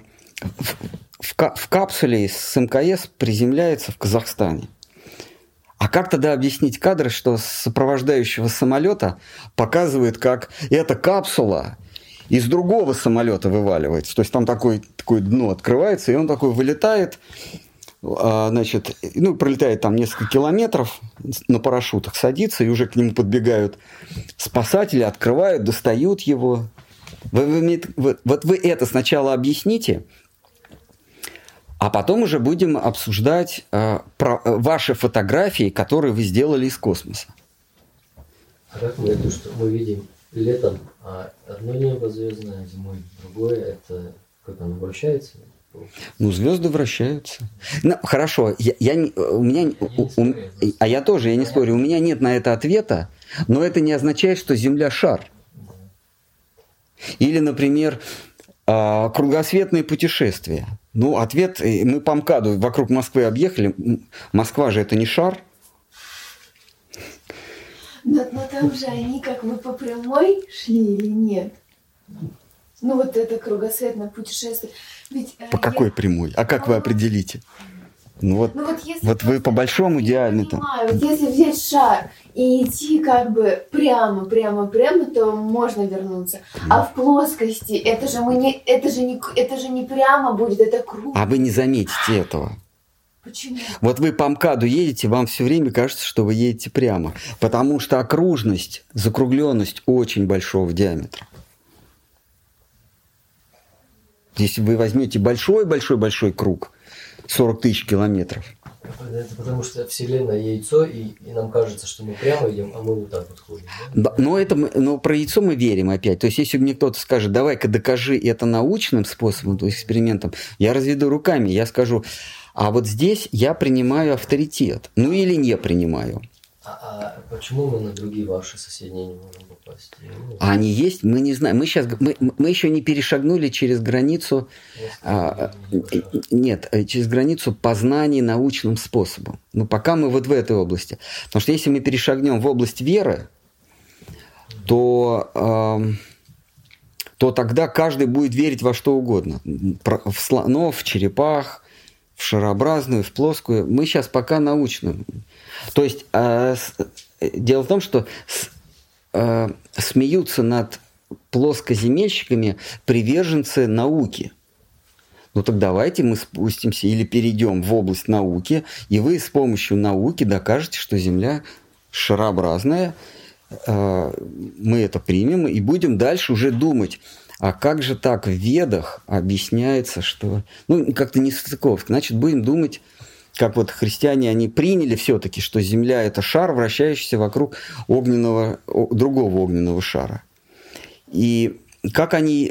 в капсуле с МКС приземляется в Казахстане. А как тогда объяснить кадры, что с сопровождающего самолета показывает, как эта капсула из другого самолета вываливается? То есть там такое дно открывается, и он такой вылетает, значит, ну, пролетает там несколько километров, на парашютах садится, и уже к нему подбегают спасатели, открывают, достают его. Вот вы это сначала объясните, а потом уже будем обсуждать ваши фотографии, которые вы сделали из космоса. А как мы это, что мы видим летом одно небо звездное, зимой другое, это как оно вращается? Ну, звезды вращаются. Ну, хорошо, я не спорю, у меня нет на это ответа, но это не означает, что Земля шар. Или, например, кругосветные путешествия. Ну, ответ, мы по МКАДу вокруг Москвы объехали. Москва же это не шар. Но там же они как бы по прямой шли или нет? Ну, вот это кругосветное путешествие. Ведь, по какой прямой? А как вы определите? Ну вот, Ну, если вот вы по большому диаметру. Вот если взять шар и идти как бы прямо, то можно вернуться. А в плоскости это же не прямо будет, это круг. А вы не заметите этого. Почему? Вот вы по МКАДу едете, вам все время кажется, что вы едете прямо. Потому что окружность, закругленность очень большого диаметра. Если вы возьмете большой круг, 40 тысяч километров. Это потому что Вселенная яйцо, и нам кажется, что мы прямо идем, а мы вот так вот ходим. Да? Но про яйцо мы верим опять. То есть, если мне кто-то скажет, давай-ка докажи это научным способом, то есть экспериментом, я разведу руками, я скажу, а вот здесь я принимаю авторитет. Ну или не принимаю. А почему мы на другие ваши соседние не можем попасть? А они есть? Мы не знаем. Мы еще не перешагнули через границу. Нет, через границу познаний научным способом. Но пока мы вот в этой области. Потому что если мы перешагнем в область веры, то тогда каждый будет верить во что угодно. В слонов, в черепах, в шарообразную, в плоскую. Мы сейчас пока научно. То есть дело в том, что смеются над плоскоземельщиками приверженцы науки. Ну так давайте мы спустимся или перейдем в область науки, и вы с помощью науки докажете, что Земля шарообразная. Мы это примем и будем дальше уже думать. А как же так в Ведах объясняется, что... Ну, как-то не состыковка. Значит, будем думать, как вот христиане, они приняли все-таки, что Земля – это шар, вращающийся вокруг другого огненного шара. И как они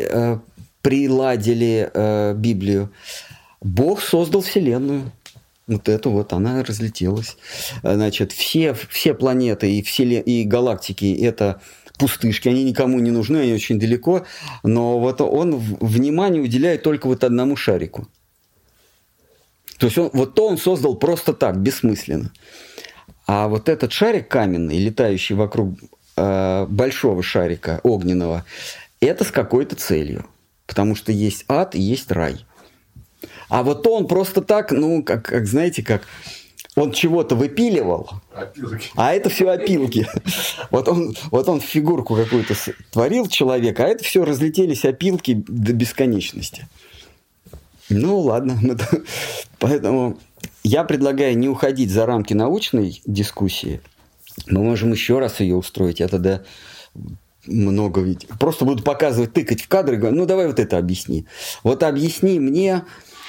приладили Библию? Бог создал Вселенную. Вот это вот, она разлетелась. Значит, все планеты и галактики – это пустышки, они никому не нужны, они очень далеко, но вот он внимание уделяет только вот одному шарику. То есть он создал просто так, бессмысленно. А вот этот шарик каменный, летающий вокруг большого шарика огненного, это с какой-то целью. Потому что есть ад и есть рай. А вот он просто так, ну, как знаете, как... Он чего-то выпиливал, а это все опилки. Вот он фигурку какую-то творил человека, а это все разлетелись опилки до бесконечности. Ну ладно. Поэтому я предлагаю не уходить за рамки научной дискуссии. Мы можем еще раз ее устроить. Я тогда много ведь... Просто буду показывать, тыкать в кадры и говорю, ну давай вот это объясни. Вот объясни мне...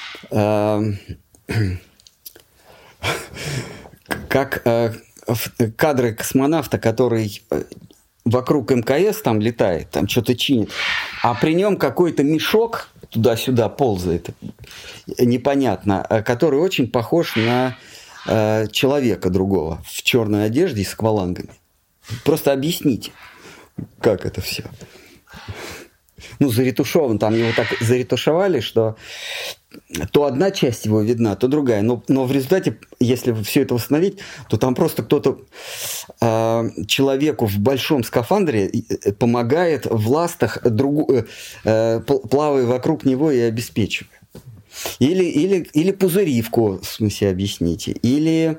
как кадры космонавта, который вокруг МКС там летает, там что-то чинит, а при нем какой-то мешок туда-сюда ползает, непонятно, который очень похож на человека другого в черной одежде и с аквалангами. Просто объясните, как это все. Ну, заретушеван, там его так заретушевали, что то одна часть его видна, то другая. Но в результате, если все это восстановить, то там просто кто-то человеку в большом скафандре помогает в ластах, плавая вокруг него и обеспечивая. Или пузыревку, в смысле, объясните. Или...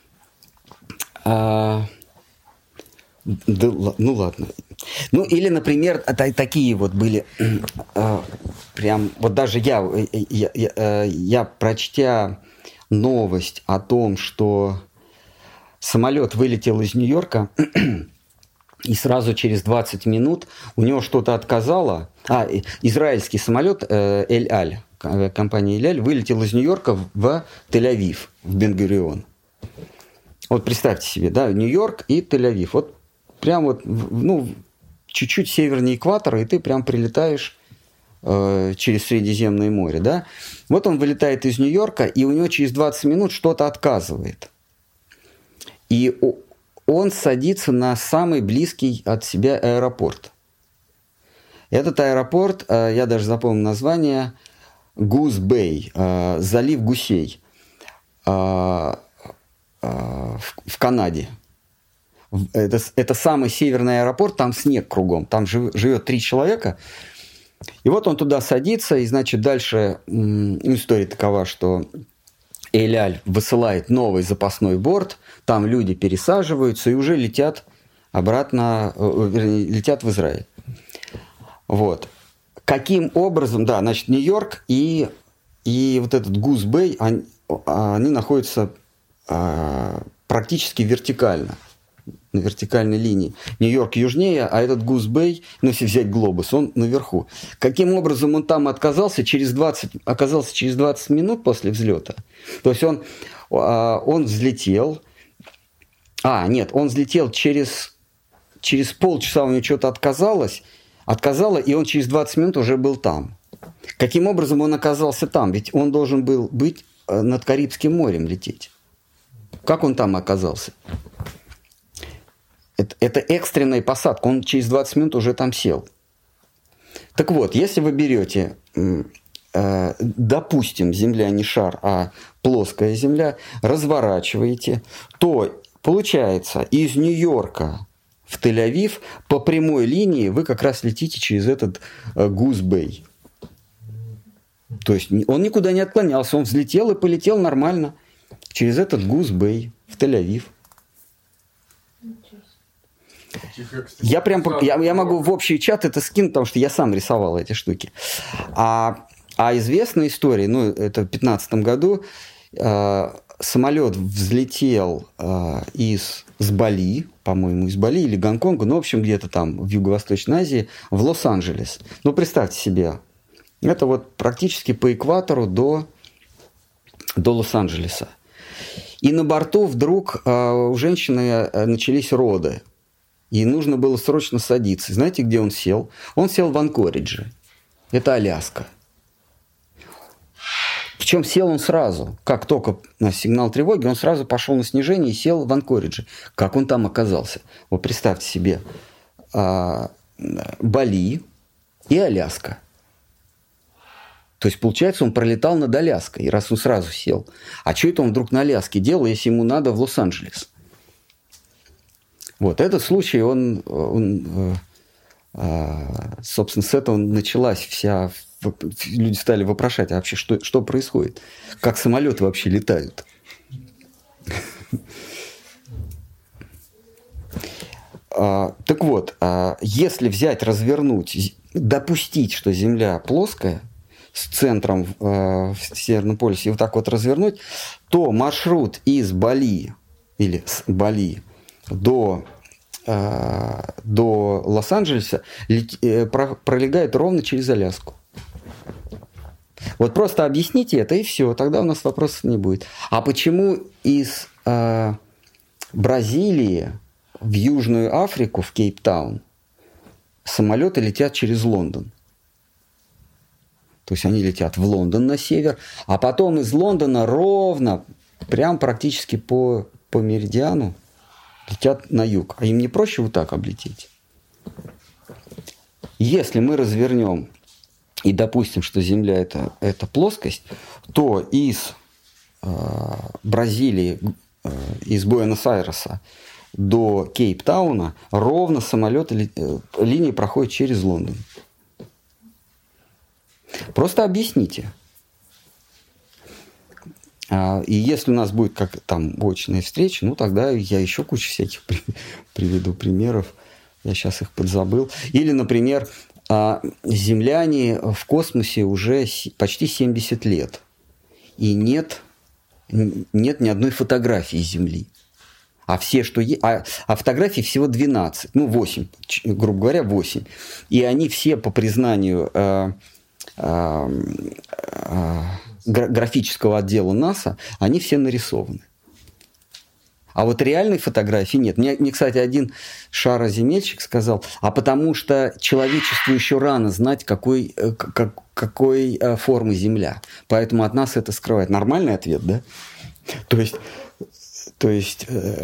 ну ладно. Ну или, например, такие вот были прям, вот даже я прочтя новость о том, что самолет вылетел из Нью-Йорка, и сразу через 20 минут у него что-то отказало. Израильский самолет Эль-Аль, компания Эль-Аль, вылетел из Нью-Йорка в Тель-Авив, в Бен-Гурион. Вот представьте себе, да, Нью-Йорк и Тель-Авив. Вот прям вот, ну, чуть-чуть севернее экватора, и ты прям прилетаешь через Средиземное море, да? Вот он вылетает из Нью-Йорка, и у него через 20 минут что-то отказывает. И он садится на самый близкий от себя аэропорт. Этот аэропорт, я даже запомнил название, Гус-Бэй, залив гусей в Канаде. Это самый северный аэропорт, там снег кругом, там живет 3 человека. И вот он туда садится, и, значит, дальше история такова, что Эль-Аль высылает новый запасной борт, там люди пересаживаются и уже летят обратно, вернее, летят в Израиль. Вот. Каким образом, да, значит, Нью-Йорк и вот этот Гус-Бэй, они находятся практически вертикально, на вертикальной линии. Нью-Йорк южнее, а этот Гус-Бэй, ну, если взять глобус, он наверху. Каким образом он там оказался через 20 минут после взлета? То есть он взлетел... он взлетел через полчаса, у него что-то отказало, и он через 20 минут уже был там. Каким образом он оказался там? Ведь он должен был быть над Карибским морем лететь. Как он там оказался? Это экстренная посадка. Он через 20 минут уже там сел. Так вот, если вы берете, допустим, Земля не шар, а плоская Земля, разворачиваете, то получается из Нью-Йорка в Тель-Авив по прямой линии вы как раз летите через этот Гус-Бэй. То есть он никуда не отклонялся, он взлетел и полетел нормально через этот Гус-Бэй в Тель-Авив. Я могу в общий чат это скинуть, потому что я сам рисовал эти штуки. А известная история, это в 2015 году, самолет взлетел с Бали, по-моему, из Бали или Гонконга, в общем, где-то там в Юго-Восточной Азии, в Лос-Анджелес. Представьте себе, это вот практически по экватору до Лос-Анджелеса. И на борту вдруг у женщины начались роды. И нужно было срочно садиться. Знаете, где он сел? Он сел в Анкоридже. Это Аляска. Причем сел он сразу. Как только на сигнал тревоги, он сразу пошел на снижение и сел в Анкоридже. Как он там оказался? Вот представьте себе. Бали и Аляска. То есть, получается, он пролетал над Аляской, раз он сразу сел. А что это он вдруг на Аляске делал, если ему надо в Лос-Анджелес? Вот этот случай, собственно, с этого началась вся... Люди стали вопрошать, а вообще что происходит? Как самолеты вообще летают? Так вот, если взять, развернуть, допустить, что Земля плоская, с центром в Северном полюсе, и вот так вот развернуть, то маршрут из Бали или с Бали до Лос-Анджелеса пролегает ровно через Аляску. Вот просто объясните это, и все, тогда у нас вопросов не будет. А почему из Бразилии в Южную Африку, в Кейптаун, самолеты летят через Лондон? То есть они летят в Лондон на север, а потом из Лондона ровно, прям практически по меридиану летят на юг. А им не проще вот так облететь? Если мы развернем и допустим, что Земля это плоскость, то из Бразилии, из Буэнос-Айреса до Кейптауна ровно линии проходят через Лондон. Просто объясните. И если у нас будет как там очная встреча, тогда я еще кучу всяких приведу примеров. Я сейчас их подзабыл. Или, например, земляне в космосе уже почти 70 лет. И нет ни одной фотографии Земли. А все, что фотографий всего 12. 8, грубо говоря, 8. И они все по признанию графического отдела НАСА, они все нарисованы. А вот реальной фотографии нет. Мне, кстати, один шароземельщик сказал, потому что человечеству еще рано знать, какой формы Земля. Поэтому от нас это скрывает. Нормальный ответ, да? То есть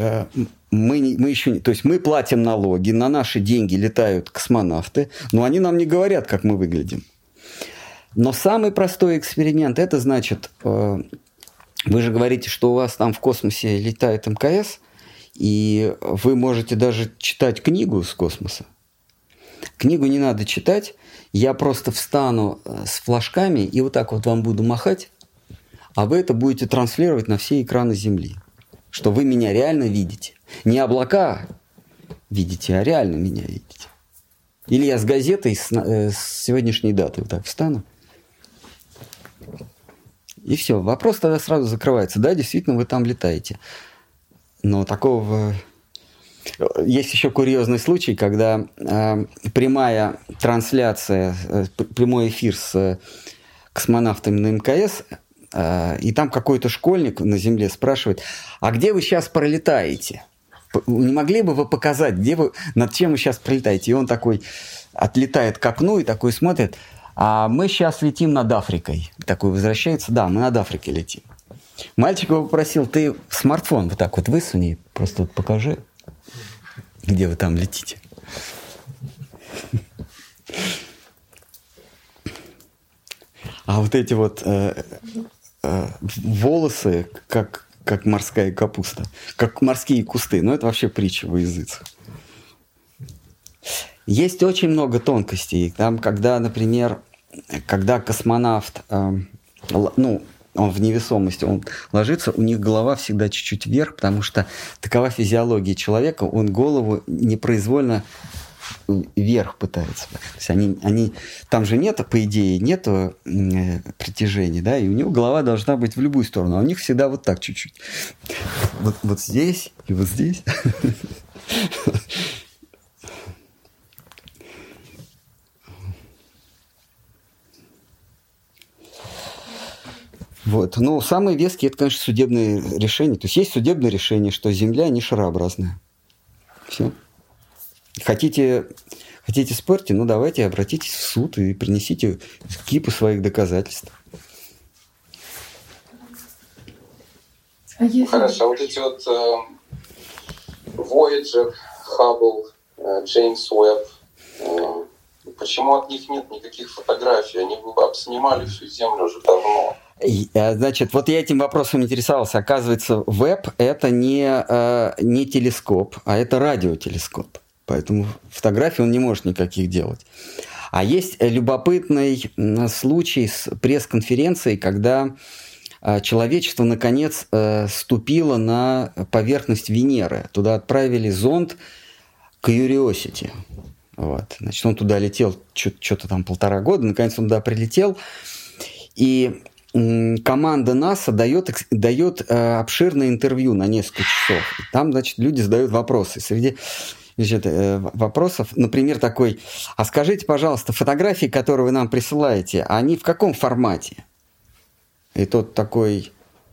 мы платим налоги, на наши деньги летают космонавты, но они нам не говорят, как мы выглядим. Но самый простой эксперимент, это значит, вы же говорите, что у вас там в космосе летает МКС, и вы можете даже читать книгу с космоса. Книгу не надо читать, я просто встану с флажками и вот так вот вам буду махать, а вы это будете транслировать на все экраны Земли. Что вы меня реально видите. Не облака видите, а реально меня видите. Или я с газетой с сегодняшней даты вот так встану. И все. Вопрос тогда сразу закрывается. Да, действительно, вы там летаете. Но такого... Есть еще курьезный случай, когда прямая трансляция, прямой эфир с космонавтами на МКС, и там какой-то школьник на Земле спрашивает, а где вы сейчас пролетаете? Не могли бы вы показать, где вы, над чем вы сейчас пролетаете? И он такой отлетает к окну и такой смотрит, а мы сейчас летим над Африкой. Такой возвращается, да, мы над Африкой летим. Мальчик его попросил, ты смартфон вот так вот высуни, просто вот покажи, где вы там летите. А вот эти вот волосы, как морская капуста, как морские кусты, ну это вообще притча во языцах. Есть очень много тонкостей. Там, когда, например, когда космонавт, ну, он в невесомости, он ложится, у них голова всегда чуть-чуть вверх, потому что такова физиология человека, он голову непроизвольно вверх пытается. То есть они там же нет, по идее, нету притяжения, да, и у него голова должна быть в любую сторону, а у них всегда вот так чуть-чуть. Вот здесь и вот здесь. Вот. Но самые веские, это, конечно, судебные решения. То есть судебное решение, что Земля не шарообразная. Все. Хотите спорьте, ну давайте обратитесь в суд и принесите кипу своих доказательств. Хорошо, а вот эти вот Voyager, Hubble, James Webb, почему от них нет никаких фотографий? Они бы обснимали всю Землю уже давно. Значит, вот я этим вопросом интересовался. Оказывается, Веб – это не телескоп, а это радиотелескоп. Поэтому фотографий он не может никаких делать. А есть любопытный случай с пресс-конференцией, когда человечество, наконец, ступило на поверхность Венеры. Туда отправили зонд Curiosity. Вот. Значит, он туда летел что-то там 1,5 года, наконец он туда прилетел. И команда НАСА дает обширное интервью на несколько часов. Там, значит, люди задают вопросы. Среди вопросов, например, такой: а скажите, пожалуйста, фотографии, которые вы нам присылаете, они в каком формате? И тот такой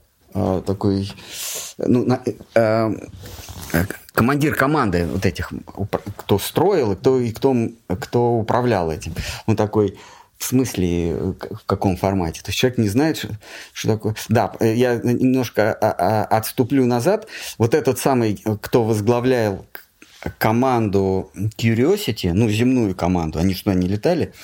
командир команды вот этих, кто строил и кто управлял этим, он такой: в смысле, в каком формате? То есть человек не знает, что такое. Да, я немножко отступлю назад. Вот этот самый, кто возглавлял команду Curiosity, ну, земную команду, они сюда не летали,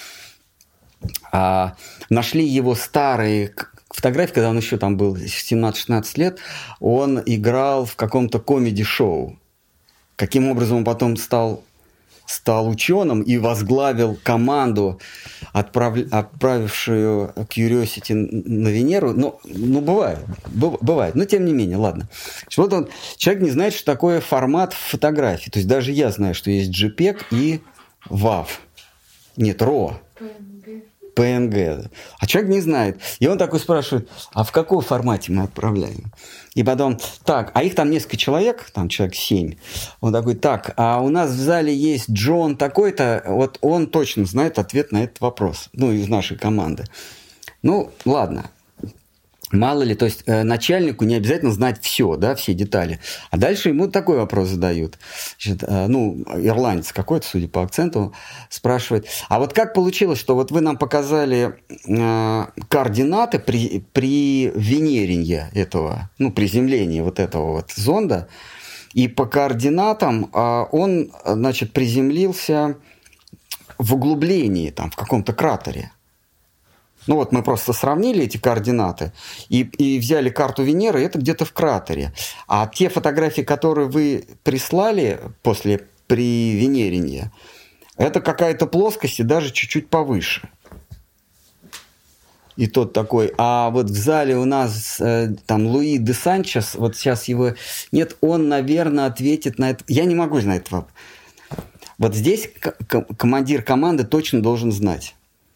нашли его старые фотографии, когда он еще там был 17-16 лет, он играл в каком-то комеди-шоу. Каким образом он потом стал ученым и возглавил команду, отправившую Curiosity на Венеру. Ну бывает. Но тем не менее, ладно. Вот человек не знает, что такое формат фотографии. То есть даже я знаю, что есть JPEG и WAV. Нет, RAW. PNG. А человек не знает. И он такой спрашивает: а в каком формате мы отправляем? И потом, так, а их там несколько человек, там человек 7. Он такой: так, а у нас в зале есть Джон такой-то, вот он точно знает ответ на этот вопрос. Ну, из нашей команды. Ну, ладно. Мало ли, то есть начальнику не обязательно знать все, да, все детали. А дальше ему такой вопрос задают. Значит, ирландец какой-то, судя по акценту, спрашивает: а вот как получилось, что вот вы нам показали координаты при венерении этого, ну, приземлении вот этого вот зонда, и по координатам он, значит, приземлился в углублении, там, в каком-то кратере. Ну вот мы просто сравнили эти координаты и взяли карту Венеры, это где-то в кратере. А те фотографии, которые вы прислали при венерении, это какая-то плоскость и даже чуть-чуть повыше. И тот такой, а вот в зале у нас там Луи де Санчес, вот сейчас его нет, он, наверное, ответит на это. Я не могу на это вопрос. Вот здесь командир команды точно должен знать,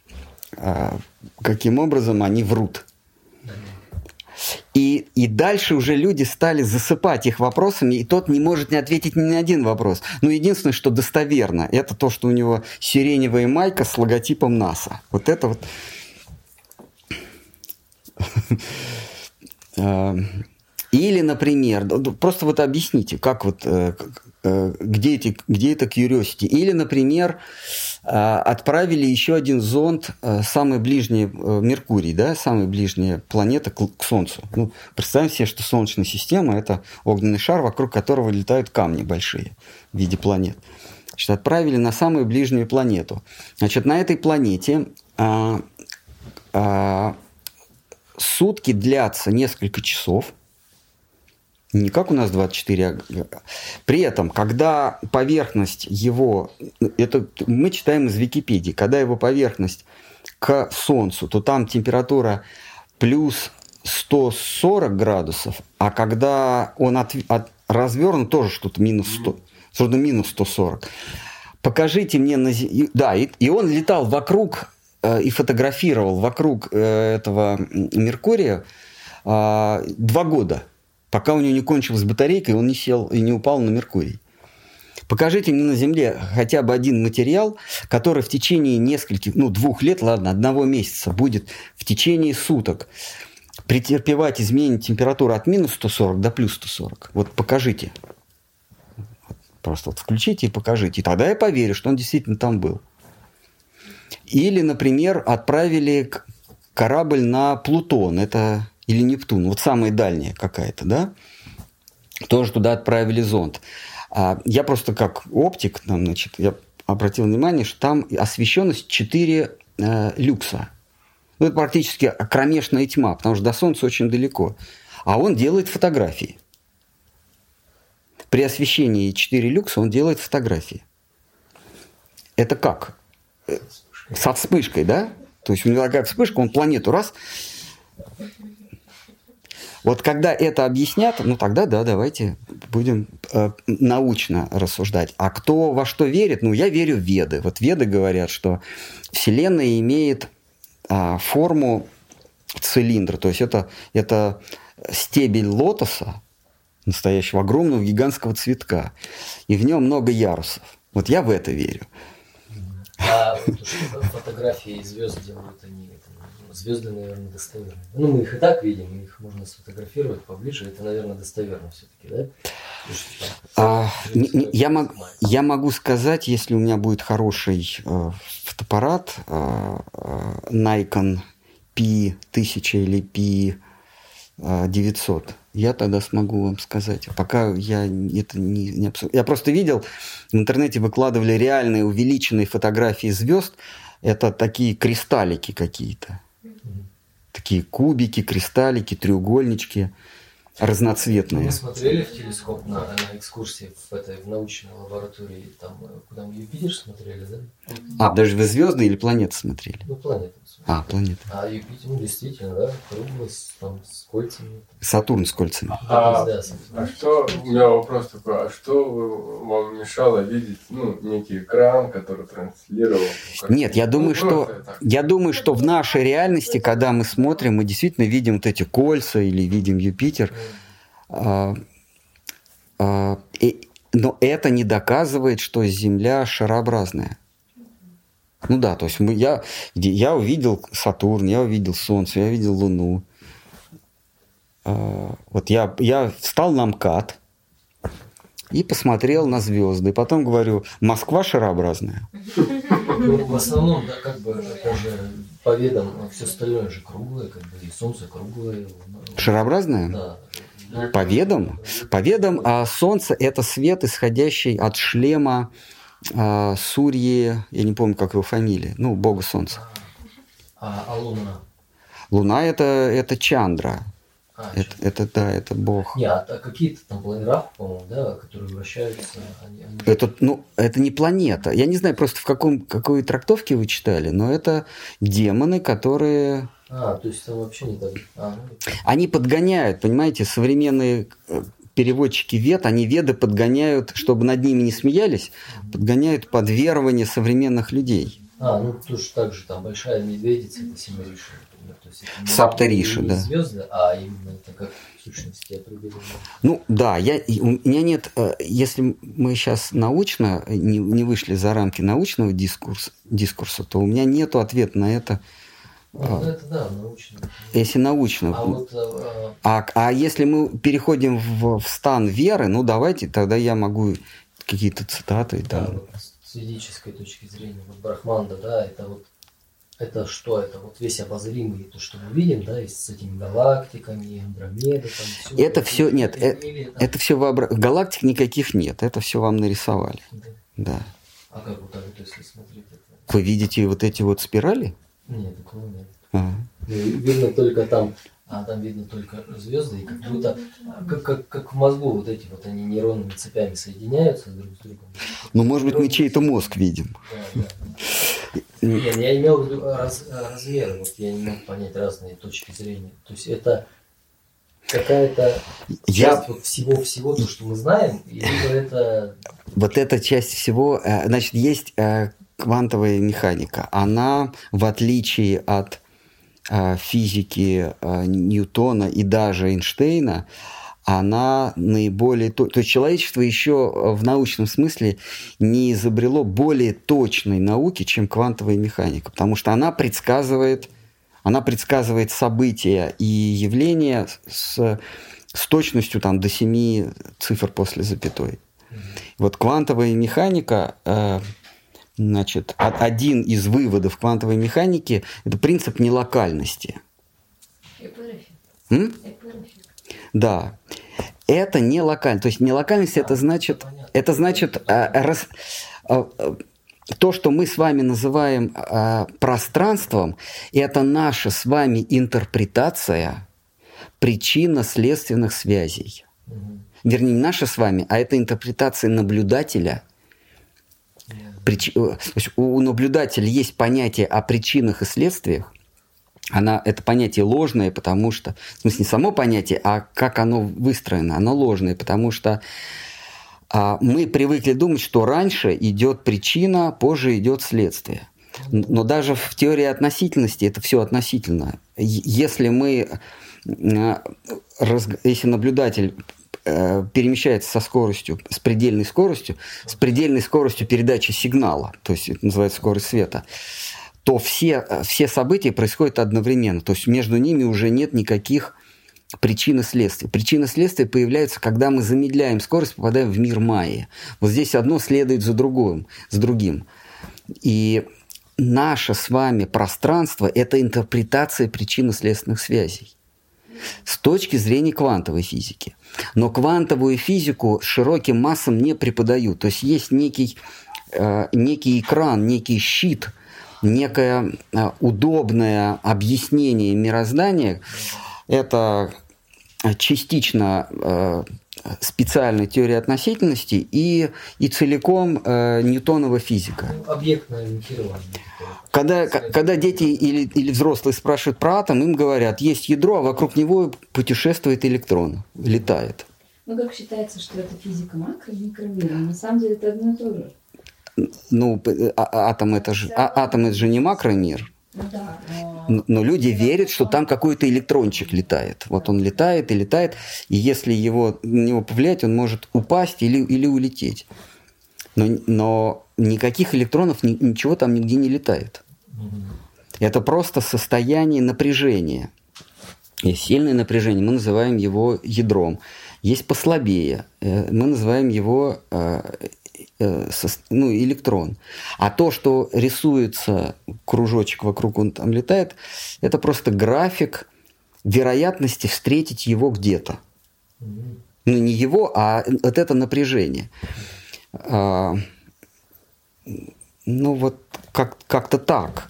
каким образом они врут. И дальше уже люди стали засыпать их вопросами, и тот не может не ответить ни на один вопрос. Но единственное, что достоверно, это то, что у него сиреневая майка с логотипом НАСА. Вот это вот... Или, например, просто вот объясните, как вот, где это curiosity. Или, например, отправили еще один зонд, самый ближний Меркурий, да, самая ближняя планета к Солнцу. Ну, представим себе, что Солнечная система – это огненный шар, вокруг которого летают камни большие в виде планет. Значит, отправили на самую ближнюю планету. Значит, на этой планете сутки длятся несколько часов. Не как у нас 24. При этом, когда поверхность его... Это мы читаем из Википедии. Когда его поверхность к Солнцу, то там температура плюс 140 градусов, а когда он развернут, тоже что-то минус 100. Что-то минус 140. Покажите мне... Да, и он летал вокруг и фотографировал вокруг этого Меркурия 2 года. Пока у него не кончилась батарейка, и он не сел и не упал на Меркурий. Покажите мне на Земле хотя бы один материал, который в течение нескольких, 2 лет, ладно, 1 месяца будет в течение суток претерпевать изменение температуры от минус 140 до плюс 140. Вот покажите. Просто вот включите и покажите. И тогда я поверю, что он действительно там был. Или, например, отправили корабль на Плутон. Это... Или Нептун, вот самая дальняя какая-то, да? Тоже туда отправили зонд. Я просто как оптик, значит, я обратил внимание, что там освещенность 4 люкса. Ну, это практически кромешная тьма, потому что до Солнца очень далеко. А он делает фотографии. При освещении 4 люкса он делает фотографии. Это как? Со вспышкой, да? То есть у него такая вспышка, он планету раз... Вот когда это объяснят, тогда да, давайте будем научно рассуждать. А кто во что верит? Я верю в Веды. Вот Веды говорят, что Вселенная имеет форму цилиндра. То есть это стебель лотоса, настоящего огромного гигантского цветка. И в нем много ярусов. Вот я в это верю. А фотографии звезд делают они... Звезды, наверное, достоверные. Мы их и так видим, их можно сфотографировать поближе. Это, наверное, достоверно все-таки, да? Я могу сказать, если у меня будет хороший фотоаппарат Nikon P1000 или P900, я тогда смогу вам сказать. Пока я это не обсуждаю. Я просто видел, в интернете выкладывали реальные увеличенные фотографии звезд. Это такие кристаллики какие-то. Такие кубики, кристаллики, треугольнички разноцветные. Мы смотрели в телескоп на экскурсии в научной лаборатории, там, куда мы Юпитер смотрели, да? Даже вы звезды или планеты смотрели? Планеты. Планеты. А Юпитер, действительно, да, круглый, там, с кольцами. Сатурн с кольцами. Что, у меня вопрос такой, а что вам мешало видеть, некий экран, который транслировал? Нет, я думаю, что в нашей реальности, когда мы смотрим, мы действительно видим вот эти кольца или видим Юпитер. Но это не доказывает, что Земля шарообразная. То есть я увидел Сатурн, я увидел Солнце, я увидел Луну. Вот я встал на МКАД и посмотрел на звезды. И потом говорю, Москва шарообразная. В основном, да, даже по ведам все остальное же круглое, и Солнце круглое. Шарообразное? Да. По ведам, а Солнце – это свет, исходящий от шлема Сурьи, я не помню, как его фамилия, бога Солнца. А Луна? Луна – это Чандра. Это бог. Нет, а какие-то там планеты, по-моему, да, которые вращаются. Это не планета. Я не знаю просто, какой трактовке вы читали, но это демоны, которые То есть там вообще не так. Они подгоняют, понимаете, современные переводчики вед, они веды подгоняют, чтобы над ними не смеялись, подгоняют под верование современных людей. Ну тоже так же, там большая медведица, это Симариши, например. То есть это Саптариши, не да. звезды, а именно это как в сущности определенно. Ну да, у меня нет, если мы сейчас научно не вышли за рамки научного дискурса, то у меня нету ответа на это. Это да, научно. Если научно. А если мы переходим в стан веры, ну давайте, тогда я могу какие-то цитаты. Да, вот с ведической точки зрения, вот Брахманда, да, это вот это что? Это вот весь обозримый, то, что мы видим, да, и с этими галактиками, Андромеды, там все. Это все, нет, это все галактик никаких нет, это все вам нарисовали. Да. А как вот так вот, если смотреть это? Вы видите вот эти вот спирали? Нет, такого нет. Видно только там, там видно только звезды, и как будто, как в мозгу вот эти вот, они нейронными цепями соединяются друг с другом. Ну, может быть, мы чей-то мозг видим. Да. Нет, я имел в виду размеры, вот я не мог понять разные точки зрения. То есть это какая-то часть вот всего-всего, то, что мы знаем, или это... Вот эта часть всего, значит, есть квантовая механика. Она, в отличие от физики Ньютона и даже Эйнштейна, она наиболее... То есть человечество еще в научном смысле не изобрело более точной науки, чем квантовая механика, потому что она предсказывает события и явления с точностью там, до 7 цифр после запятой. Вот квантовая механика... Значит, один из выводов квантовой механики – это принцип нелокальности. Да. Это не локально. То есть нелокальность – это значит то, что мы с вами называем пространством, это наша с вами интерпретация причинно-следственных связей. Вернее, не наша с вами, а это интерпретация наблюдателя. То есть у наблюдателя есть понятие о причинах и следствиях. Это понятие ложное, потому что... В смысле, не само понятие, а как оно выстроено. Оно ложное, потому что мы привыкли думать, что раньше идет причина, позже идет следствие. Но даже в теории относительности это все относительно. Если наблюдатель перемещается с предельной скоростью передачи сигнала, то есть это называется скорость света, то все события происходят одновременно. То есть между ними уже нет никаких причин и следствий. Причины и следствия появляются, когда мы замедляем скорость, попадаем в мир Майи. Вот здесь одно следует за другим. И наше с вами пространство – это интерпретация причинно-следственных связей с точки зрения квантовой физики. Но квантовую физику широким массам не преподают. То есть есть некий экран, некий щит, некое удобное объяснение мироздания. Это частично специальная теория относительности и целиком Ньютонова физика. Объектное ориентирование. Когда дети или взрослые спрашивают про атом, им говорят, есть ядро, а вокруг него путешествует электрон, летает. Ну, как считается, что это физика макро- и микромира? На самом деле это одно и то же. Ну, атом это же не макромир. Ну, да, но люди верят, что там какой-то электрончик летает. Вот он летает, и если на него повлиять, он может упасть или улететь. Но никаких электронов, ничего там нигде не летает. Это просто состояние напряжения. Есть сильное напряжение, мы называем его ядром. Есть послабее, мы называем его электрон. А то, что рисуется кружочек вокруг, он там летает, это просто график вероятности встретить его где-то. Ну, не его, а вот это напряжение. Ну, вот как-то так.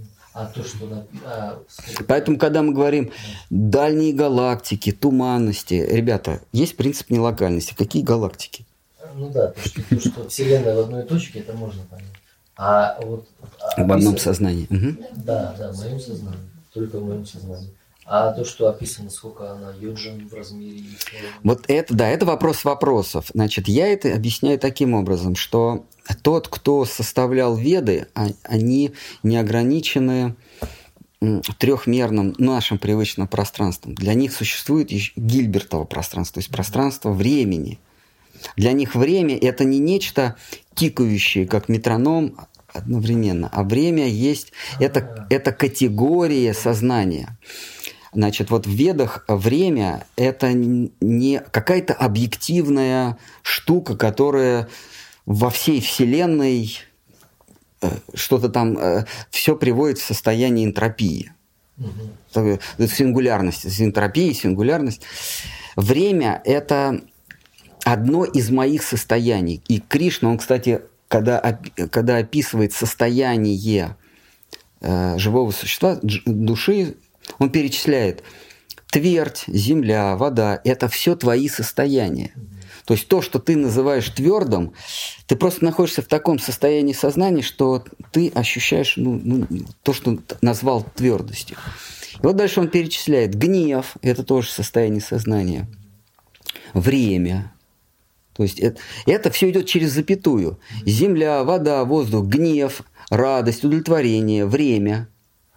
Поэтому, когда мы говорим дальние галактики, туманности, ребята, есть принцип нелокальности. Какие галактики? Ну да, то, что Вселенная в одной точке, это можно понять. А вот... В одном сознании. Да, в моем сознании. только в моем сознании. А то, что описано, сколько она йоджин в размере. Вот это, да, это вопрос вопросов. Значит, я это объясняю таким образом, что тот, кто составлял Веды, они не ограничены трехмерным нашим привычным пространством. Для них существует Гильбертово пространство, то есть пространство времени. Для них время – это не нечто тикающее, как метроном одновременно, а время есть – это категория сознания. Значит, вот в Ведах время – это не какая-то объективная штука, которая во всей Вселенной что-то там все приводит в состояние энтропии. Сингулярность. Энтропия, сингулярность. Время – это одно из моих состояний. И Кришна, он, кстати, когда описывает состояние живого существа, души, он перечисляет твердь, земля, вода – это все твои состояния. То есть то, что ты называешь твердым, ты просто находишься в таком состоянии сознания, что ты ощущаешь то, что назвал твердостью. И вот дальше он перечисляет гнев – это тоже состояние сознания, время. То есть это все идет через запятую. Земля, вода, воздух, гнев, радость, удовлетворение, время.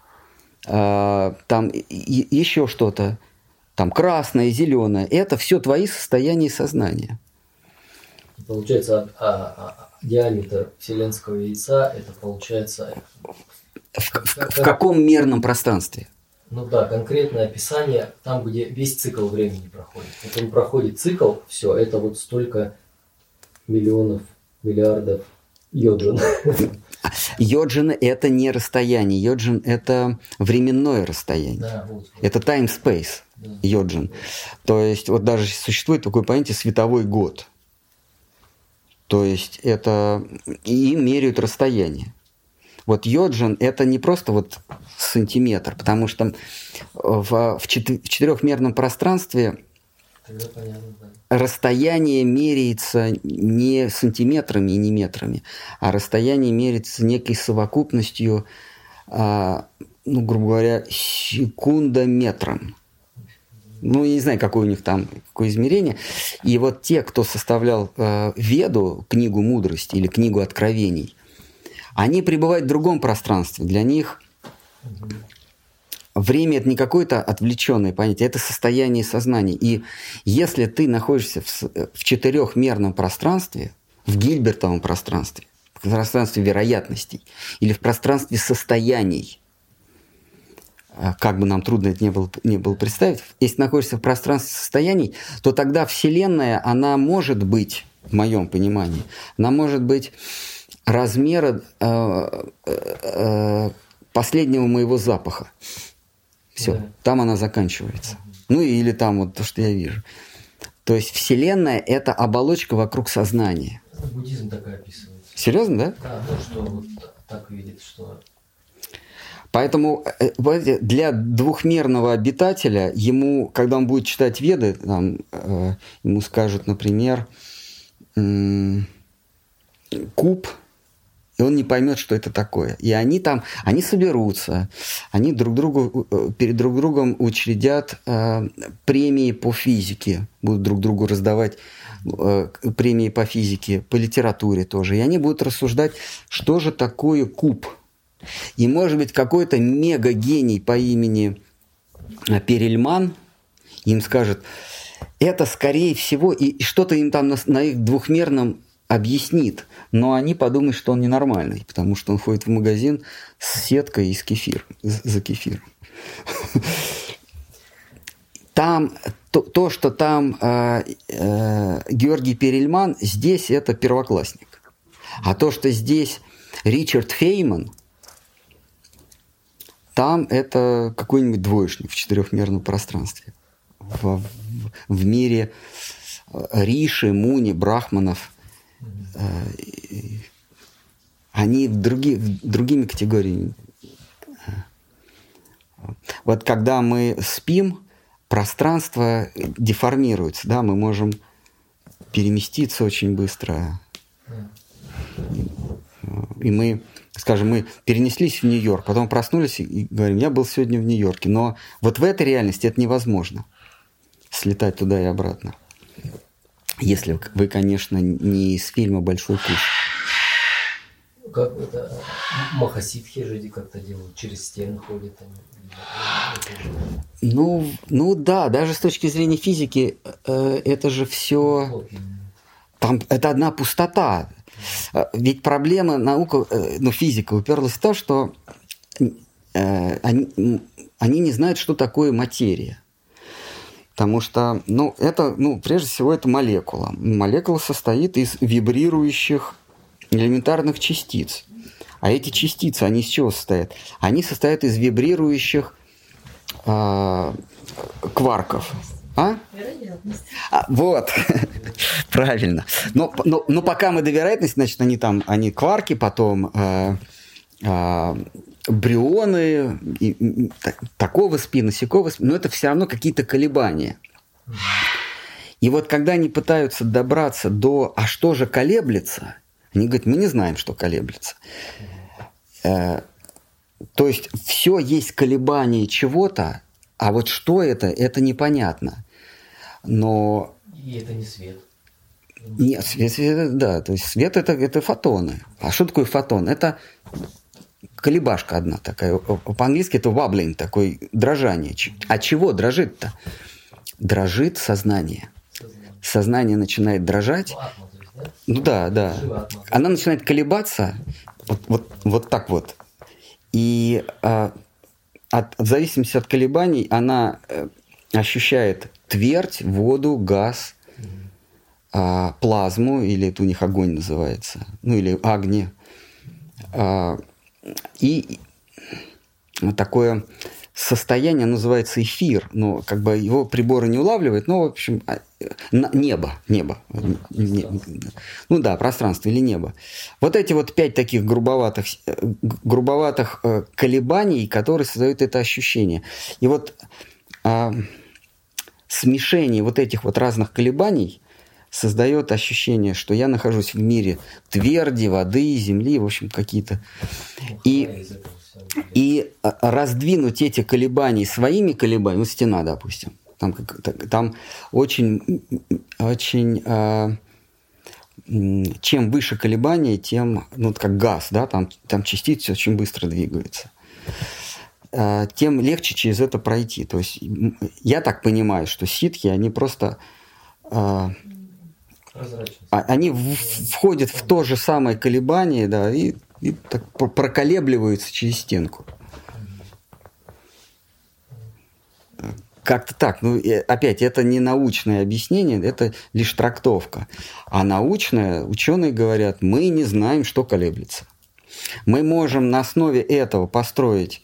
Там еще что-то, там красное, зеленое, это все твои состояния сознания. Получается, диаметр вселенского яйца, это получается... В каком мерном пространстве? Ну да, конкретное описание там, где весь цикл времени проходит. Вот он проходит цикл, все, это вот столько миллионов, миллиардов йоджин. Йоджин – это не расстояние, йоджин – это временное расстояние. Да, вот. Это time-space, да. Йоджин. То есть вот даже существует такое понятие «световой год». То есть это и меряют расстояние. Вот йоджин – это не просто вот сантиметр, потому что в четырехмерном пространстве расстояние меряется не сантиметрами и не метрами, а расстояние меряется некой совокупностью, грубо говоря, секундометром. Я не знаю, какое у них там, какое измерение. И вот те, кто составлял Веду, книгу мудрости или книгу откровений, они пребывают в другом пространстве. Для них время – это не какое-то отвлеченное понятие, это состояние сознания. И если ты находишься в четырехмерном пространстве, в Гильбертовом пространстве, в пространстве вероятностей или в пространстве состояний, как бы нам трудно это не было представить, если ты находишься в пространстве состояний, то тогда Вселенная, она может быть, в моем понимании, она может быть размера последнего моего запаха. Все, там она заканчивается. Или там вот то, что я вижу. То есть Вселенная – это оболочка вокруг сознания. Буддизм так и описывает. Серьезно, да? Да, что вот так видит, что... Поэтому для двухмерного обитателя, ему, когда он будет читать Веды, ему скажут, например, куб, и он не поймет, что это такое. И они соберутся, они перед друг другом учредят премии по физике, будут друг другу раздавать премии по физике, по литературе тоже. И они будут рассуждать, что же такое куб. И, может быть, какой-то мега-гений по имени Перельман им скажет, это, скорее всего, и что-то им там на их двухмерном объяснит, но они подумают, что он ненормальный, потому что он ходит в магазин с сеткой и с кефиром, за кефиром. Там, то, что там Георгий Перельман, здесь это первоклассник. А то, что здесь Ричард Фейман, там это какой-нибудь двоечник в четырехмерном пространстве. В мире Риши, Муни, Брахманов. Они другими категориями. Вот когда мы спим, пространство деформируется, да, мы можем переместиться очень быстро. И мы скажем, мы перенеслись в Нью-Йорк, потом проснулись и говорим, я был сегодня в Нью-Йорке. Но вот в этой реальности это невозможно. Слетать туда и обратно. Если вы, конечно, не из фильма «Большой куш». Как это махасидхи люди как-то делают, через стены ходят они. Ну да, даже с точки зрения физики это же все... Там это одна пустота. Ведь проблема наука, физика уперлась в то, что они не знают, что такое материя. Потому что, прежде всего, это молекула. Молекула состоит из вибрирующих элементарных частиц. А эти частицы, они из чего состоят? Они состоят из вибрирующих кварков. Вероятность. Вот, правильно. Но пока мы до вероятности, значит, они кварки, потом брионы, такого спина, сякого спина, но это все равно какие-то колебания. И вот когда они пытаются добраться до «а что же колеблется?», они говорят, мы не знаем, что колеблется. То есть все есть колебание чего-то, а вот что это непонятно. Но... И это не свет. Нет, свет, да, то есть свет это фотоны. А что такое фотон? Это колебашка одна такая. По-английски это wobbling, такое дрожание. От чего дрожит-то? Дрожит сознание. Сознание начинает дрожать. Ну да. Она начинает колебаться вот так вот. И в зависимости от колебаний она ощущает твердь, воду, газ, плазму, или это у них огонь называется, или агни. И такое состояние называется эфир, но как бы его приборы не улавливают, но, в общем, небо. Ну да, пространство или небо. Вот эти вот 5 таких грубоватых колебаний, которые создают это ощущение. И вот смешение вот этих вот разных колебаний создает ощущение, что я нахожусь в мире тверди, воды, земли, в общем, какие-то. И раздвинуть эти колебания своими колебаниями, стена, допустим, там очень чем выше колебания, тем, как газ, да, там частицы очень быстро двигаются, тем легче через это пройти. То есть я так понимаю, что ситхи, они просто... они входят в то же самое колебание, да, и так проколебливаются через стенку. Как-то так. Опять, это не научное объяснение, это лишь трактовка. А научное, ученые говорят, мы не знаем, что колеблется. Мы можем на основе этого построить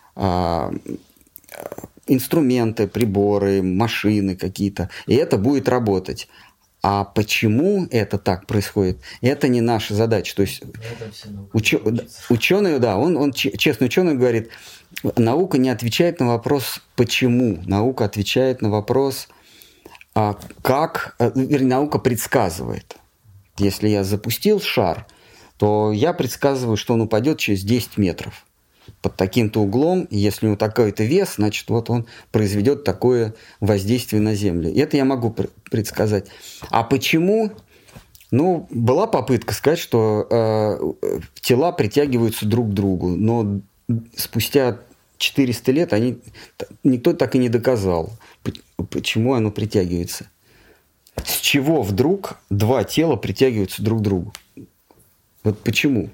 инструменты, приборы, машины какие-то, и это будет работать. А почему это так происходит, это не наша задача. То есть ученый, да, он честный ученый говорит, наука не отвечает на вопрос «почему?». Наука отвечает на вопрос «как?». Вернее, наука предсказывает. Если я запустил шар, то я предсказываю, что он упадет через 10 метров под таким-то углом, и если у него такой-то вес, значит, вот он произведет такое воздействие на Землю. И это я могу предсказать. А почему? Была попытка сказать, что тела притягиваются друг к другу, но спустя 400 лет никто так и не доказал, почему оно притягивается. С чего вдруг 2 тела притягиваются друг к другу? Вот почему?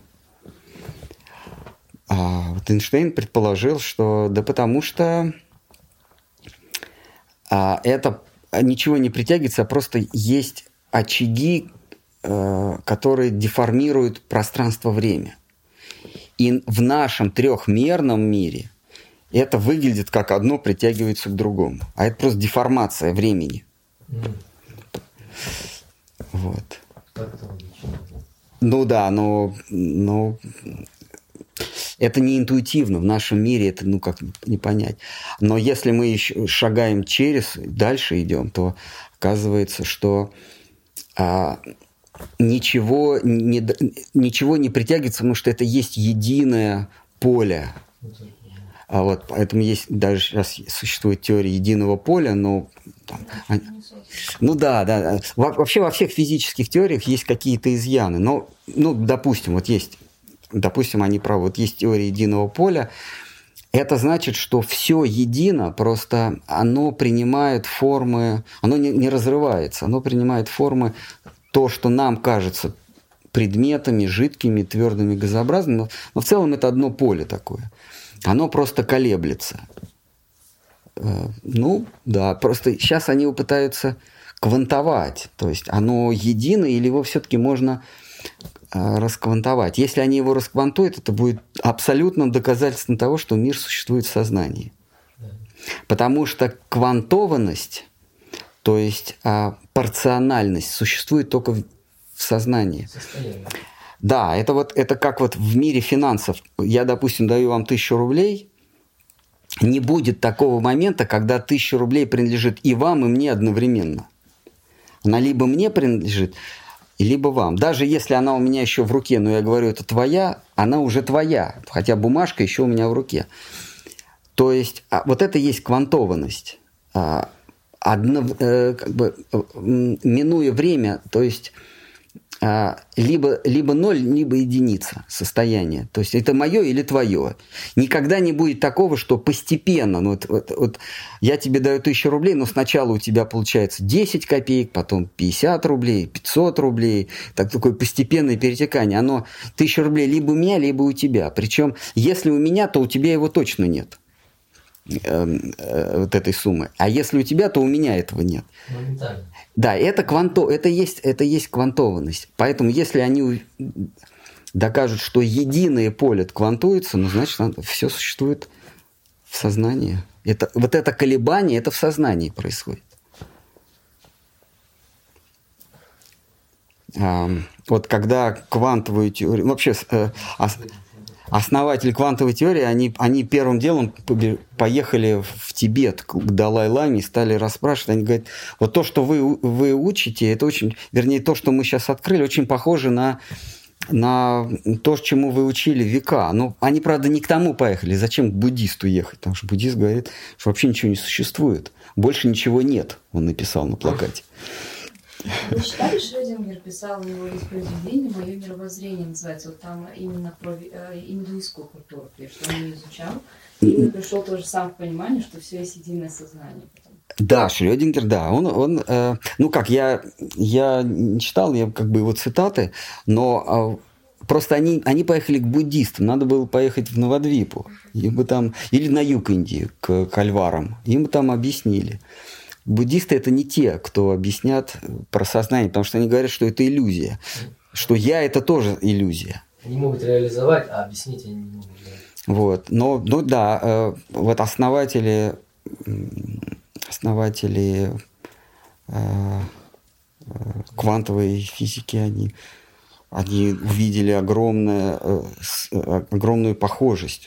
Вот Эйнштейн предположил, что да потому что это ничего не притягивается, а просто есть очаги, которые деформируют пространство-время. И в нашем трехмерном мире это выглядит как одно притягивается к другому. А это просто деформация времени. Вот. Ну да, но это не интуитивно. В нашем мире это, как не понять. Но если мы еще шагаем дальше идем, то оказывается, что ничего не притягивается, потому что это есть единое поле. А вот поэтому есть даже сейчас существует теория единого поля, но ну да. Вообще во всех физических теориях есть какие-то изъяны. Но, допустим, они правы. Вот есть теория единого поля. Это значит, что все едино, просто оно принимает формы, оно не разрывается, оно принимает формы, то, что нам кажется предметами, жидкими, твердыми, газообразными, но в целом это одно поле такое. Оно просто колеблется. Просто сейчас они его пытаются квантовать. То есть оно едино или его все-таки можно расквантовать. Если они его расквантуют, это будет абсолютным доказательством того, что мир существует в сознании. Потому что квантованность, то есть порциональность, существует только в сознании. Да, это как вот в мире финансов. Я, допустим, даю вам 1000 рублей. Не будет такого момента, когда 1000 рублей принадлежит и вам, и мне одновременно. Она либо мне принадлежит, либо вам. Даже если она у меня еще в руке, но я говорю, это твоя, она уже твоя. Хотя бумажка еще у меня в руке. То есть вот это есть квантованность. Минуя время, то есть либо ноль, либо единица состояние. То есть это мое или твое. Никогда не будет такого, что постепенно. Вот я тебе даю 1000 рублей, но сначала у тебя получается 10 копеек, потом 50 рублей, 500 рублей. Такое постепенное перетекание. 1000 рублей либо у меня, либо у тебя. Причем, если у меня, то у тебя его точно нет. Вот этой суммы. А если у тебя, то у меня этого нет. Моментально. Да, это есть квантованность. Поэтому, если они докажут, что единое поле квантуется, значит, все существует в сознании. Вот это колебание, это в сознании происходит. Вот когда квантовую теорию... Вообще, основатели квантовой теории, они первым делом поехали в Тибет к Далай-ламе и стали расспрашивать. Они говорят, вот то, что вы учите, это очень, вернее, то, что мы сейчас открыли, очень похоже на то, чему вы учили века. Но они, правда, не к тому поехали. Зачем к буддисту ехать? Потому что буддист говорит, что вообще ничего не существует. Больше ничего нет, он написал на плакате. Вы читали, Шрёдингер писал, у него есть произведение «Мое мировоззрение» называется. Вот там именно про индуистскую культуру, что он ее изучал. И пришел тоже сам к пониманию, что все есть единое сознание. Да, Шрёдингер, да. Он я не читал, я как бы его цитаты, но просто они поехали к буддистам. Надо было поехать в Навадвипу. Или на юг Индии, к альварам. Им там объяснили. Буддисты – это не те, кто объяснят про сознание, потому что они говорят, что это иллюзия, что я – это тоже иллюзия. Они могут реализовать, а объяснить они не могут. Вот. Но вот основатели квантовой физики, они увидели огромную похожесть.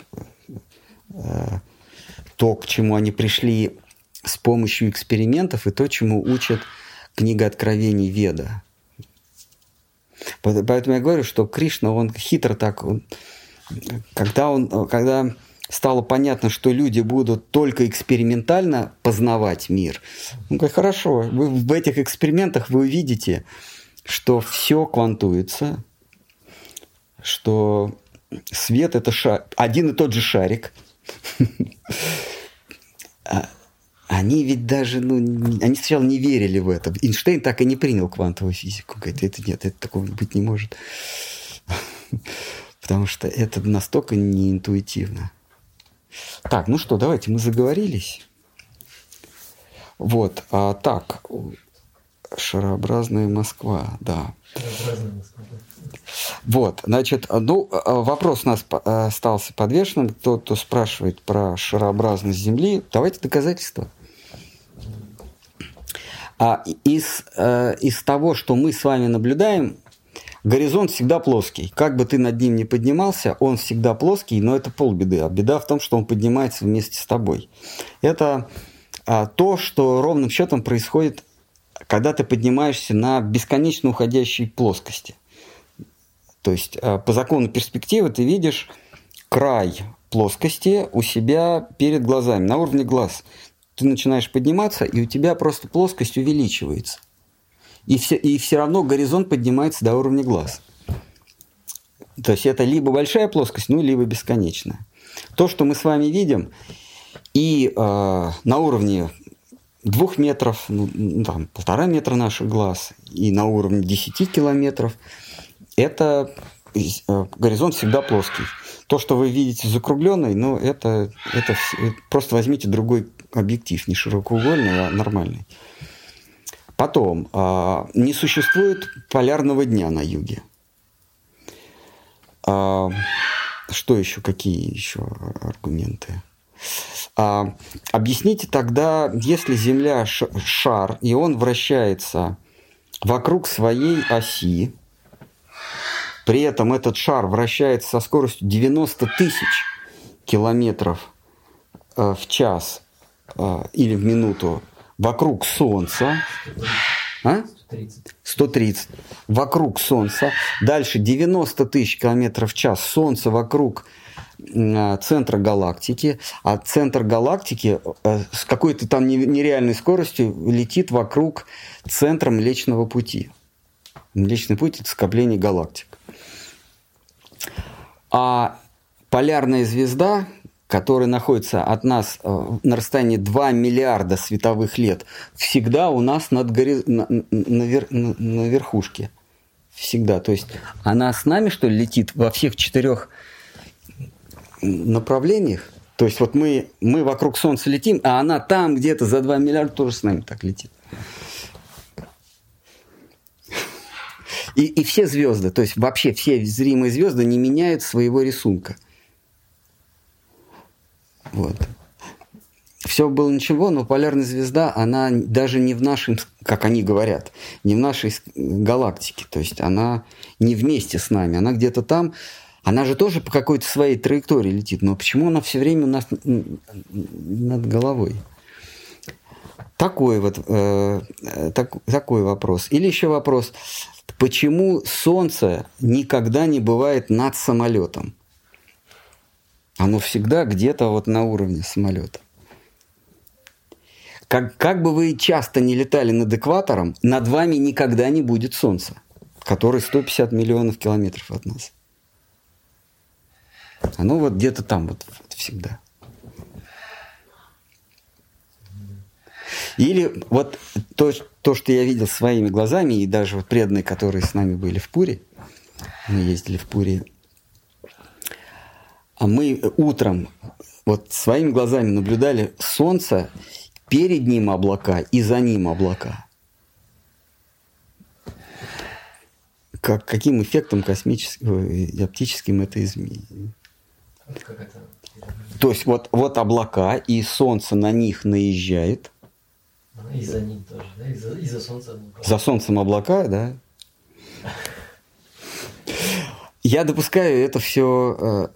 То, к чему они пришли с помощью экспериментов, и то, чему учат книга Откровений Веда. Поэтому я говорю, что Кришна, он хитро так... Когда стало понятно, что люди будут только экспериментально познавать мир, он говорит, хорошо, в этих экспериментах вы увидите, что все квантуется, что свет – это один и тот же шарик. Они ведь даже, они сначала не верили в это. Эйнштейн так и не принял квантовую физику. Говорит, это такого быть не может. Потому что это настолько неинтуитивно. Так, ну что, давайте, мы заговорились. Вот, так, шарообразная Москва, да. Шарообразная Москва. Вот, значит, вопрос у нас остался подвешенным. Кто-то спрашивает про шарообразность Земли. Давайте доказательства. Из того, что мы с вами наблюдаем, горизонт всегда плоский. Как бы ты над ним ни поднимался, он всегда плоский, но это полбеды. А беда в том, что он поднимается вместе с тобой. Это то, что ровным счетом происходит, когда ты поднимаешься на бесконечно уходящей плоскости. То есть по закону перспективы ты видишь край плоскости у себя перед глазами, на уровне глаз. Ты начинаешь подниматься, и у тебя просто плоскость увеличивается. И все равно горизонт поднимается до уровня глаз. То есть это либо большая плоскость, ну, либо бесконечная. То, что мы с вами видим, и на уровне 2 метров, ну, там, 1,5 метра наших глаз, и на уровне 10 километров, это горизонт всегда плоский. То, что вы видите закругленный, ну, это просто возьмите другой объектив, не широкоугольный, а нормальный. Потом, не существует полярного дня на юге. Что еще? Какие еще аргументы? Объясните тогда, если Земля шар, и он вращается вокруг своей оси, при этом этот шар вращается со скоростью 90 тысяч километров в час или в минуту вокруг Солнца. 130. Вокруг Солнца. Дальше 90 тысяч километров в час. Солнце вокруг центра галактики. А центр галактики с какой-то там нереальной скоростью летит вокруг центра Млечного Пути. Млечный Путь – это скопление галактик. А полярная звезда, которая находится от нас на расстоянии 2 миллиарда световых лет, всегда у нас на верхушке. Всегда. То есть она с нами, что ли, летит во всех 4 направлениях. То есть вот мы вокруг Солнца летим, а она там где-то за 2 миллиарда тоже с нами так летит. И все звезды, то есть вообще все зримые звезды не меняют своего рисунка. Вот. Все было ничего, но полярная звезда, она даже не в нашем, как они говорят, не в нашей галактике. То есть она не вместе с нами, она где-то там. Она же тоже по какой-то своей траектории летит. Но почему она все время у нас над головой? Такой вопрос. Или еще вопрос. Почему Солнце никогда не бывает над самолетом? Оно всегда где-то вот на уровне самолета. Как бы вы часто не летали над экватором, над вами никогда не будет Солнца, которое 150 миллионов километров от нас. Оно вот где-то там вот всегда. Или вот то, что я видел своими глазами, и даже вот преданные, которые с нами были в Пури, мы ездили в Пури, а мы утром вот своими глазами наблюдали Солнце, перед ним облака и за ним облака. Каким эффектом космическим и оптическим это изменило? То есть вот облака, и Солнце на них наезжает. И за ним тоже, да? И за Солнцем облака. За Солнцем облака, да. Я допускаю это все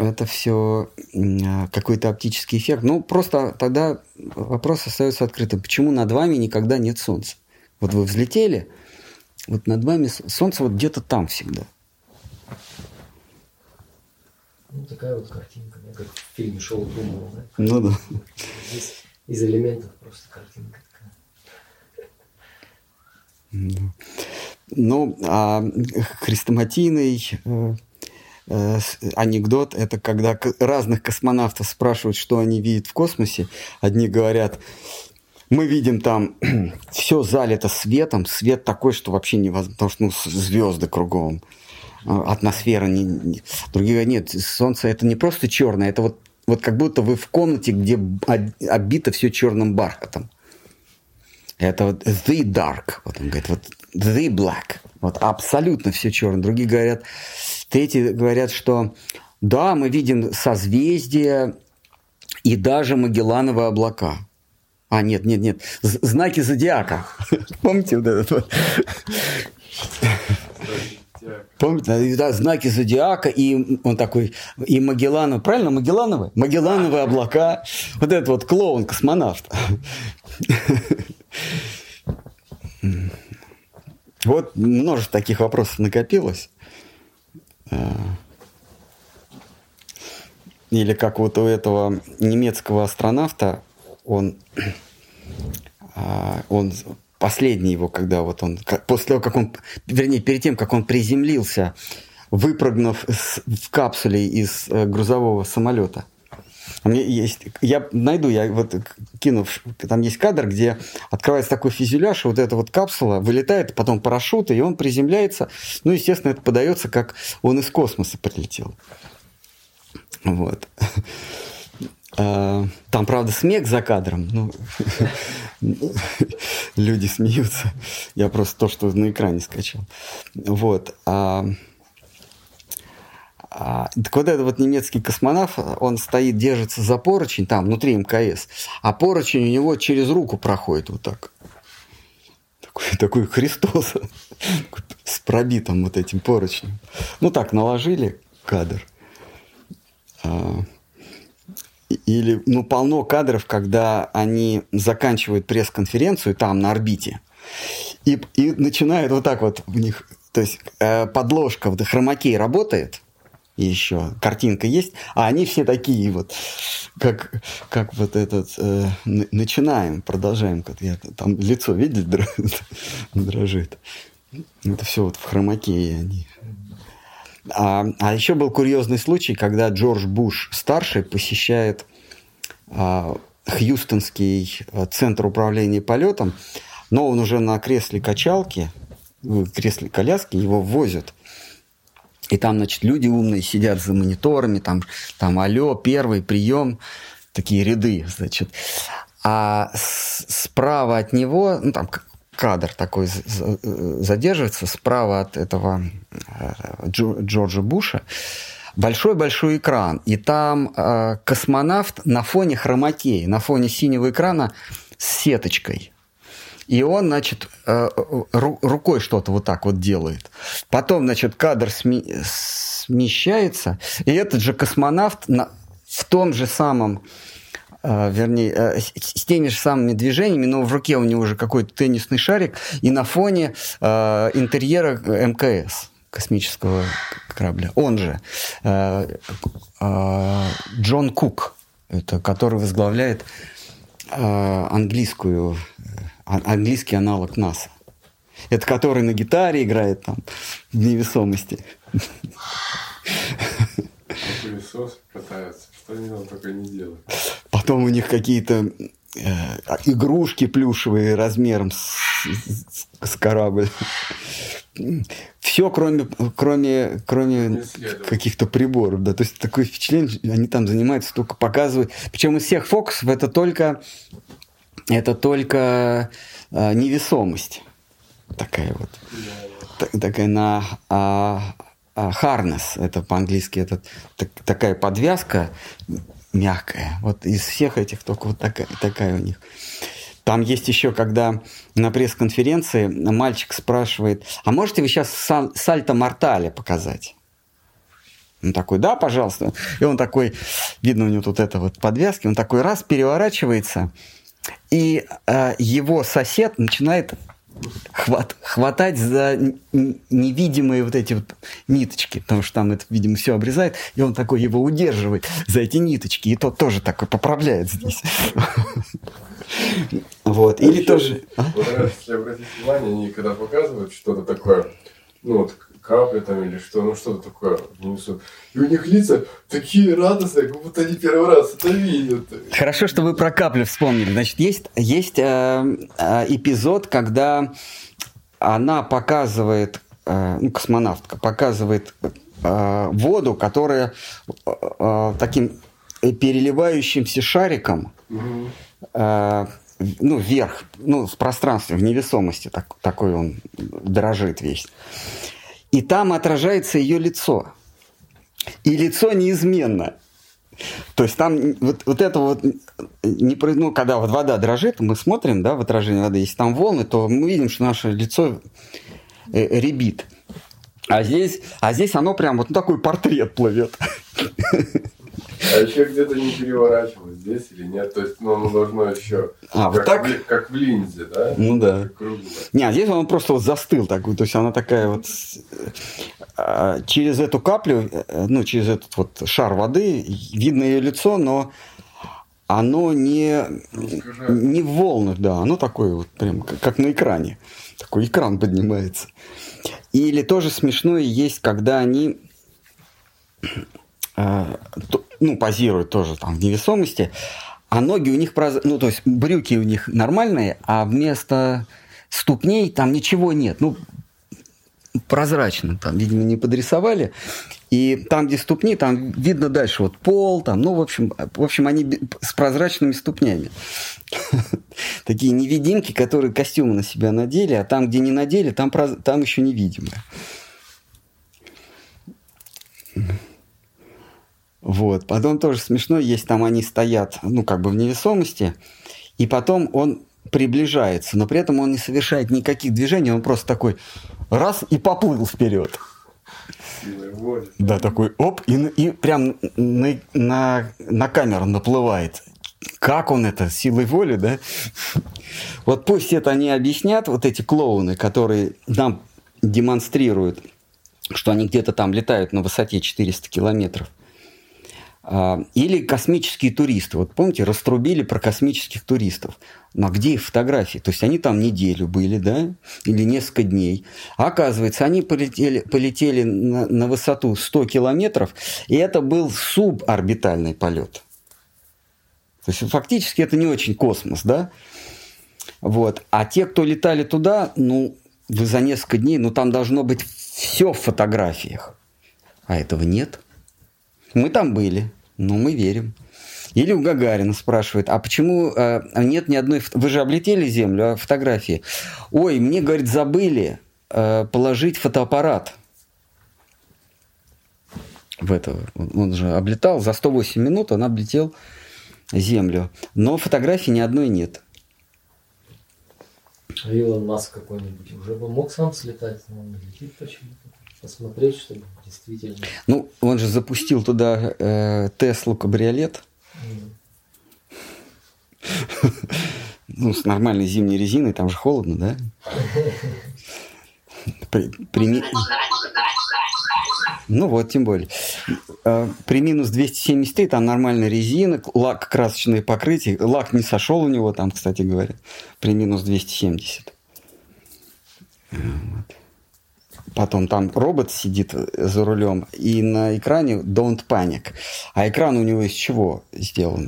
какой-то оптический эффект. Ну, просто тогда вопрос остается открытым. Почему над вами никогда нет Солнца? Вот вы взлетели, вот над вами Солнце вот где-то там всегда. Ну, такая вот картинка, да, как в фильме «Шоу Трумана», да? Ну да. Здесь из элементов просто картинка такая. Ну, а хрестоматийный анекдот – это когда разных космонавтов спрашивают, что они видят в космосе. Одни говорят, мы видим там все залито светом, свет такой, что вообще невозможно, потому что звезды кругом, атмосфера. Другие говорят, нет, Солнце – это не просто черное, это вот как будто вы в комнате, где оббито все черным бархатом. Это вот the dark, вот он говорит, вот the black, вот абсолютно все черное. Другие говорят, третьи говорят, что да, мы видим созвездия и даже Магеллановые облака. Нет, знаки зодиака. Помните вот этот вот? Помните, да, знаки зодиака, и он такой, и Магелланов, правильно, Магеллановые? Магеллановые облака. Вот этот вот клоун-космонавт. Вот множество таких вопросов накопилось. Или как вот у этого немецкого астронавта, он последний его, когда вот он, после того, как он, вернее, перед тем, как он приземлился, выпрыгнув в капсуле из грузового самолета. Я найду, я вот кину, там есть кадр, где открывается такой фюзеляж, и вот эта вот капсула вылетает, потом парашют, и он приземляется. Ну, естественно, это подается, как он из космоса прилетел. Вот. Там, правда, смех за кадром. Ну, люди смеются. Я просто то, что на экране скачал. Вот. Так вот этот вот немецкий космонавт, он стоит, держится за поручень, там, внутри МКС, а поручень у него через руку проходит вот так. Такой Христос с пробитым вот этим поручнем. Ну, так, наложили кадр. Или, ну, полно кадров, когда они заканчивают пресс-конференцию там, на орбите, и начинают вот так вот у них, то есть подложка, вот хромакей работает, и еще картинка есть, а они все такие вот, как вот этот, начинаем, продолжаем, там лицо, видели, дрожит. Это все вот в хромакее они. А еще был курьезный случай, когда Джордж Буш старший посещает Хьюстонский центр управления полетом, но он уже на кресле качалки, кресле коляски, его возят. И там, значит, люди умные сидят за мониторами, там алло, первый прием, такие ряды, значит. А справа от него, ну, там кадр такой задерживается, справа от этого Джорджа Буша большой-большой экран. И там космонавт на фоне хромакея, на фоне синего экрана с сеточкой. И он, значит, рукой что-то вот так вот делает. Потом, значит, кадр смещается, и этот же космонавт в том же самом, вернее, с теми же самыми движениями, но в руке у него уже какой-то теннисный шарик, и на фоне интерьера МКС, космического корабля. Он же Джон Кук, это, который возглавляет английский аналог НАСА. Это который на гитаре играет там в невесомости. Пылесос катается. Что они нам только не делают. Потом у них какие-то игрушки плюшевые размером с корабль. Все, кроме каких-то приборов. Да. То есть такое впечатление, они там занимаются, только показывают. Причем из всех фокусов это только невесомость. Такая вот. Такая на harness. Это по-английски это такая подвязка мягкая. Вот из всех этих только вот такая у них. Там есть еще, когда на пресс-конференции мальчик спрашивает: а можете вы сейчас сальто-мортале показать? Он такой: да, пожалуйста. И он такой, видно у него тут это вот подвязки, он такой раз переворачивается, и его сосед начинает хватать за невидимые вот эти вот ниточки, потому что там это, видимо, все обрезает, и он такой его удерживает за эти ниточки, и тот тоже такой поправляет здесь. Вот, или тоже... Вот, если обратить внимание, они когда показывают что-то такое, ну вот капля там или что, ну что-то такое несут, и у них лица такие радостные, как будто они первый раз это видят. Хорошо, что вы про каплю вспомнили. Значит, есть эпизод, когда она показывает, космонавтка показывает воду, таким переливающимся шариком, вверх, в пространстве, в невесомости, такой он дрожит весь. И там отражается ее лицо. И лицо неизменно. То есть там вот это вот, когда вот вода дрожит, мы смотрим, да, в отражении воды, если там волны, то мы видим, что наше лицо рябит. А здесь оно прям вот такой портрет плывет. А еще где-то не переворачивалось здесь или нет? То есть, ну, оно должно еще вот так? Как в линзе, да? Ну да. Круглое. Не, а здесь он просто вот застыл такой, то есть она такая вот через эту каплю, ну, через этот вот шар воды видно ее лицо, но оно не в волнах, да, оно такое вот прям как на экране. Такой экран поднимается. Или тоже смешное есть, когда они позируют тоже там в невесомости, а ноги у них, ну, то есть брюки у них нормальные, а вместо ступней там ничего нет. Ну, прозрачно там, видимо, не подрисовали. И там, где ступни, там видно дальше вот пол, там, ну, в общем, они с прозрачными ступнями. Такие невидимки, которые костюмы на себя надели, а там, где не надели, там еще невидимые. Вот. Потом тоже смешно, есть там они стоят, ну, как бы в невесомости, и потом он приближается, но при этом он не совершает никаких движений, он просто такой раз и поплыл вперед. Да, такой оп, и прям на камеру наплывает. Как он это, силой воли, да? Вот пусть это они объяснят, вот эти клоуны, которые нам демонстрируют, что они где-то там летают на высоте 400 километров. Или космические туристы. Вот помните, раструбили про космических туристов. Ну, а где их фотографии? То есть они там неделю были, да? Или несколько дней. А оказывается, они полетели на высоту 100 километров, и это был суборбитальный полет. То есть фактически это не очень космос, да? Вот. А те, кто летали туда, ну, вы за несколько дней, ну, там должно быть все в фотографиях. А этого нет. Мы там были, но мы верим. Или у Гагарина спрашивают, а почему нет ни одной... Вы же облетели Землю, а фотографии? Ой, мне, говорит, забыли положить фотоаппарат. Он же облетал, за 108 минут он облетел Землю. Но фотографий ни одной нет. А Илон Маск какой-нибудь уже бы мог сам слетать, но он летит почему-то. Посмотреть, чтобы действительно... Ну, он же запустил туда Теслу кабриолет. Ну, с нормальной зимней резиной, там же холодно, да? Ну вот, тем более. При минус 273 там нормальная резина, лак, красочное покрытие. Лак не сошел у него там, кстати говоря, при минус 270. Вот. Потом там робот сидит за рулем, и на экране Don't Panic. А экран у него из чего сделан?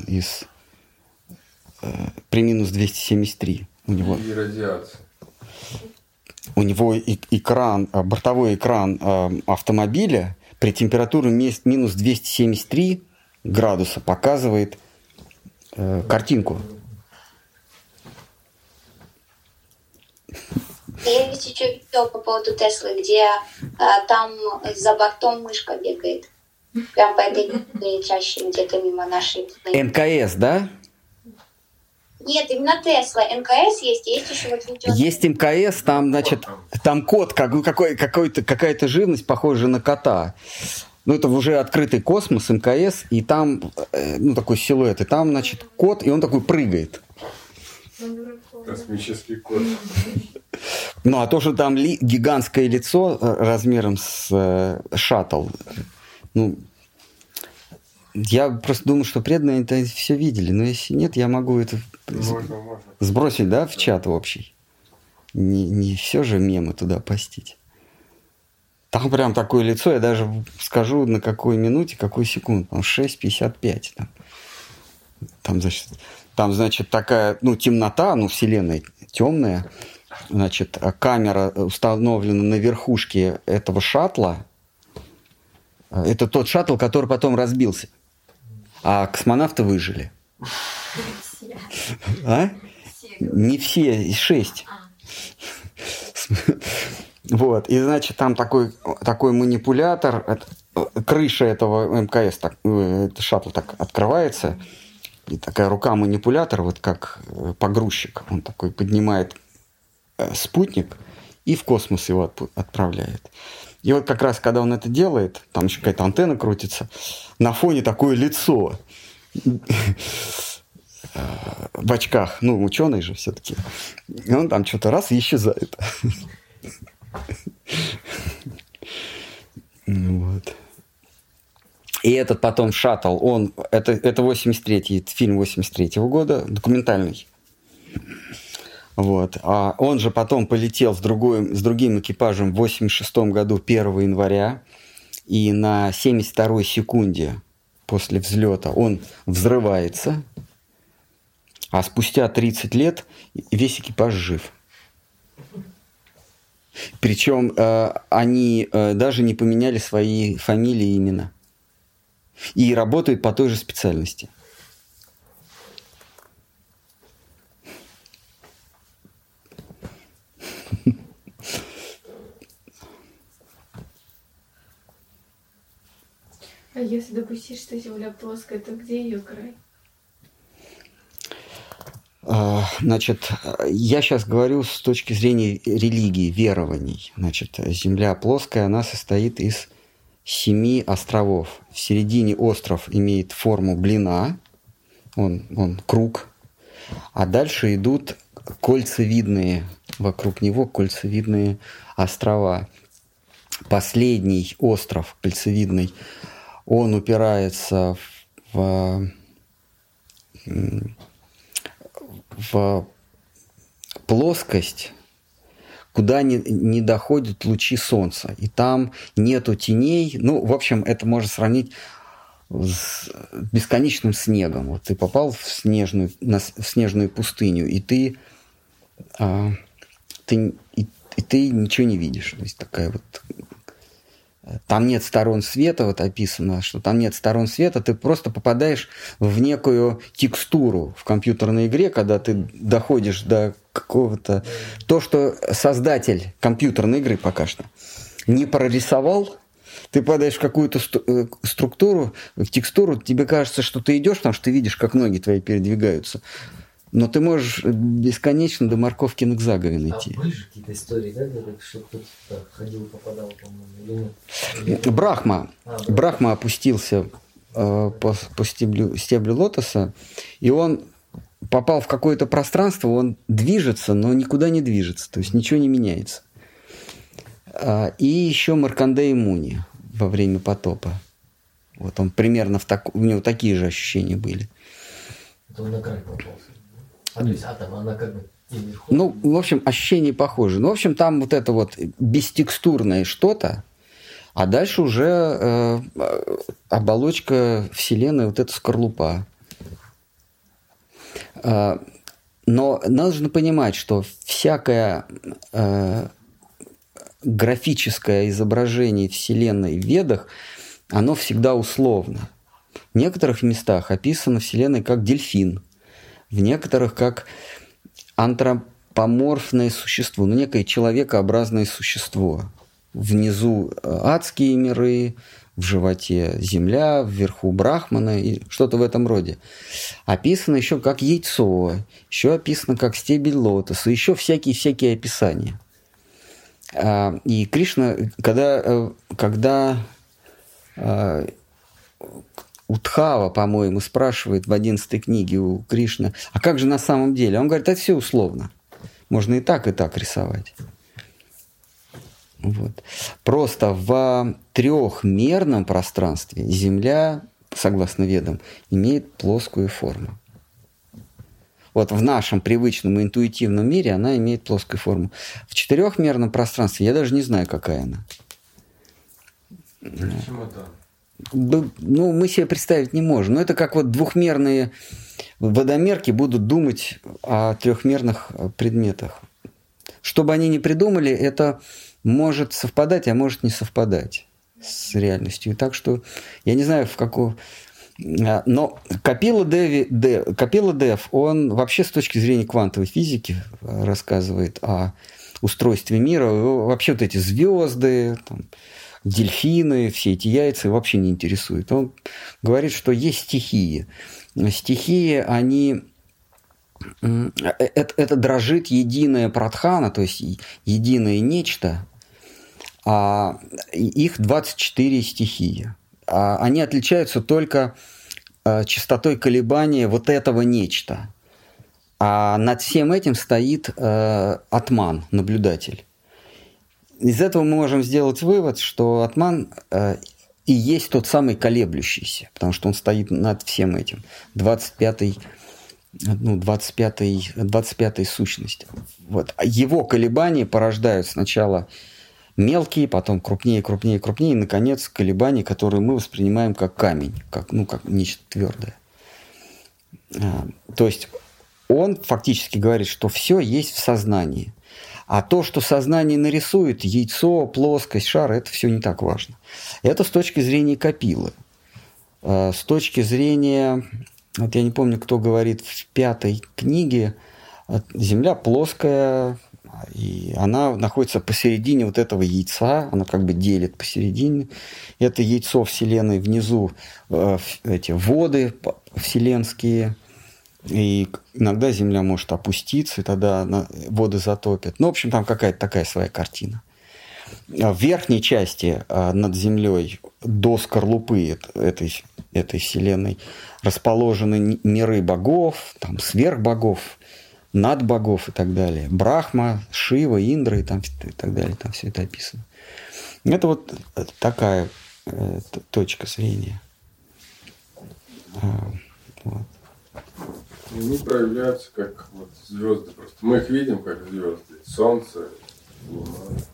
При минус 273. У него... И радиация. У него экран, бортовой экран автомобиля при температуре минус 273 градуса показывает картинку. Я ведь еще видела по поводу Теслы, где там за бортом мышка бегает. Прям по этой летящей где-то мимо нашей. МКС, да? Нет, именно Тесла. МКС есть еще вот видео. Есть МКС, там, значит, там кот, какая-то живность, похожая на кота. Ну, это уже открытый космос, МКС, и там, ну, такой силуэт, и там, значит, кот, и он такой прыгает. Космический кот. Ну, а то, что там гигантское лицо размером с шаттл, ну, я просто думаю, что преданные это все видели, но если нет, я могу это можно. сбросить, да, в чат общий. Не все же мемы туда постить. Там прям такое лицо, я даже скажу, на какой минуте, какой секунд, там 6:55. Там, значит, такая, ну, темнота, ну, вселенная темная. Значит, камера установлена на верхушке этого шаттла. Это тот шаттл, который потом разбился. А космонавты выжили. А? Не все, 6. Вот. И, значит, там такой манипулятор, крыша этого МКС, шаттл так открывается, и такая рука манипулятора, вот как погрузчик, он такой поднимает спутник и в космос его отправляет. И вот как раз, когда он это делает, там еще какая-то антенна крутится, на фоне такое лицо в очках, ну, ученый же все-таки. И он там что-то раз и исчезает. Вот. И этот потом шаттл, это 83-й, фильм 83-го года, документальный. Вот. А он же потом полетел с другим экипажем в 86-м году 1 января, и на 72-й секунде после взлета он взрывается, а спустя 30 лет весь экипаж жив. Причем они даже не поменяли свои фамилии и имена. И работают по той же специальности. А если допустить, что Земля плоская, то где ее край? Значит, я сейчас говорю с точки зрения религии, верований. Значит, Земля плоская, она состоит из 7 островов. В середине остров имеет форму блина, он круг, а дальше идут кольцевидные, вокруг него кольцевидные острова. Последний остров кольцевидный, он упирается в плоскость, куда не доходят лучи солнца. И там нету теней. Ну, в общем, это можно сравнить с бесконечным снегом. Вот ты попал в снежную пустыню, и ты ничего не видишь. То есть такая вот... Там нет сторон света, вот описано, что там нет сторон света, ты просто попадаешь в некую текстуру в компьютерной игре, когда ты доходишь до какого-то... То, что создатель компьютерной игры пока что не прорисовал, ты попадаешь в какую-то структуру, в текстуру, тебе кажется, что ты идешь, потому что ты видишь, как ноги твои передвигаются. Но ты можешь бесконечно до морковки на Загоре идти. А были же какие-то истории, да, что кто-то ходил и попадал, по-моему, или нет? Брахма опустился по стеблю лотоса, и он попал в какое-то пространство, он движется, но никуда не движется, то есть ничего не меняется. И еще Маркандея Муни во время потопа. Вот он примерно у него такие же ощущения были. Это он на край попался. То есть там она как бы... Ну, в общем, ощущения похожи. Ну, в общем, там вот это вот бестекстурное что-то, а дальше уже оболочка Вселенной, вот эта скорлупа. Но нужно понимать, что всякое графическое изображение Вселенной в Ведах, оно всегда условно. В некоторых местах описана Вселенная как дельфин, в некоторых как антропоморфное существо, ну, некое человекообразное существо. Внизу адские миры, в животе земля, вверху брахмана и что-то в этом роде. Описано еще как яйцо, еще описано как стебель лотоса, еще всякие описания. И Кришна, когда Удхава, по-моему, спрашивает в 11 книге у Кришны, а как же на самом деле? Он говорит, это все условно. Можно и так рисовать. Вот. Просто в трехмерном пространстве Земля, согласно Ведам, имеет плоскую форму. Вот в нашем привычном интуитивном мире она имеет плоскую форму. В четырехмерном пространстве я даже не знаю, какая она. Почему это? Ну, мы себе представить не можем. Но это как вот двухмерные водомерки будут думать о трехмерных предметах. Что бы они ни придумали, это может совпадать, а может не совпадать с реальностью. Так что я не знаю, в каком... Но Капила Дев, он вообще с точки зрения квантовой физики рассказывает о устройстве мира. Вообще вот эти звезды, там, дельфины, все эти яйца вообще не интересуют. Он говорит, что есть стихии. Стихии, они... Это дрожит единая прадхана, то есть единое нечто, Их 24 стихии. Они отличаются только частотой колебания вот этого нечто. А над всем этим стоит атман, наблюдатель. Из этого мы можем сделать вывод, что атман и есть тот самый колеблющийся, потому что он стоит над всем этим. 25-й сущность. Вот. Его колебания порождают сначала мелкие, потом крупнее, крупнее, крупнее, и, наконец, колебания, которые мы воспринимаем как камень, как нечто твердое. То есть он фактически говорит, что все есть в сознании. А то, что сознание нарисует, яйцо, плоскость, шар, это все не так важно. Это с точки зрения Капилы. С точки зрения, вот я не помню, кто говорит в 5 книге, Земля плоская, и она находится посередине вот этого яйца, она как бы делит посередине. Это яйцо Вселенной, внизу эти воды вселенские, и иногда Земля может опуститься, и тогда воды затопят. Ну, в общем, там какая-то такая своя картина. В верхней части над Землей до скорлупы этой Вселенной расположены миры богов, там сверхбогов, надбогов и так далее. Брахма, Шива, Индра и так далее. Там все это описано. Это вот такая точка зрения. Вот. Они проявляются как вот звезды просто. Мы их видим как звезды. Солнце, Луна.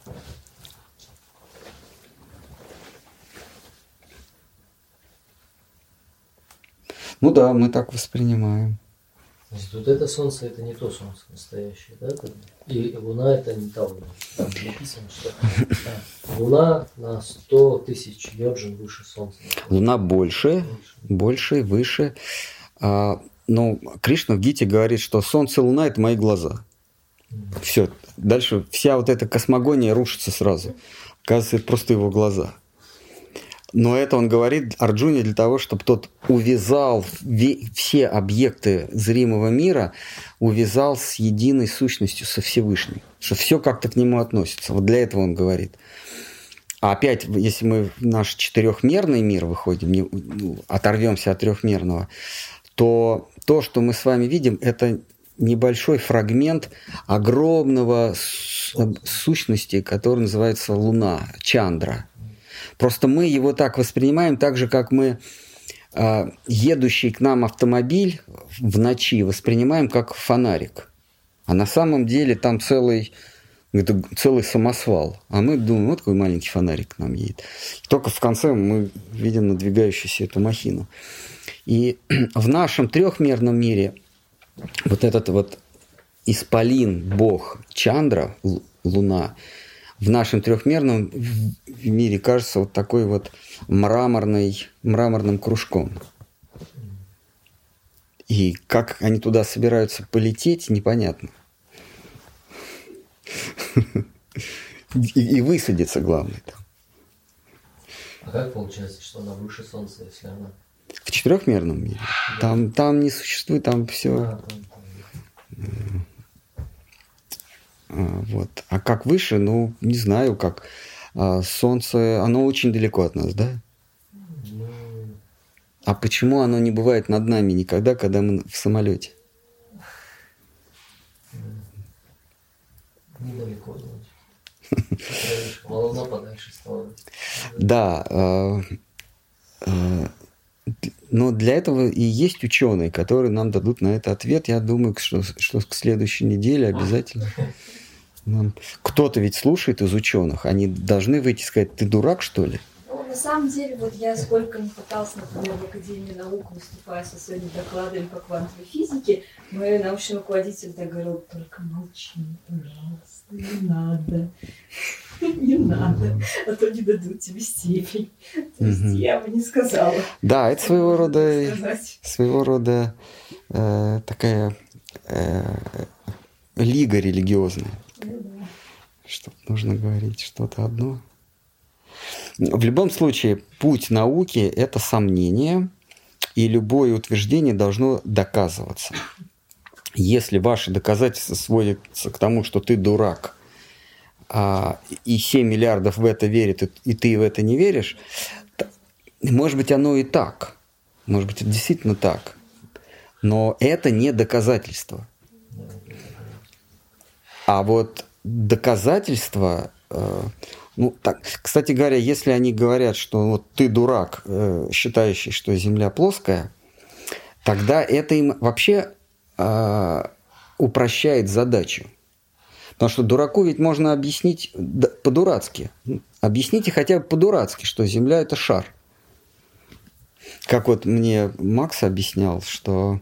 Ну да, мы так воспринимаем. Значит, вот это солнце, это не то солнце настоящее, да? И луна это не та луна. Там написано, что луна на 100 тысяч йоджин выше солнца. Луна больше, выше. Но Кришна в Гите говорит, что солнце и луна – это мои глаза. Все. Дальше вся вот эта космогония рушится сразу. Оказывается, это просто его глаза. Но это он говорит Арджуне для того, чтобы тот увязал все объекты зримого мира, увязал с единой сущностью, со Всевышним. Что все как-то к нему относится. Вот для этого он говорит. А опять, если мы в наш четырехмерный мир выходим, оторвемся от трехмерного, то то, что мы с вами видим, это небольшой фрагмент огромного сущности, который называется Луна, Чандра. Просто мы его так воспринимаем, так же, как мы едущий к нам автомобиль в ночи воспринимаем как фонарик. А на самом деле там целый самосвал. А мы думаем, вот такой маленький фонарик к нам едет. Только в конце мы видим надвигающуюся эту махину. И в нашем трехмерном мире вот этот вот исполин, бог Чандра, Луна, в нашем трехмерном мире кажется вот такой вот мраморным кружком. И как они туда собираются полететь, непонятно. И высадиться, главное. А как получается, что она выше Солнца, если она... В четырехмерном мире? Там не существует, там все... Вот. А как выше, ну, не знаю, как. Солнце, оно очень далеко от нас, да? А почему оно не бывает над нами никогда, когда мы в самолете? Недалеко, значит. Луна подальше стала. Да. Но для этого и есть ученые, которые нам дадут на это ответ. Я думаю, что к следующей неделе обязательно. Кто-то ведь слушает из ученых. Они должны выйти и сказать: ты дурак, что ли? Ну, на самом деле, вот я сколько не пыталась, например, в Академии наук, выступая со своими докладами по квантовой физике, мой научный руководитель так говорил: только молчи, пожалуйста, не надо. Не надо, а то не дадут тебе степень. То есть я бы не сказала. Да, это своего рода такая лига религиозная. Что нужно говорить что-то одно. В любом случае, путь науки – это сомнение, и любое утверждение должно доказываться. Если ваши доказательства сводятся к тому, что ты дурак, и 7 миллиардов в это верят, и ты в это не веришь, может быть, оно и так. Может быть, это действительно так. Но это не доказательство. А вот доказательства... Ну, так, кстати говоря, если они говорят, что вот ты дурак, считающий, что Земля плоская, тогда это им вообще упрощает задачу. Потому что дураку ведь можно объяснить по-дурацки. Объясните хотя бы по-дурацки, что Земля – это шар. Как вот мне Макс объяснял, что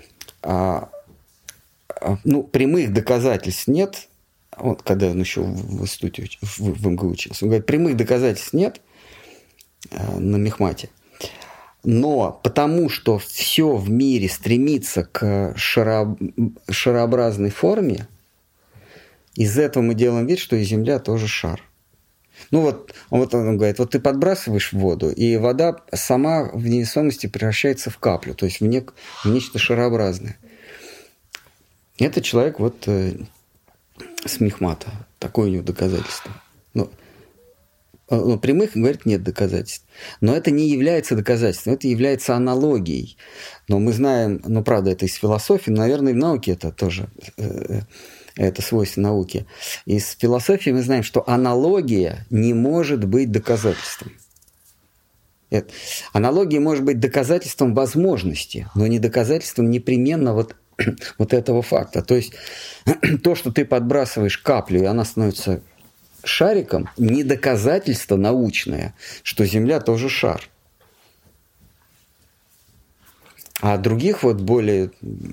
прямых доказательств нет. Вот когда он еще в институте, в МГУ учился, он говорит, прямых доказательств нет на мехмате. Но потому что все в мире стремится к шарообразной форме, из этого мы делаем вид, что и Земля тоже шар. Ну вот он говорит, вот ты подбрасываешь в воду, и вода сама в невесомости превращается в каплю, то есть в нечто шарообразное. Это человек вот с мехмата. Такое у него доказательство. Но прямых, говорит, нет доказательств. Но это не является доказательством, это является аналогией. Но мы знаем, правда, это из философии, но, наверное, и в науке это тоже, это свойство науки. Из философии мы знаем, что аналогия не может быть доказательством. Аналогия может быть доказательством возможности, но не доказательством непременно вот этого факта. То есть то, что ты подбрасываешь каплю, и она становится шариком, не доказательство научное, что Земля тоже шар. А других вот более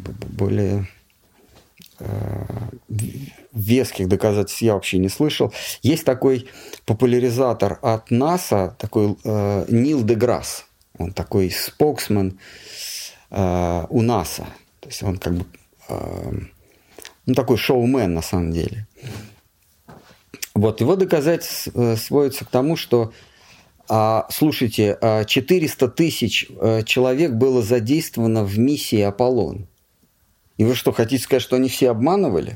веских доказательств я вообще не слышал. Есть такой популяризатор от НАСА, такой Нил Деграсс. Он такой споксмен у НАСА. То есть он как бы такой шоумен на самом деле. Вот его доказательства сводятся к тому, что, слушайте, 400 тысяч человек было задействовано в миссии «Аполлон». И вы что, хотите сказать, что они все обманывали?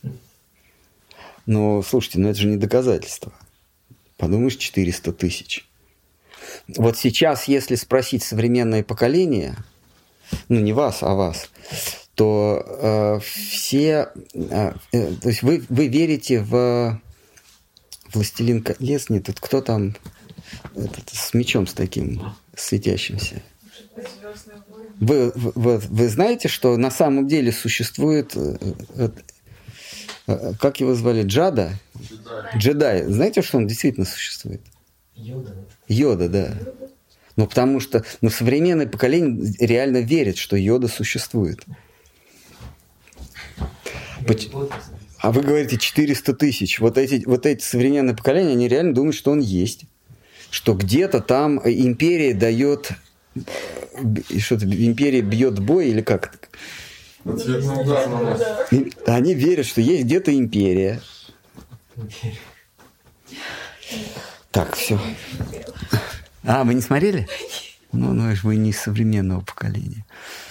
Ну, слушайте, это же не доказательство. Подумаешь, 400 тысяч. Вот сейчас, если спросить современное поколение, не вас, а вас, то все... то есть вы верите в «Властелин колец», нет, тут кто там с мечом с таким светящимся? Вы знаете, что на самом деле существует, как его звали, Джада? Джедай. Знаете, что он действительно существует? Йода, да. Ну, потому что современное поколение реально верит, что Йода существует. А вы говорите 400 тысяч. Вот эти современные поколения, они реально думают, что он есть. Что где-то там империя дает... Что-то империя бьет бой или как это? Они верят, что есть где-то империя. Так, все. Вы не смотрели? Вы не из современного поколения.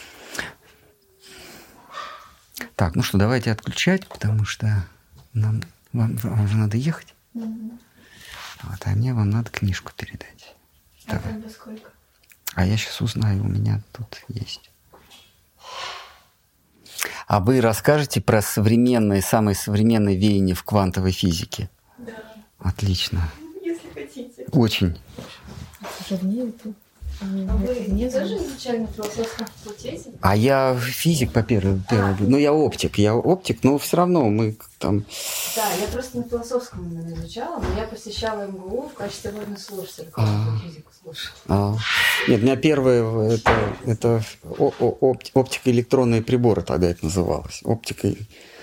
Так, что, давайте отключать, потому что вам же надо ехать. А мне вам надо книжку передать. А там во сколько? А я сейчас узнаю, у меня тут есть. А вы расскажете про самые современные веяния в квантовой физике? Да. Отлично. Если хотите. Очень. А вы не тоже изучали на философском факультете? А я физик по первому. Я оптик, но все равно мы там... Да, я просто на философском именно изучала, но я посещала МГУ в качестве вольного слушателя, классную физику слушала. Нет, у меня первое, это оптика электронные приборы тогда это называлось. Оптика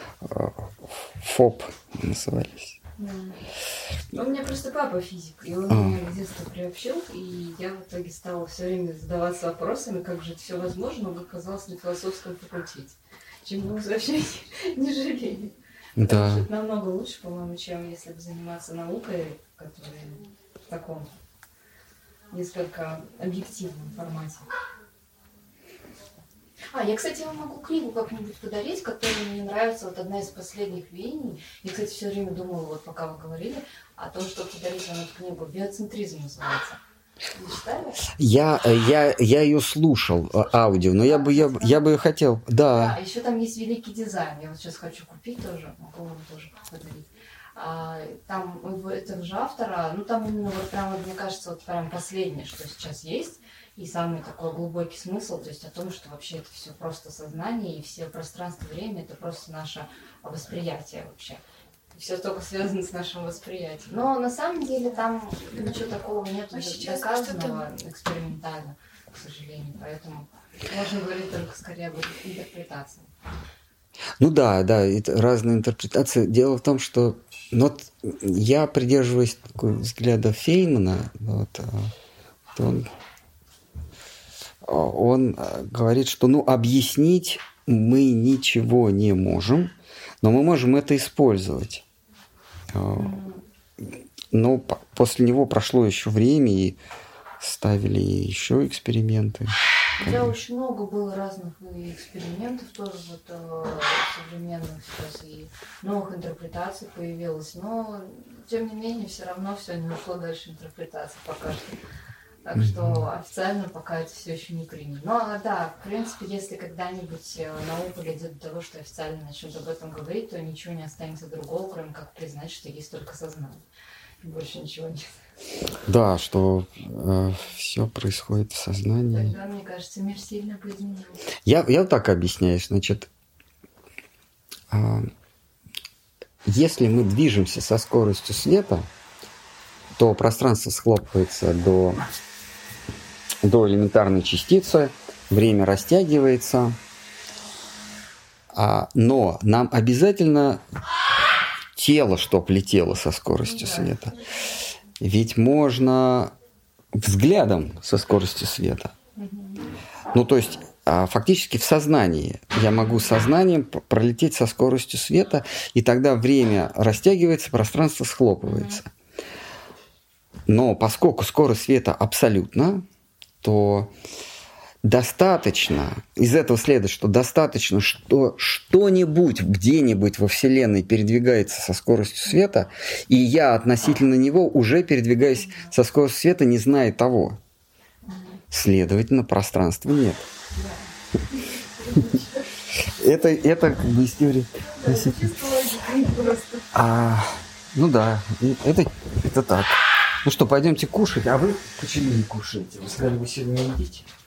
ФОП назывались. Да. У меня просто папа физик, и он меня с детства приобщил, и я в итоге стала все время задаваться вопросами, как же это все возможно, но оказалось на философском факультете. Чем мы вообще не жалели. Да. Потому что это намного лучше, по-моему, чем если бы заниматься наукой, которая в таком несколько объективном формате. Я, кстати, вам могу книгу как-нибудь подарить, которая мне нравится, вот одна из последних веяний. Я, кстати, все время думала, вот пока вы говорили, о том, что подарить вам эту книгу. «Биоцентризм» называется. Вы читали? Я ее слушал, аудио, но я бы ее хотел, да. Да, еще там есть «Великий дизайн». Я вот сейчас хочу купить тоже, могу вам тоже подарить. Там у этого же автора, там именно вот прям, мне кажется, вот прям последнее, что сейчас есть, и самый такой глубокий смысл, то есть о том, что вообще это все просто сознание, и все пространство, время, это просто наше восприятие вообще. Все только связано с нашим восприятием. Но на самом деле там ничего такого нет доказанного экспериментально, к сожалению. Поэтому можно говорить только скорее об интерпретации. Да, это разные интерпретации. Дело в том, что я придерживаюсь взгляда Фейнмана. Он говорит, что объяснить мы ничего не можем, но мы можем это использовать. Но после него прошло еще время, и ставили еще эксперименты. Да, очень много было разных экспериментов тоже современных сейчас, и новых интерпретаций появилось, но тем не менее все равно все не ушло дальше интерпретации пока что. Так что официально пока это все еще не принято. Но да, в принципе, если когда-нибудь наука дойдет до того, что официально начнут об этом говорить, то ничего не останется другого, кроме как признать, что есть только сознание. И больше ничего нет. Да, что все происходит в сознании. Тогда, мне кажется, мир сильно поизменился. Я вот так объясняю. Значит, если мы движемся со скоростью света, то пространство схлопывается до элементарной частицы, время растягивается, но нам обязательно тело, чтоб летело со скоростью света. Ведь можно взглядом со скоростью света. То есть фактически в сознании. Я могу сознанием пролететь со скоростью света, и тогда время растягивается, пространство схлопывается. Но поскольку скорость света абсолютна, то достаточно, из этого следует, что достаточно, что что-нибудь где-нибудь во Вселенной передвигается со скоростью света, и я относительно него уже передвигаюсь со скоростью света, не зная того. Следовательно, пространства нет. Это как бы из теории. Это так. Пойдемте кушать, а вы почему не кушаете? Вы сказали, вы сегодня не едите.